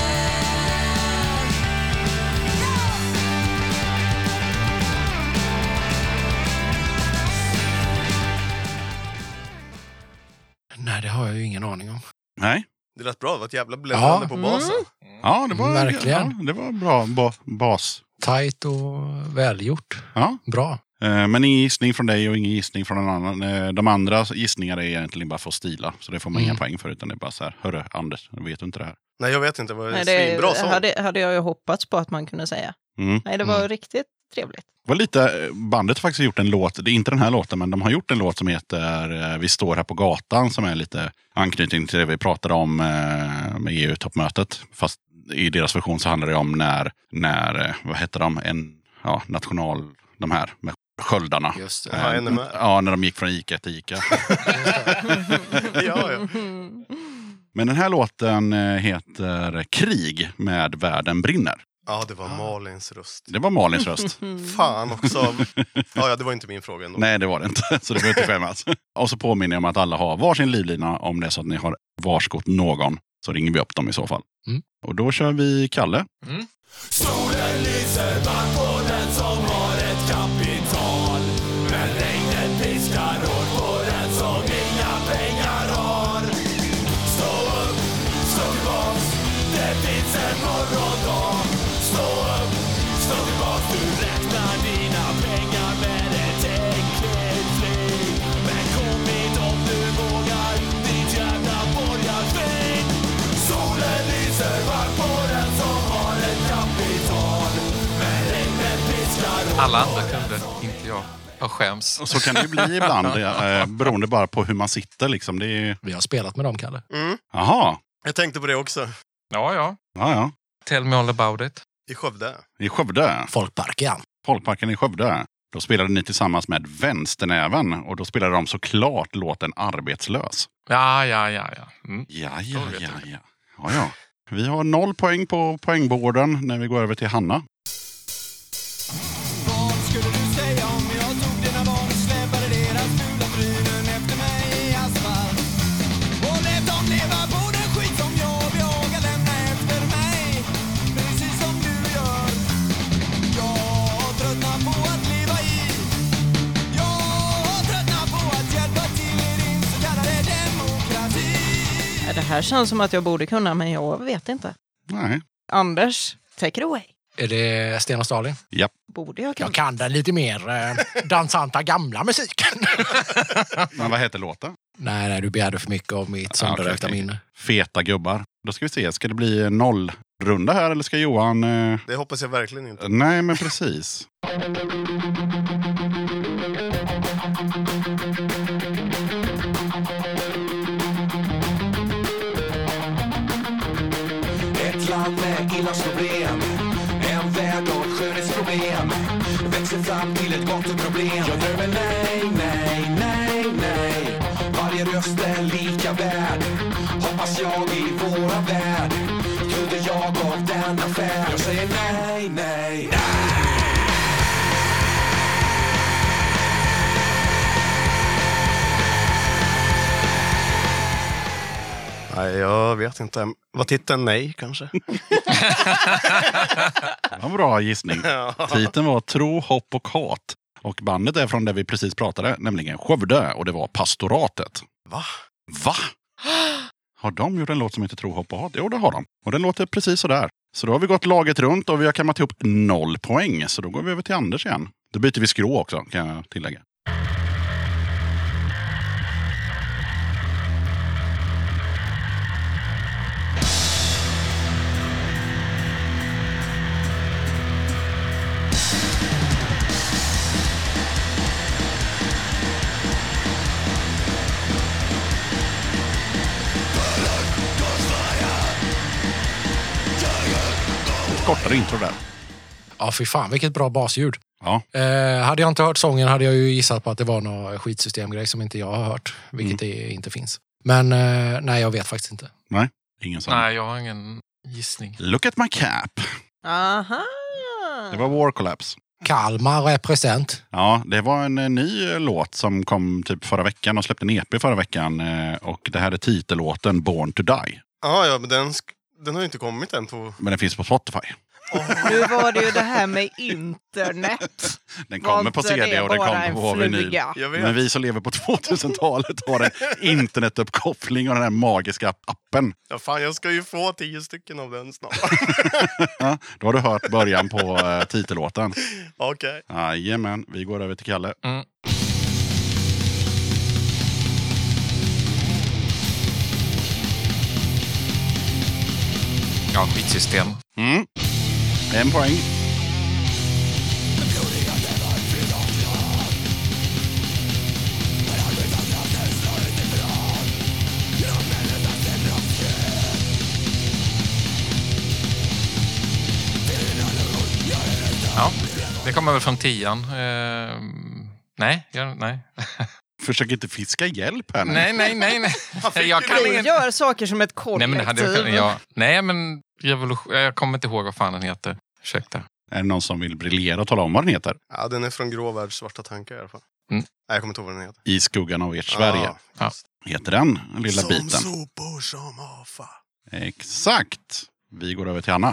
Nej, det har jag ju ingen aning om. Nej. Det lät bra, det var ett jävla bläddrande Ja. på basen. Mm. Ja, det var, Verkligen. Ja, det var bra ba- bas. Tajt och välgjort. Ja. Bra. Eh, men ingen gissning från dig och ingen gissning från någon annan. Eh, de andra gissningar är egentligen bara för att stila. Så det får man Mm. inga poäng för utan det är bara så här. Hörru, Anders, vet du inte det här? Nej, jag vet inte. Vad Nej, det är svinbra det sång. hade, hade jag ju hoppats på att man kunde säga. Mm. Nej, det var Mm. riktigt trevligt. Det var lite, bandet har faktiskt gjort en låt, det är inte den här låten, men de har gjort en låt som heter eh, Vi står här på gatan, som är lite anknytning till det vi pratade om eh, med E U-toppmötet. Fast i deras version så handlar det om när, när eh, vad heter de, en ja, national, de här med sköldarna. Just det. Eh, Ja, N M R. ja, när de gick från Ica till Ica. Ja, ja. Men den här låten eh, heter Krig med Världen brinner. Ja, det var Malins röst. Det var Malins röst. Fan också. Ja, ja, det var inte min fråga ändå. Nej, det var det inte. Så det behöver inte skämmas. Och så påminner jag om att alla har varsin livlina. Om det är så att ni har varskott någon så ringer vi upp dem i så fall. Mm. Och då kör vi Kalle. Mm. Solen lyser varmt på den som har ett kapital. Men regnet piskar hårt på den som inga pengar har. Stå upp, stå tillbaks, det finns en morgondag. Stå upp, stå tillbaks, du räknar dina pengar med ett enkelt flyg. Men kom hit om du vågar, ditt jävla borgarsvin. Solen lyser varmt på den som har ett kapital. Men regnet piskar hårt. Alla andra kunde, inte jag. Jag skäms. Och så kan det ju bli ibland. Eh, beroende bara på hur man sitter. Liksom. Det är... Vi har spelat med dem, Kalle. Mm. Jaha. Jag tänkte på det också. Ja, ja. Ja, ja. Tell me all about it. I Skövde. I Skövde. Folkparken. Folkparken i Skövde. Då spelade ni tillsammans med Vänsternäven och då spelade de såklart låten Arbetslös. Ja, ja, ja. Ja, mm. ja, ja, ja, ja. ja, ja. Vi har noll poäng på poängborden när vi går över till Hanna. Vad skulle du säga om jag tog dina barn och släpade deras fula trynen efter mig i asfalt? Och lät dem leva på den skit som jag behagar lämna efter mig, precis som du gör. Jag har tröttnat på att leva i. Jag har tröttnat på att hjälpa till i din så kallade demokrati. Det här känns som att jag borde kunna, men jag vet inte. Nej. Anders, take it away. Är det Sten och Stalin? Ja. Borde jag kunna. Jag kan den lite mer eh, dansanta gamla musiken. Men vad heter låten? Nej, nej, du begärde för mycket av mitt sönderrökta okay. minne. Feta gubbar. Då ska vi se, ska det bli noll runda här eller ska Johan... Eh... Det hoppas jag verkligen inte. Nej, men precis. Ett land med illansproblem, en värld och skönhetsproblem, växer fram till ett gatuproblem. Jag drömmer nej, nej, nej, nej. Varje röst är lika värd. Hoppas jag i våra värld kunde jag av denna färd. Jag säger nej, nej, nej. Nej, jag vet inte. Vad titeln? Nej, kanske? Det var en bra gissning. Titeln var Tro, hopp och hat. Och bandet är från där vi precis pratade, nämligen Skövde. Och det var Pastoratet. Va? Va? Har de gjort en låt som heter Tro, hopp och hat? Jo, det har de. Och den låter precis så där. Så då har vi gått laget runt och vi har kammat ihop noll poäng. Så då går vi över till Anders igen. Då byter vi skrå också, kan jag tillägga. Kortare intro där. Ja, fy fan, vilket bra basljud. Ja. Eh, hade jag inte hört sången hade jag ju gissat på att det var någon skitsystemgrej som inte jag har hört. Vilket mm. det inte finns. Men eh, nej, jag vet faktiskt inte. Nej, ingen sån. Nej, jag har ingen gissning. Look at my cap. Aha. Det var War Collapse. Kalmar represent. Ja, det var en, en ny låt som kom typ förra veckan och släppte en E P förra veckan. Eh, och det här är titellåten Born to Die. Ah, ja, men den, den har ju inte kommit än på... Men den finns på Spotify. Oh. Nu var det ju det här med internet. Den kommer på C D och den kommer på vinyl. Men vi som lever på tvåtusentalet har en internetuppkoppling och den här magiska appen. Ja, fan, jag ska ju få tio stycken av den snart. Ja, då har du hört början på uh, titellåten. Okej. Okay. Jajamän, vi går över till Kalle. Mm. Ja, skitsystem. Mm. En poäng. Ja, det kommer väl från tian. Uh, nej, jag, nej. Försök inte fiska hjälp här nu. Nej, nej, nej. nej. Jag kan Vi ingen... gör saker som ett kollektiv. Nej, men, hade jag, ja, nej, men revolution... jag kommer inte ihåg vad fan den heter. Ursäkta. Är det någon som vill briljera och tala om vad den heter? Ja, den är från Grå värld, svarta tankar i alla fall. Mm. Nej, jag kommer inte ihåg vad den heter. I skuggan av ert Sverige. Ja. Heter den, den lilla som biten. Som sopor som avfall. Exakt. Vi går över till Anna.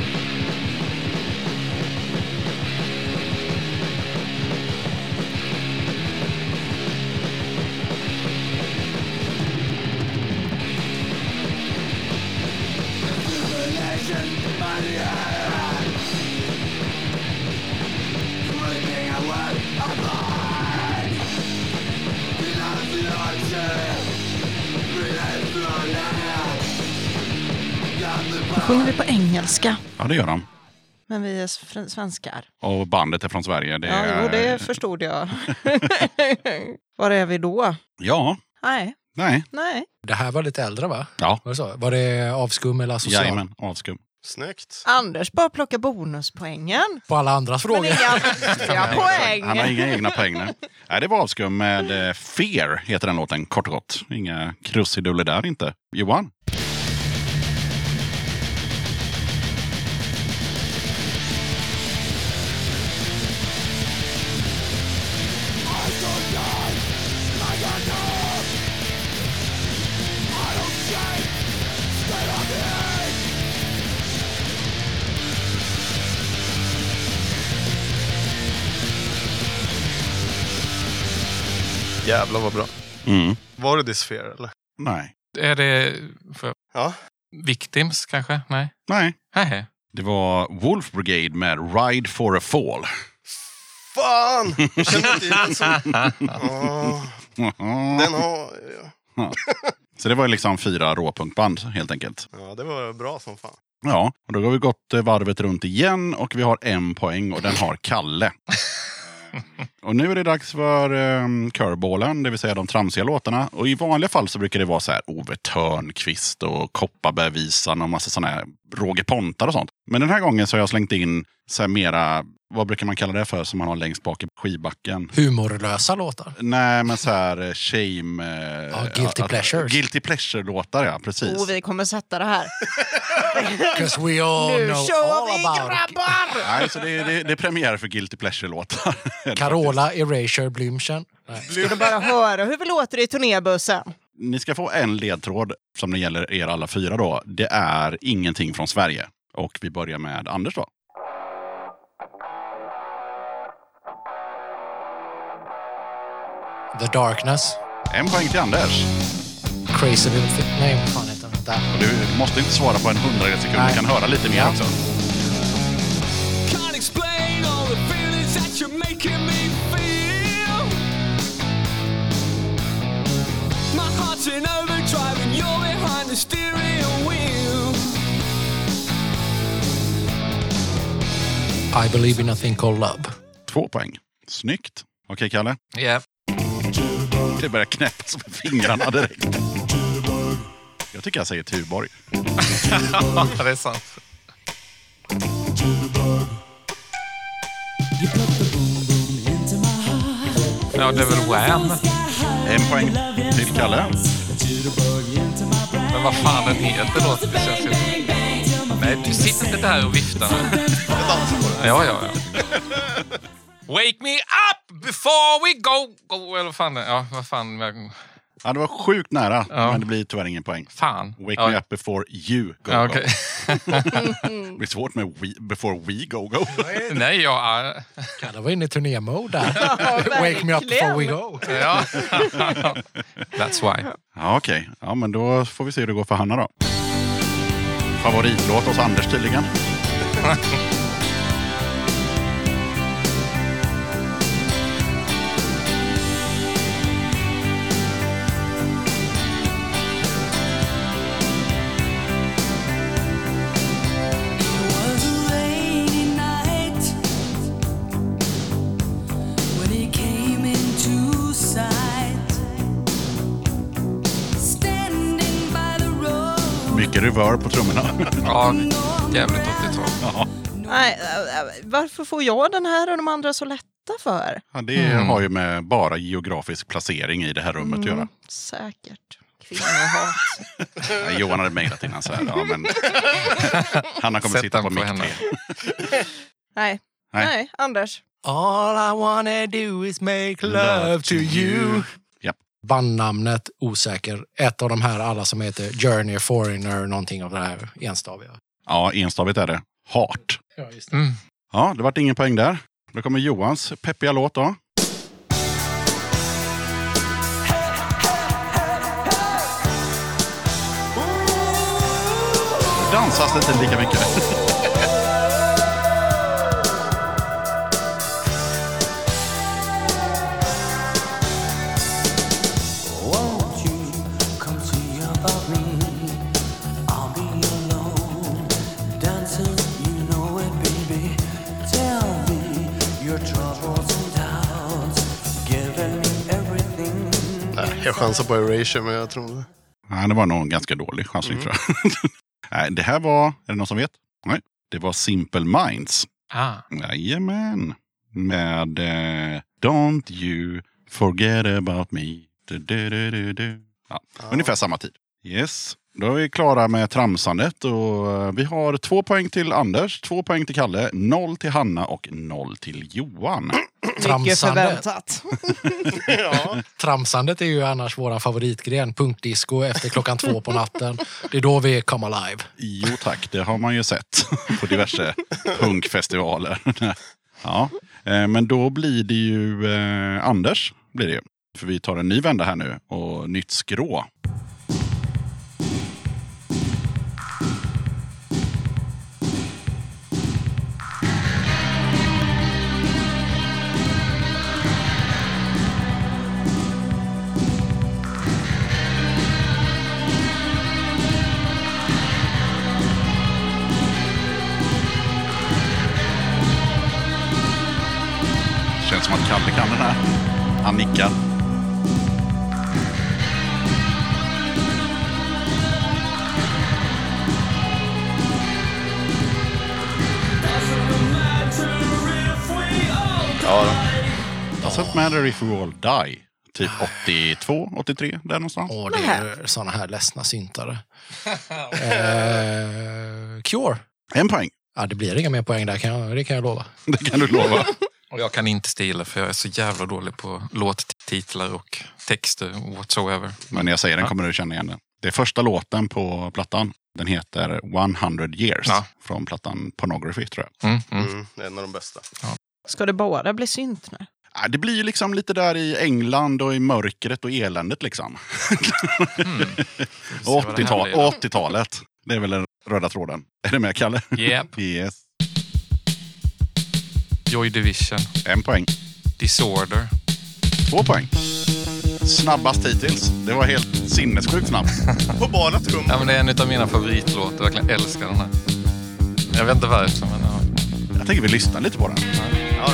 Sjunger vi på engelska? Ja, det gör de. Men vi är fr- svenskar. Och bandet är från Sverige. Det ja, är... jo, det förstod jag. Var är vi då? Ja. Nej. Nej. Nej. Det här var lite äldre, va? Ja. Var det så? Var det avskum eller social? Jajamän, avskum. Snyggt. Anders bara plocka bonuspoängen. På alla andras frågor. Men inga poäng. Han har inga egna poäng. Nej. Nej, det var Avskum med eh, Fear, heter den låten, kort och gott. Inga krusiduller där inte. Johan? Jävlar vad bra. Mm. Var det Disfear eller? Nej. Är det för Ja. Victims kanske? Nej. Nej. Nej. Det var Wolf Brigade med Ride for a Fall. Fan! Jag känner inte igen så. Oh. Den har... Ja. Så det var liksom fyra råpunkband helt enkelt. Ja, det var bra som fan. Ja, och då har vi gått varvet runt igen och vi har en poäng och den har Kalle. Och nu är det dags för um, curballen, det vill säga de tramsiga låtarna. Och i vanliga fall så brukar det vara så här Ove Thörnqvist och Kopparbergvisan och massa sådana här Roger Pontar och sånt. Men den här gången så har jag slängt in så här mera, vad brukar man kalla det för som man har längst bak i skivbacken? Humorlösa låtar. Nej, men så här shame... Eh, ja, guilty att, pleasures. Guilty pleasure-låtar, ja, precis. Och vi kommer sätta det här. Because we all nu know kör all vi about grabbar! Nej, så det, det, det är premiär för guilty pleasure-låtar. Carola, Erasure, Blümchen. Ska du bara höra hur vi låter i turnébussen? Ni ska få en ledtråd som det gäller er alla fyra då. Det är ingenting från Sverige. Och vi börjar med Anders då. The Darkness. En poäng till Anders. Crazy Little Thing. Nej, vad fan heter den? Där. Och du måste inte svara på en hundradels sekund. Du kan höra lite mer ja. också. Can't explain all the feelings that you're making me feel. My heart's in overdrive and you're behind the steering wheel. I believe in a thing called love. Två poäng. Snyggt. Okej, Kalle. Ja. Yeah. Det börjar knäppas med fingrarna direkt. Jag tycker jag säger Tuborg. Ja, det är sant. Ja, det är väl Wham. En poäng till Kalle. Men vad fan den heter låten? Det känns ju... Nej, du sitter inte där och viftar nu. Ja, ja, ja. Wake me up before we go. go. Eller vad fan, ja, vad fan. Ja, det var sjukt nära, ja. Men det blir tyvärr ingen poäng. Fan. Wake ja. me up before you go, ja, go. okay. Det blir svårt med we, before we go, go. Nej, ja. Kan det vara inne i turnémode där? Ja, wake me up before we go. Ja. That's why. Ja, okej. Okay. Ja, men då får vi se hur det går för Hanna då. Favoritlåt hos Anders tydligen. Mycket reverb på trummorna. Ja, jävligt åttiotal. Ja. Nej, varför får jag den här och de andra så lätta för? Ja, det mm. har ju med bara geografisk placering i det här rummet mm, att göra. Säkert. Kvinnohat. Ja, Johan hade mejlat innan så här. Ja, men... Hanna kommer sitta på mitt tre. Nej. Nej. Nej, Anders. All I wanna do is make love, love to you. Yep. Bandnamnet osäker. Ett av de här alla som heter Journey, Foreigner, någonting av det här enstaviga. Ja, enstavigt är det. Heart. Ja, just det. Mm. Ja, det vart ingen poäng där. Då kommer Johans peppiga låt då. Dansas lite lika mycket. Jag chansar på Erasure, men jag tror det. Nej, det var nog en ganska dålig chansning mm. tror jag. Nej, det här var, är det någon som vet? Nej, det var Simple Minds. Ah. Jajamän. Med eh, Don't you forget about me. Du, du, du, du, du. Ja, ah. Ungefär samma tid. Yes. Då är vi klara med tramsandet och vi har två poäng till Anders, två poäng till Kalle, noll till Hanna och noll till Johan. Mycket förväntat. Ja. Tramsandet är ju annars våran favoritgren. Punktdisco efter klockan två på natten. Det är då vi kommer live. Jo tack, det har man ju sett på diverse punkfestivaler. Ja, men då blir det ju eh, Anders, blir det ju. För vi tar en ny vända här nu och nytt skrå. Känns som att Kalle kan den här. Han nickar. Ja då. Doesn't matter if we all die. Typ åttiotvå, åttiotre, där någonstans. Åh, det är såna här ledsna syntare. eh, Cure. En poäng. Ja, det blir inga mer poäng där, kan jag, det kan jag lova. Det kan du lova. Och jag kan inte stila för jag är så jävla dålig på låttitlar och texter whatsoever. Men när jag säger den kommer du känna igen den. Det är första låten på plattan. Den heter hundra years. Ja. Från plattan Pornography, tror jag. Mm, mm. Mm, det är en av de bästa. Ja. Ska det bara bli synt nu? Ja, det blir ju liksom lite där i England och i mörkret och eländet liksom. Mm. åttiotalet. åttiotalet. Det är väl den röda tråden. Är det med, Kalle? Yep. Yes. Joy Division. En poäng. Disorder. Två poäng. Snabbast hittills. Det var helt sinnessjukt snabbt. På bara trum. Ja, men det är en av mina favoritlåtar. Jag verkligen älskar den här. Jag vet inte varför, men ja. Jag tänker vi lyssnar lite på den. Ja.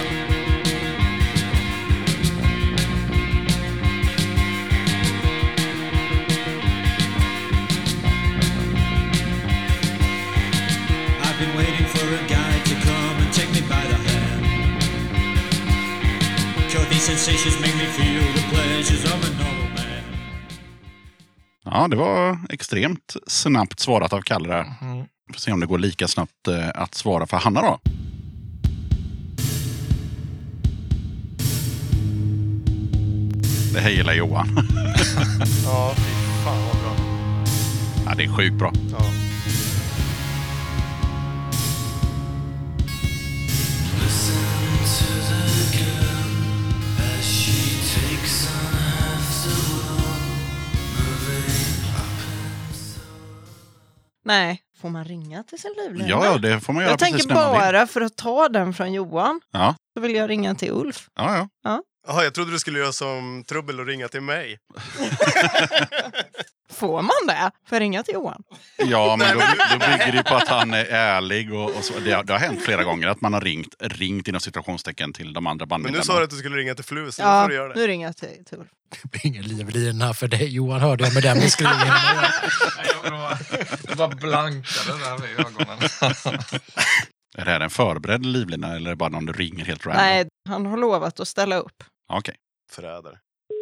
I've been waiting for a guy to come and take me by the hand. Cure these sensations, make me feel the pleasures of a normal man. Ja, det var extremt snabbt svarat av Kalle där. Mm. Vi får se om det går lika snabbt eh, att svara för Hanna då. Det här gillar Johan. Ja, fy fan vad bra. Ja, det är sjukt bra. Ja. Nej, får man ringa till sin livlina? Ja, det får man göra. Jag tänker bara för att ta den från Johan. Ja. Så vill jag ringa till Ulf. Ja, ja. Ja. Jaha, jag trodde du skulle göra som Trubbel och ringa till mig. Får man det? Får jag ringa till Johan? Ja, men då, då bygger det på att han är ärlig. Och, och så. Det, har, det har hänt flera gånger att man har ringt, ringt inom situationstecken till de andra bandmedlemmarna. Men nu sa du att du skulle ringa till Flus. Ja, får du göra det. nu ringer jag till, till Ulf. Det blir ingen livlina för dig, Johan, hörde jag med den beskrivningen. Det var blankade där vid ögonen. Är det här en förberedd livlina eller är det bara någon du ringer helt random? Nej, han har lovat att ställa upp. Okej. Okay. Förrädare.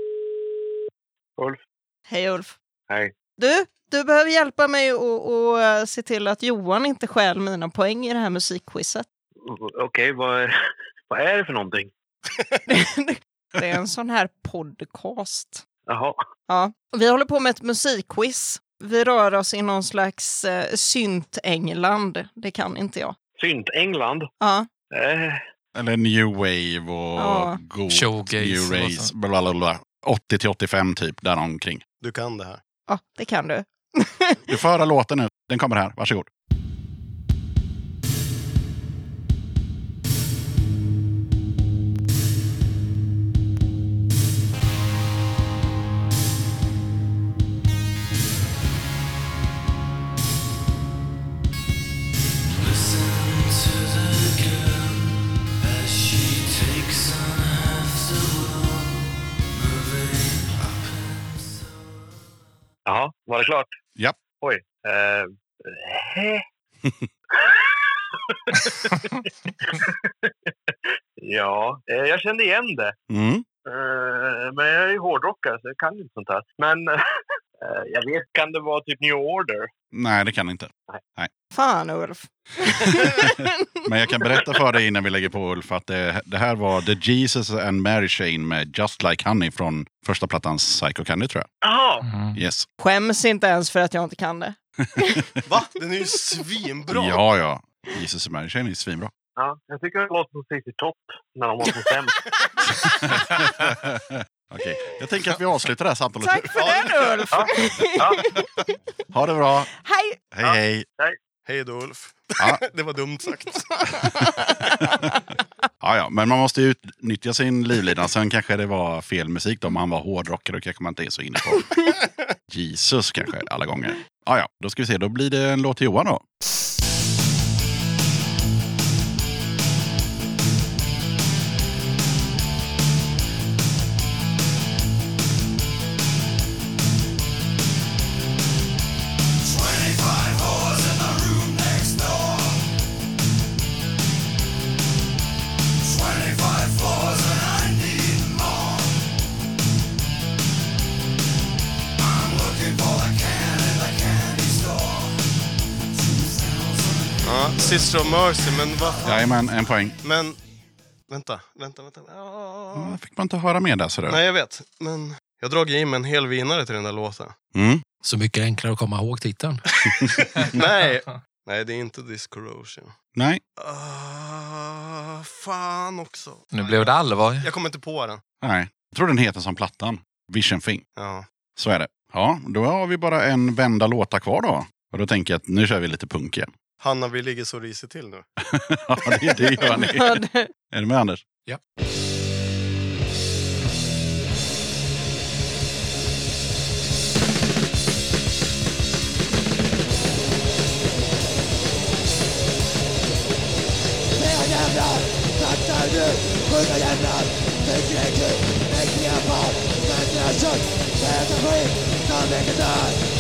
Ulf. Hej Ulf. Hej. Du, du behöver hjälpa mig att se till att Johan inte stjäl mina poäng i det här musikquizet. Okej, okay, vad, är, vad är det för någonting? Det är en sån här podcast. Jaha. Ja, vi håller på med ett musikquiz. Vi rör oss i någon slags eh, synt-England. Det kan inte jag. Synt-England? Ja. Eh. Eller New Wave och ja. Goat, Showgaze, New Race, blablabla. åttio till åttiofem typ, där omkring. Du kan det här. Ja, det kan du. Du får höra låten nu. Den kommer här, varsågod. Jaha, var det klart? Ja. Oj. Uh, Ja, eh, jag kände igen det. Mm. Eh, men jag är ju hårdrockare så jag kan inte sånt här. Men eh, jag vet, kan det vara typ New Order? Nej, det kan det inte. Nej. Nej. Fan, Ulf. Men jag kan berätta för dig innan vi lägger på Ulf att det, det här var The Jesus and Mary Chain med Just Like Honey från första plattans Psycho Candy, tror jag. Jaha! Mm. Yes. Skäms inte ens för att jag inte kan det. Va? Den är ju svinbra! Ja, ja. Jesus and Mary Chain är svinbra. Ja, jag tycker det låter som City Top när de var som sämst. Okej, jag tänker att vi avslutar det här samtalet. Tack för den, Ulf! Ja. Ja. Ha det bra! Hej! Hej, hej! Hej. Hej då, Ulf. Ja. Det var dumt sagt. Ja, ja, men man måste ju utnyttja sin livlida. Sen kanske det var fel musik då. Om han var hårdrockare och kanske man inte är så inne på Jesus kanske alla gånger. Ja, ja, då ska vi se. Då blir det en låt till Johan då. Ja, Sister of Mercy, men vad fan? Jajamän, en poäng. Men, vänta, vänta, vänta. Ja, fick man inte höra med där så då. Nej, jag vet. Men jag drar in med en hel vinnare till den där låten. Mm. Så mycket enklare att komma ihåg titeln. Nej. Nej, det är inte This Corrosion. Nej. Uh, fan också. Nu blev det allvar. Jag kommer inte på den. Nej. Jag tror den heter som plattan. Vision Thing. Ja. Så är det. Ja, då har vi bara en vända låta kvar då. Och då tänker jag att nu kör vi lite punk igen. Hanna, vi ligger så risigt till nu. Ja, det, det gör ni. Är du med, Anders? Ja. jävlar, sakta nu, sjunga jävlar, mycket äckligt, äckliga barn, mänskliga kött, äta skit, ta mycket död.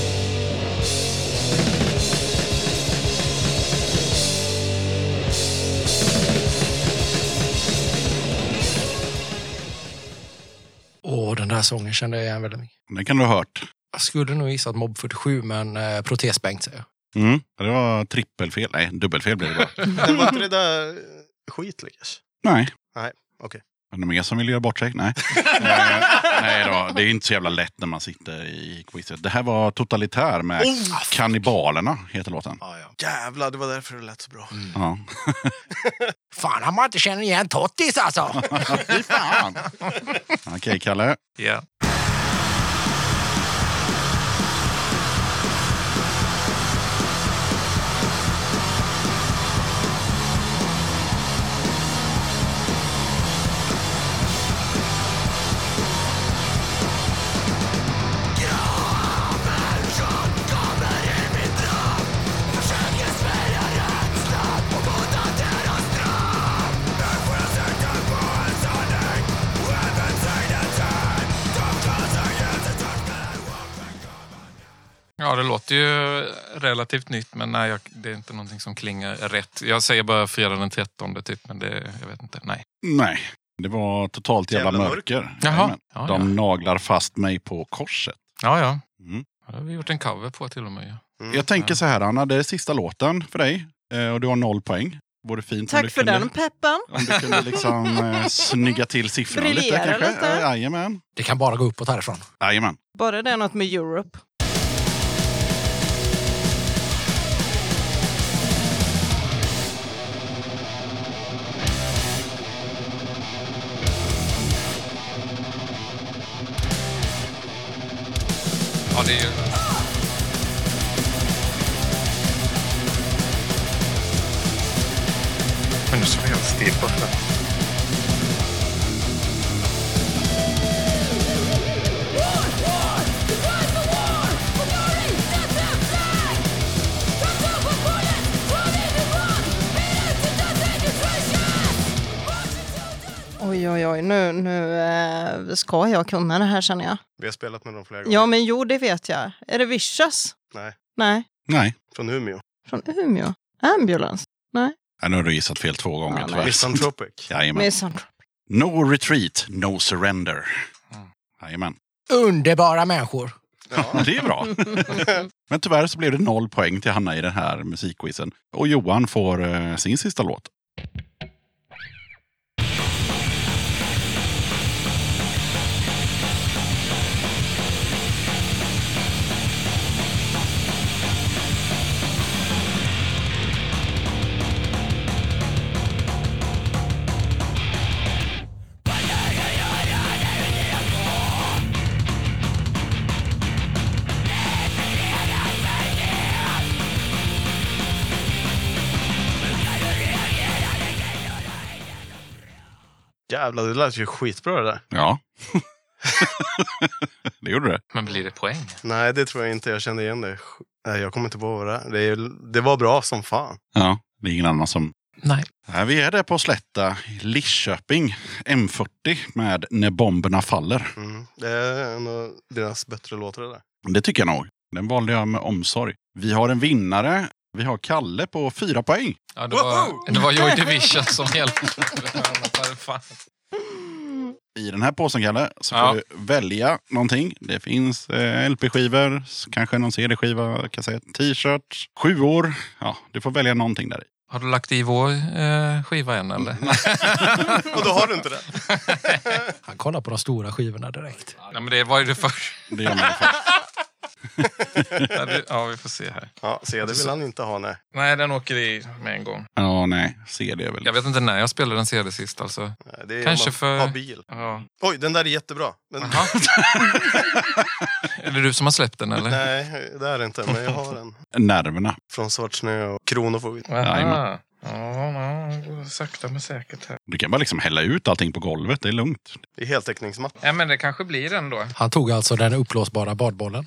Och den där sången kände jag igen väldigt mycket. Den kan du ha hört. Jag skulle nog gissa att Mobb fyrtiosju, men eh, protesbänk säger jag. Mm. Det var trippelfel. Nej, dubbelfel blev det bara. Men var inte det där skitliggers? Nej. Nej, okej. Okay. Är det mer som vill göra bort sig? Nej. eh, nej då, det är inte så jävla lätt när man sitter i quizet. Det här var Totalitär med oh! Kannibalerna, heter låten. Ah, ja. Jävlar, det var därför det lät så bra. Mm. Ja. Fan, han man inte känner igen Tottis alltså. Fy fan. Okej, okay, Kalle. Ja. Yeah. Ja, det låter ju relativt nytt, men nej, jag, det är inte någonting som klingar rätt. Jag säger bara fredag den trettonde typ, men det, jag vet inte, nej. Nej, det var totalt jävla, jävla mörker. Jaha. Ja, De ja. naglar fast mig på korset. Ja, ja. Mm. Ja, det har vi gjort en cover på till och med. Ja. Mm. Jag tänker så här, Anna, det är sista låten för dig. Och du har noll poäng. Vore fint Tack om du för kunde, den peppen. Om du kunde liksom eh, snygga till siffrorna lite Briljera kanske. lite. Jajamän. Det kan bara gå uppåt härifrån. Jajamän. Bara det är något med Europe. Ja, det är ju... Men nu står det helt still på det. Oj, oj, oj. Nu, nu eh, ska jag kunna det här, känner jag. Vi har spelat med dem flera gånger. Ja, men jo, det vet jag. Är det Vicious? Nej. Nej. Nej. Från Umeå. Från Umeå? Ambulance? Nej. Ja, nu har du gissat fel två gånger. Ja, Misanthropic. Jajamän. Misanthropic. No retreat, no surrender. Jajamän. Underbara människor. Ja, det är bra. Men tyvärr så blev det noll poäng till Hanna i den här musikquizen. Och Johan får eh, sin sista låt. Jävlar, det lät ju skitbra det där. Ja. Det gjorde det. Men blir det poäng? Nej, det tror jag inte. Jag kände igen det. Nej, jag kommer inte på vad det är. Det, är, det var bra som fan. Ja, det är ingen annan som... Nej. Ja, vi är där på Slätta, Lidköping, M fyrtio med När bomberna faller. Mm. Det är en av deras bättre låtar det där. Det tycker jag nog. Den valde jag med omsorg. Vi har en vinnare. Vi har Kalle på fyra poäng. Ja, det var, det var Joy Division som hjälpte. I den här påsen, Kalle, så får Ja. du välja någonting. Det finns eh, L P-skivor, kanske någon C D-skiva, kassett, t-shirts, sjuor. Ja, du får välja någonting där i. Har du lagt i vår eh, skiva än eller? Och då har du inte det. Han kollar på de stora skivorna direkt. Nej, men det var ju det först. Det gör man ju först. Ja, det, ja, vi får se här. Ja, C D vill han inte ha, nej. Nej, den åker i med en gång. Ja, nej. C D väl. Jag vet inte när jag spelade den C D sist alltså. nej det är Kanske man för... har bil. Ja. Oj, den där är jättebra. Men... Är det du som har släppt den eller? Nej, det är det inte. Men jag har den. Nerverna. Från Svart snö och Kronofogd. Aha. Ja, ja, går sakta men säkert här. Du kan bara liksom hälla ut allting på golvet. Det är lugnt. Det är heltäckningsmatt. Ja, men det kanske blir den då. Han tog alltså den upplåsbara badbollen.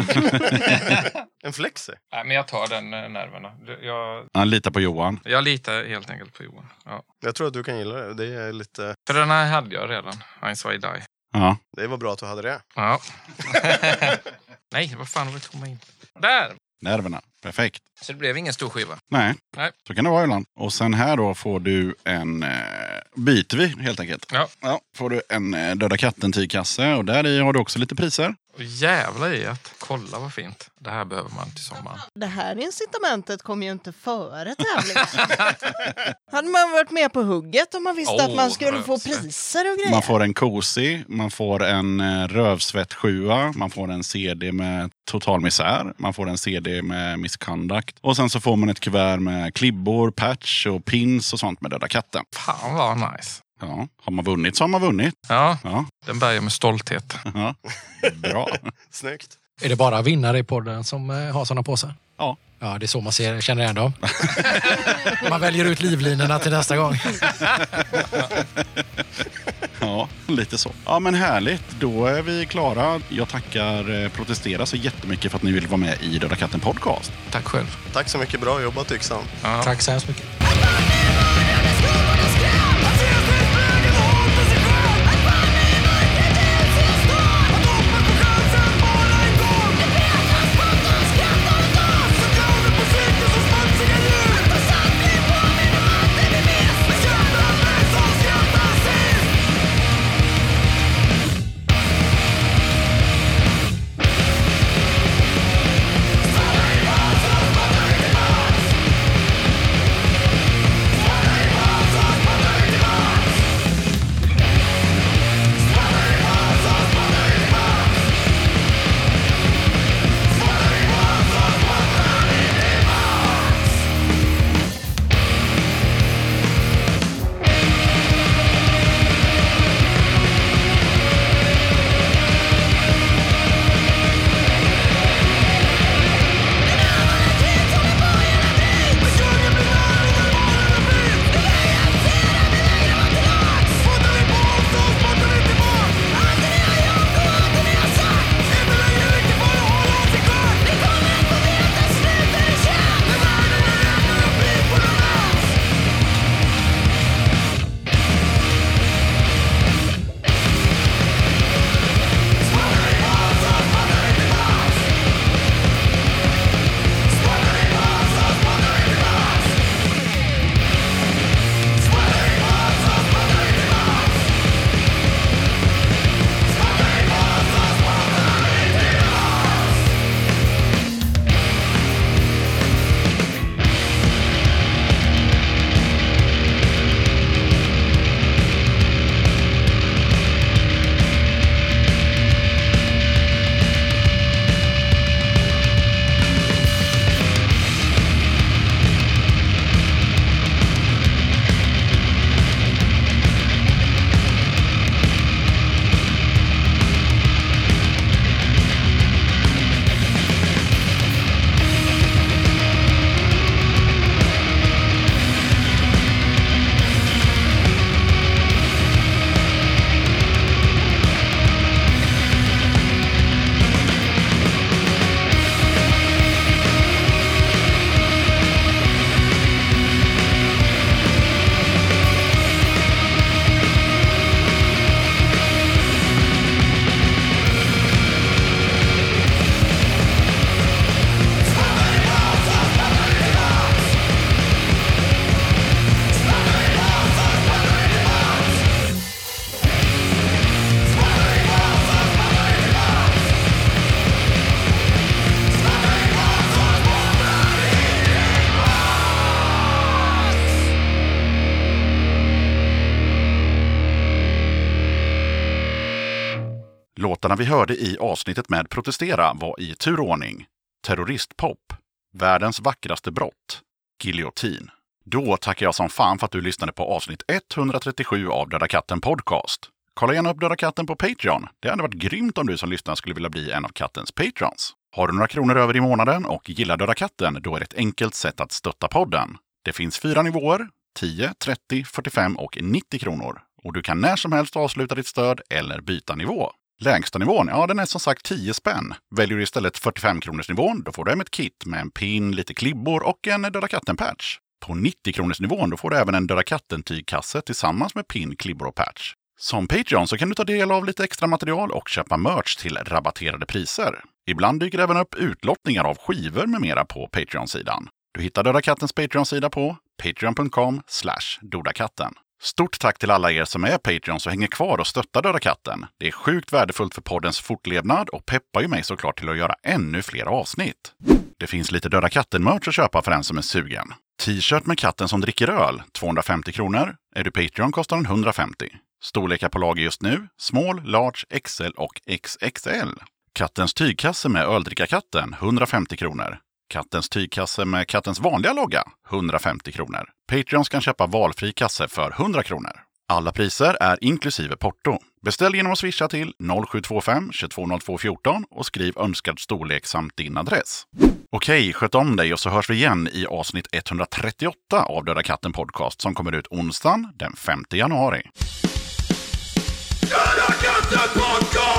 En flexi. Nej, men jag tar den eh, nerverna. Jag, Han litar på Johan. jag litar helt enkelt på Johan. Ja. Jag tror att du kan gilla det. Det är lite... För den här hade jag redan. Eins, zwei, drei. Ja. Det var bra att du hade det. Ja. Nej, vad fan har vi tomma in? Där! Nerverna. Perfekt. Så det blev ingen stor skiva. Nej, Nej. så kan det vara ibland. Och sen här då får du en... Eh, byter vi helt enkelt. Ja. Ja, får du en eh, Döda katten-tygkasse. Och där i har du också lite priser. Och jävla i att kolla vad fint. Det här behöver man till sommaren. Det här incitamentet kom ju inte före tävlingen. Hade man varit med på hugget om man visste Oh, att man skulle få rövsvett. priser och grejer. Man får en Cozy, man får en eh, rövsvett sjua, man får en C D med Total misär, man får en C D med Misconduct. Och sen så får man ett kuvert med klibbor, patch och pins och sånt med Döda katten. Fan vad nice. Ja, har man vunnit så har man vunnit. Ja, Ja, den bär jag med stolthet. ja. Bra. Snyggt. Är det bara vinnare i podden som eh, har sådana påsar? Ja. Ja, det är så man ser, känner igen dem. Man väljer ut livlinorna till nästa gång. Ja, lite så. Ja, men härligt. Då är vi klara. Jag tackar eh, Protestera så jättemycket för att ni vill vara med i Döda katten podcast. Tack själv. Tack så mycket. Bra jobbat, Yxan. Ja. Tack så hemskt mycket. Låtarna vi hörde i avsnittet med Protestera var i turordning Terroristpop, Världens vackraste brott, Giljotin. Då tackar jag som fan för att du lyssnade på avsnitt etthundratrettiosju av Döda katten podcast. Kolla gärna upp Döda katten på Patreon. Det hade varit grymt om du som lyssnar skulle vilja bli en av kattens patrons. Har du några kronor över i månaden och gillar Döda katten, då är det ett enkelt sätt att stötta podden. Det finns fyra nivåer, tio, trettio, fyrtiofem och nittio kronor. Och du kan när som helst avsluta ditt stöd eller byta nivå. Lägsta nivån, ja den är som sagt tio spänn. Väljer du istället fyrtiofem kronors nivån, då får du hem ett kit med en pin, lite klibbor och en Döda katten-patch. På nittio kronors nivån, då får du även en Döda katten-tygkasse tillsammans med pin, klibbor och patch. Som Patreon så kan du ta del av lite extra material och köpa merch till rabatterade priser. Ibland dyker det även upp utlottningar av skivor med mera på Patreon-sidan. Du hittar Döda kattens Patreon-sida på patreon punkt com slash dodakatten. Stort tack till alla er som är Patreons och hänger kvar och stöttar Döda katten. Det är sjukt värdefullt för poddens fortlevnad och peppar ju mig såklart till att göra ännu fler avsnitt. Det finns lite Döda katten-merch att köpa för den som är sugen. T-shirt med katten som dricker öl, tvåhundrafemtio kronor. Är du Patreon kostar den hundrafemtio. Storlekar på lager just nu, small, large, X L och X X L. Kattens tygkasse med öldrickarkatten, hundrafemtio kronor. Kattens tygkasse med kattens vanliga logga, hundrafemtio kronor. Patreons kan köpa valfri kasse för hundra kronor. Alla priser är inklusive porto. Beställ genom att swisha till noll sju två fem två noll två ett fyra och skriv önskad storlek samt din adress. Okej, sköt om dig och så hörs vi igen i avsnitt etthundratrettioåtta av Döda katten podcast som kommer ut onsdagen den femte januari. Döda katten podcast!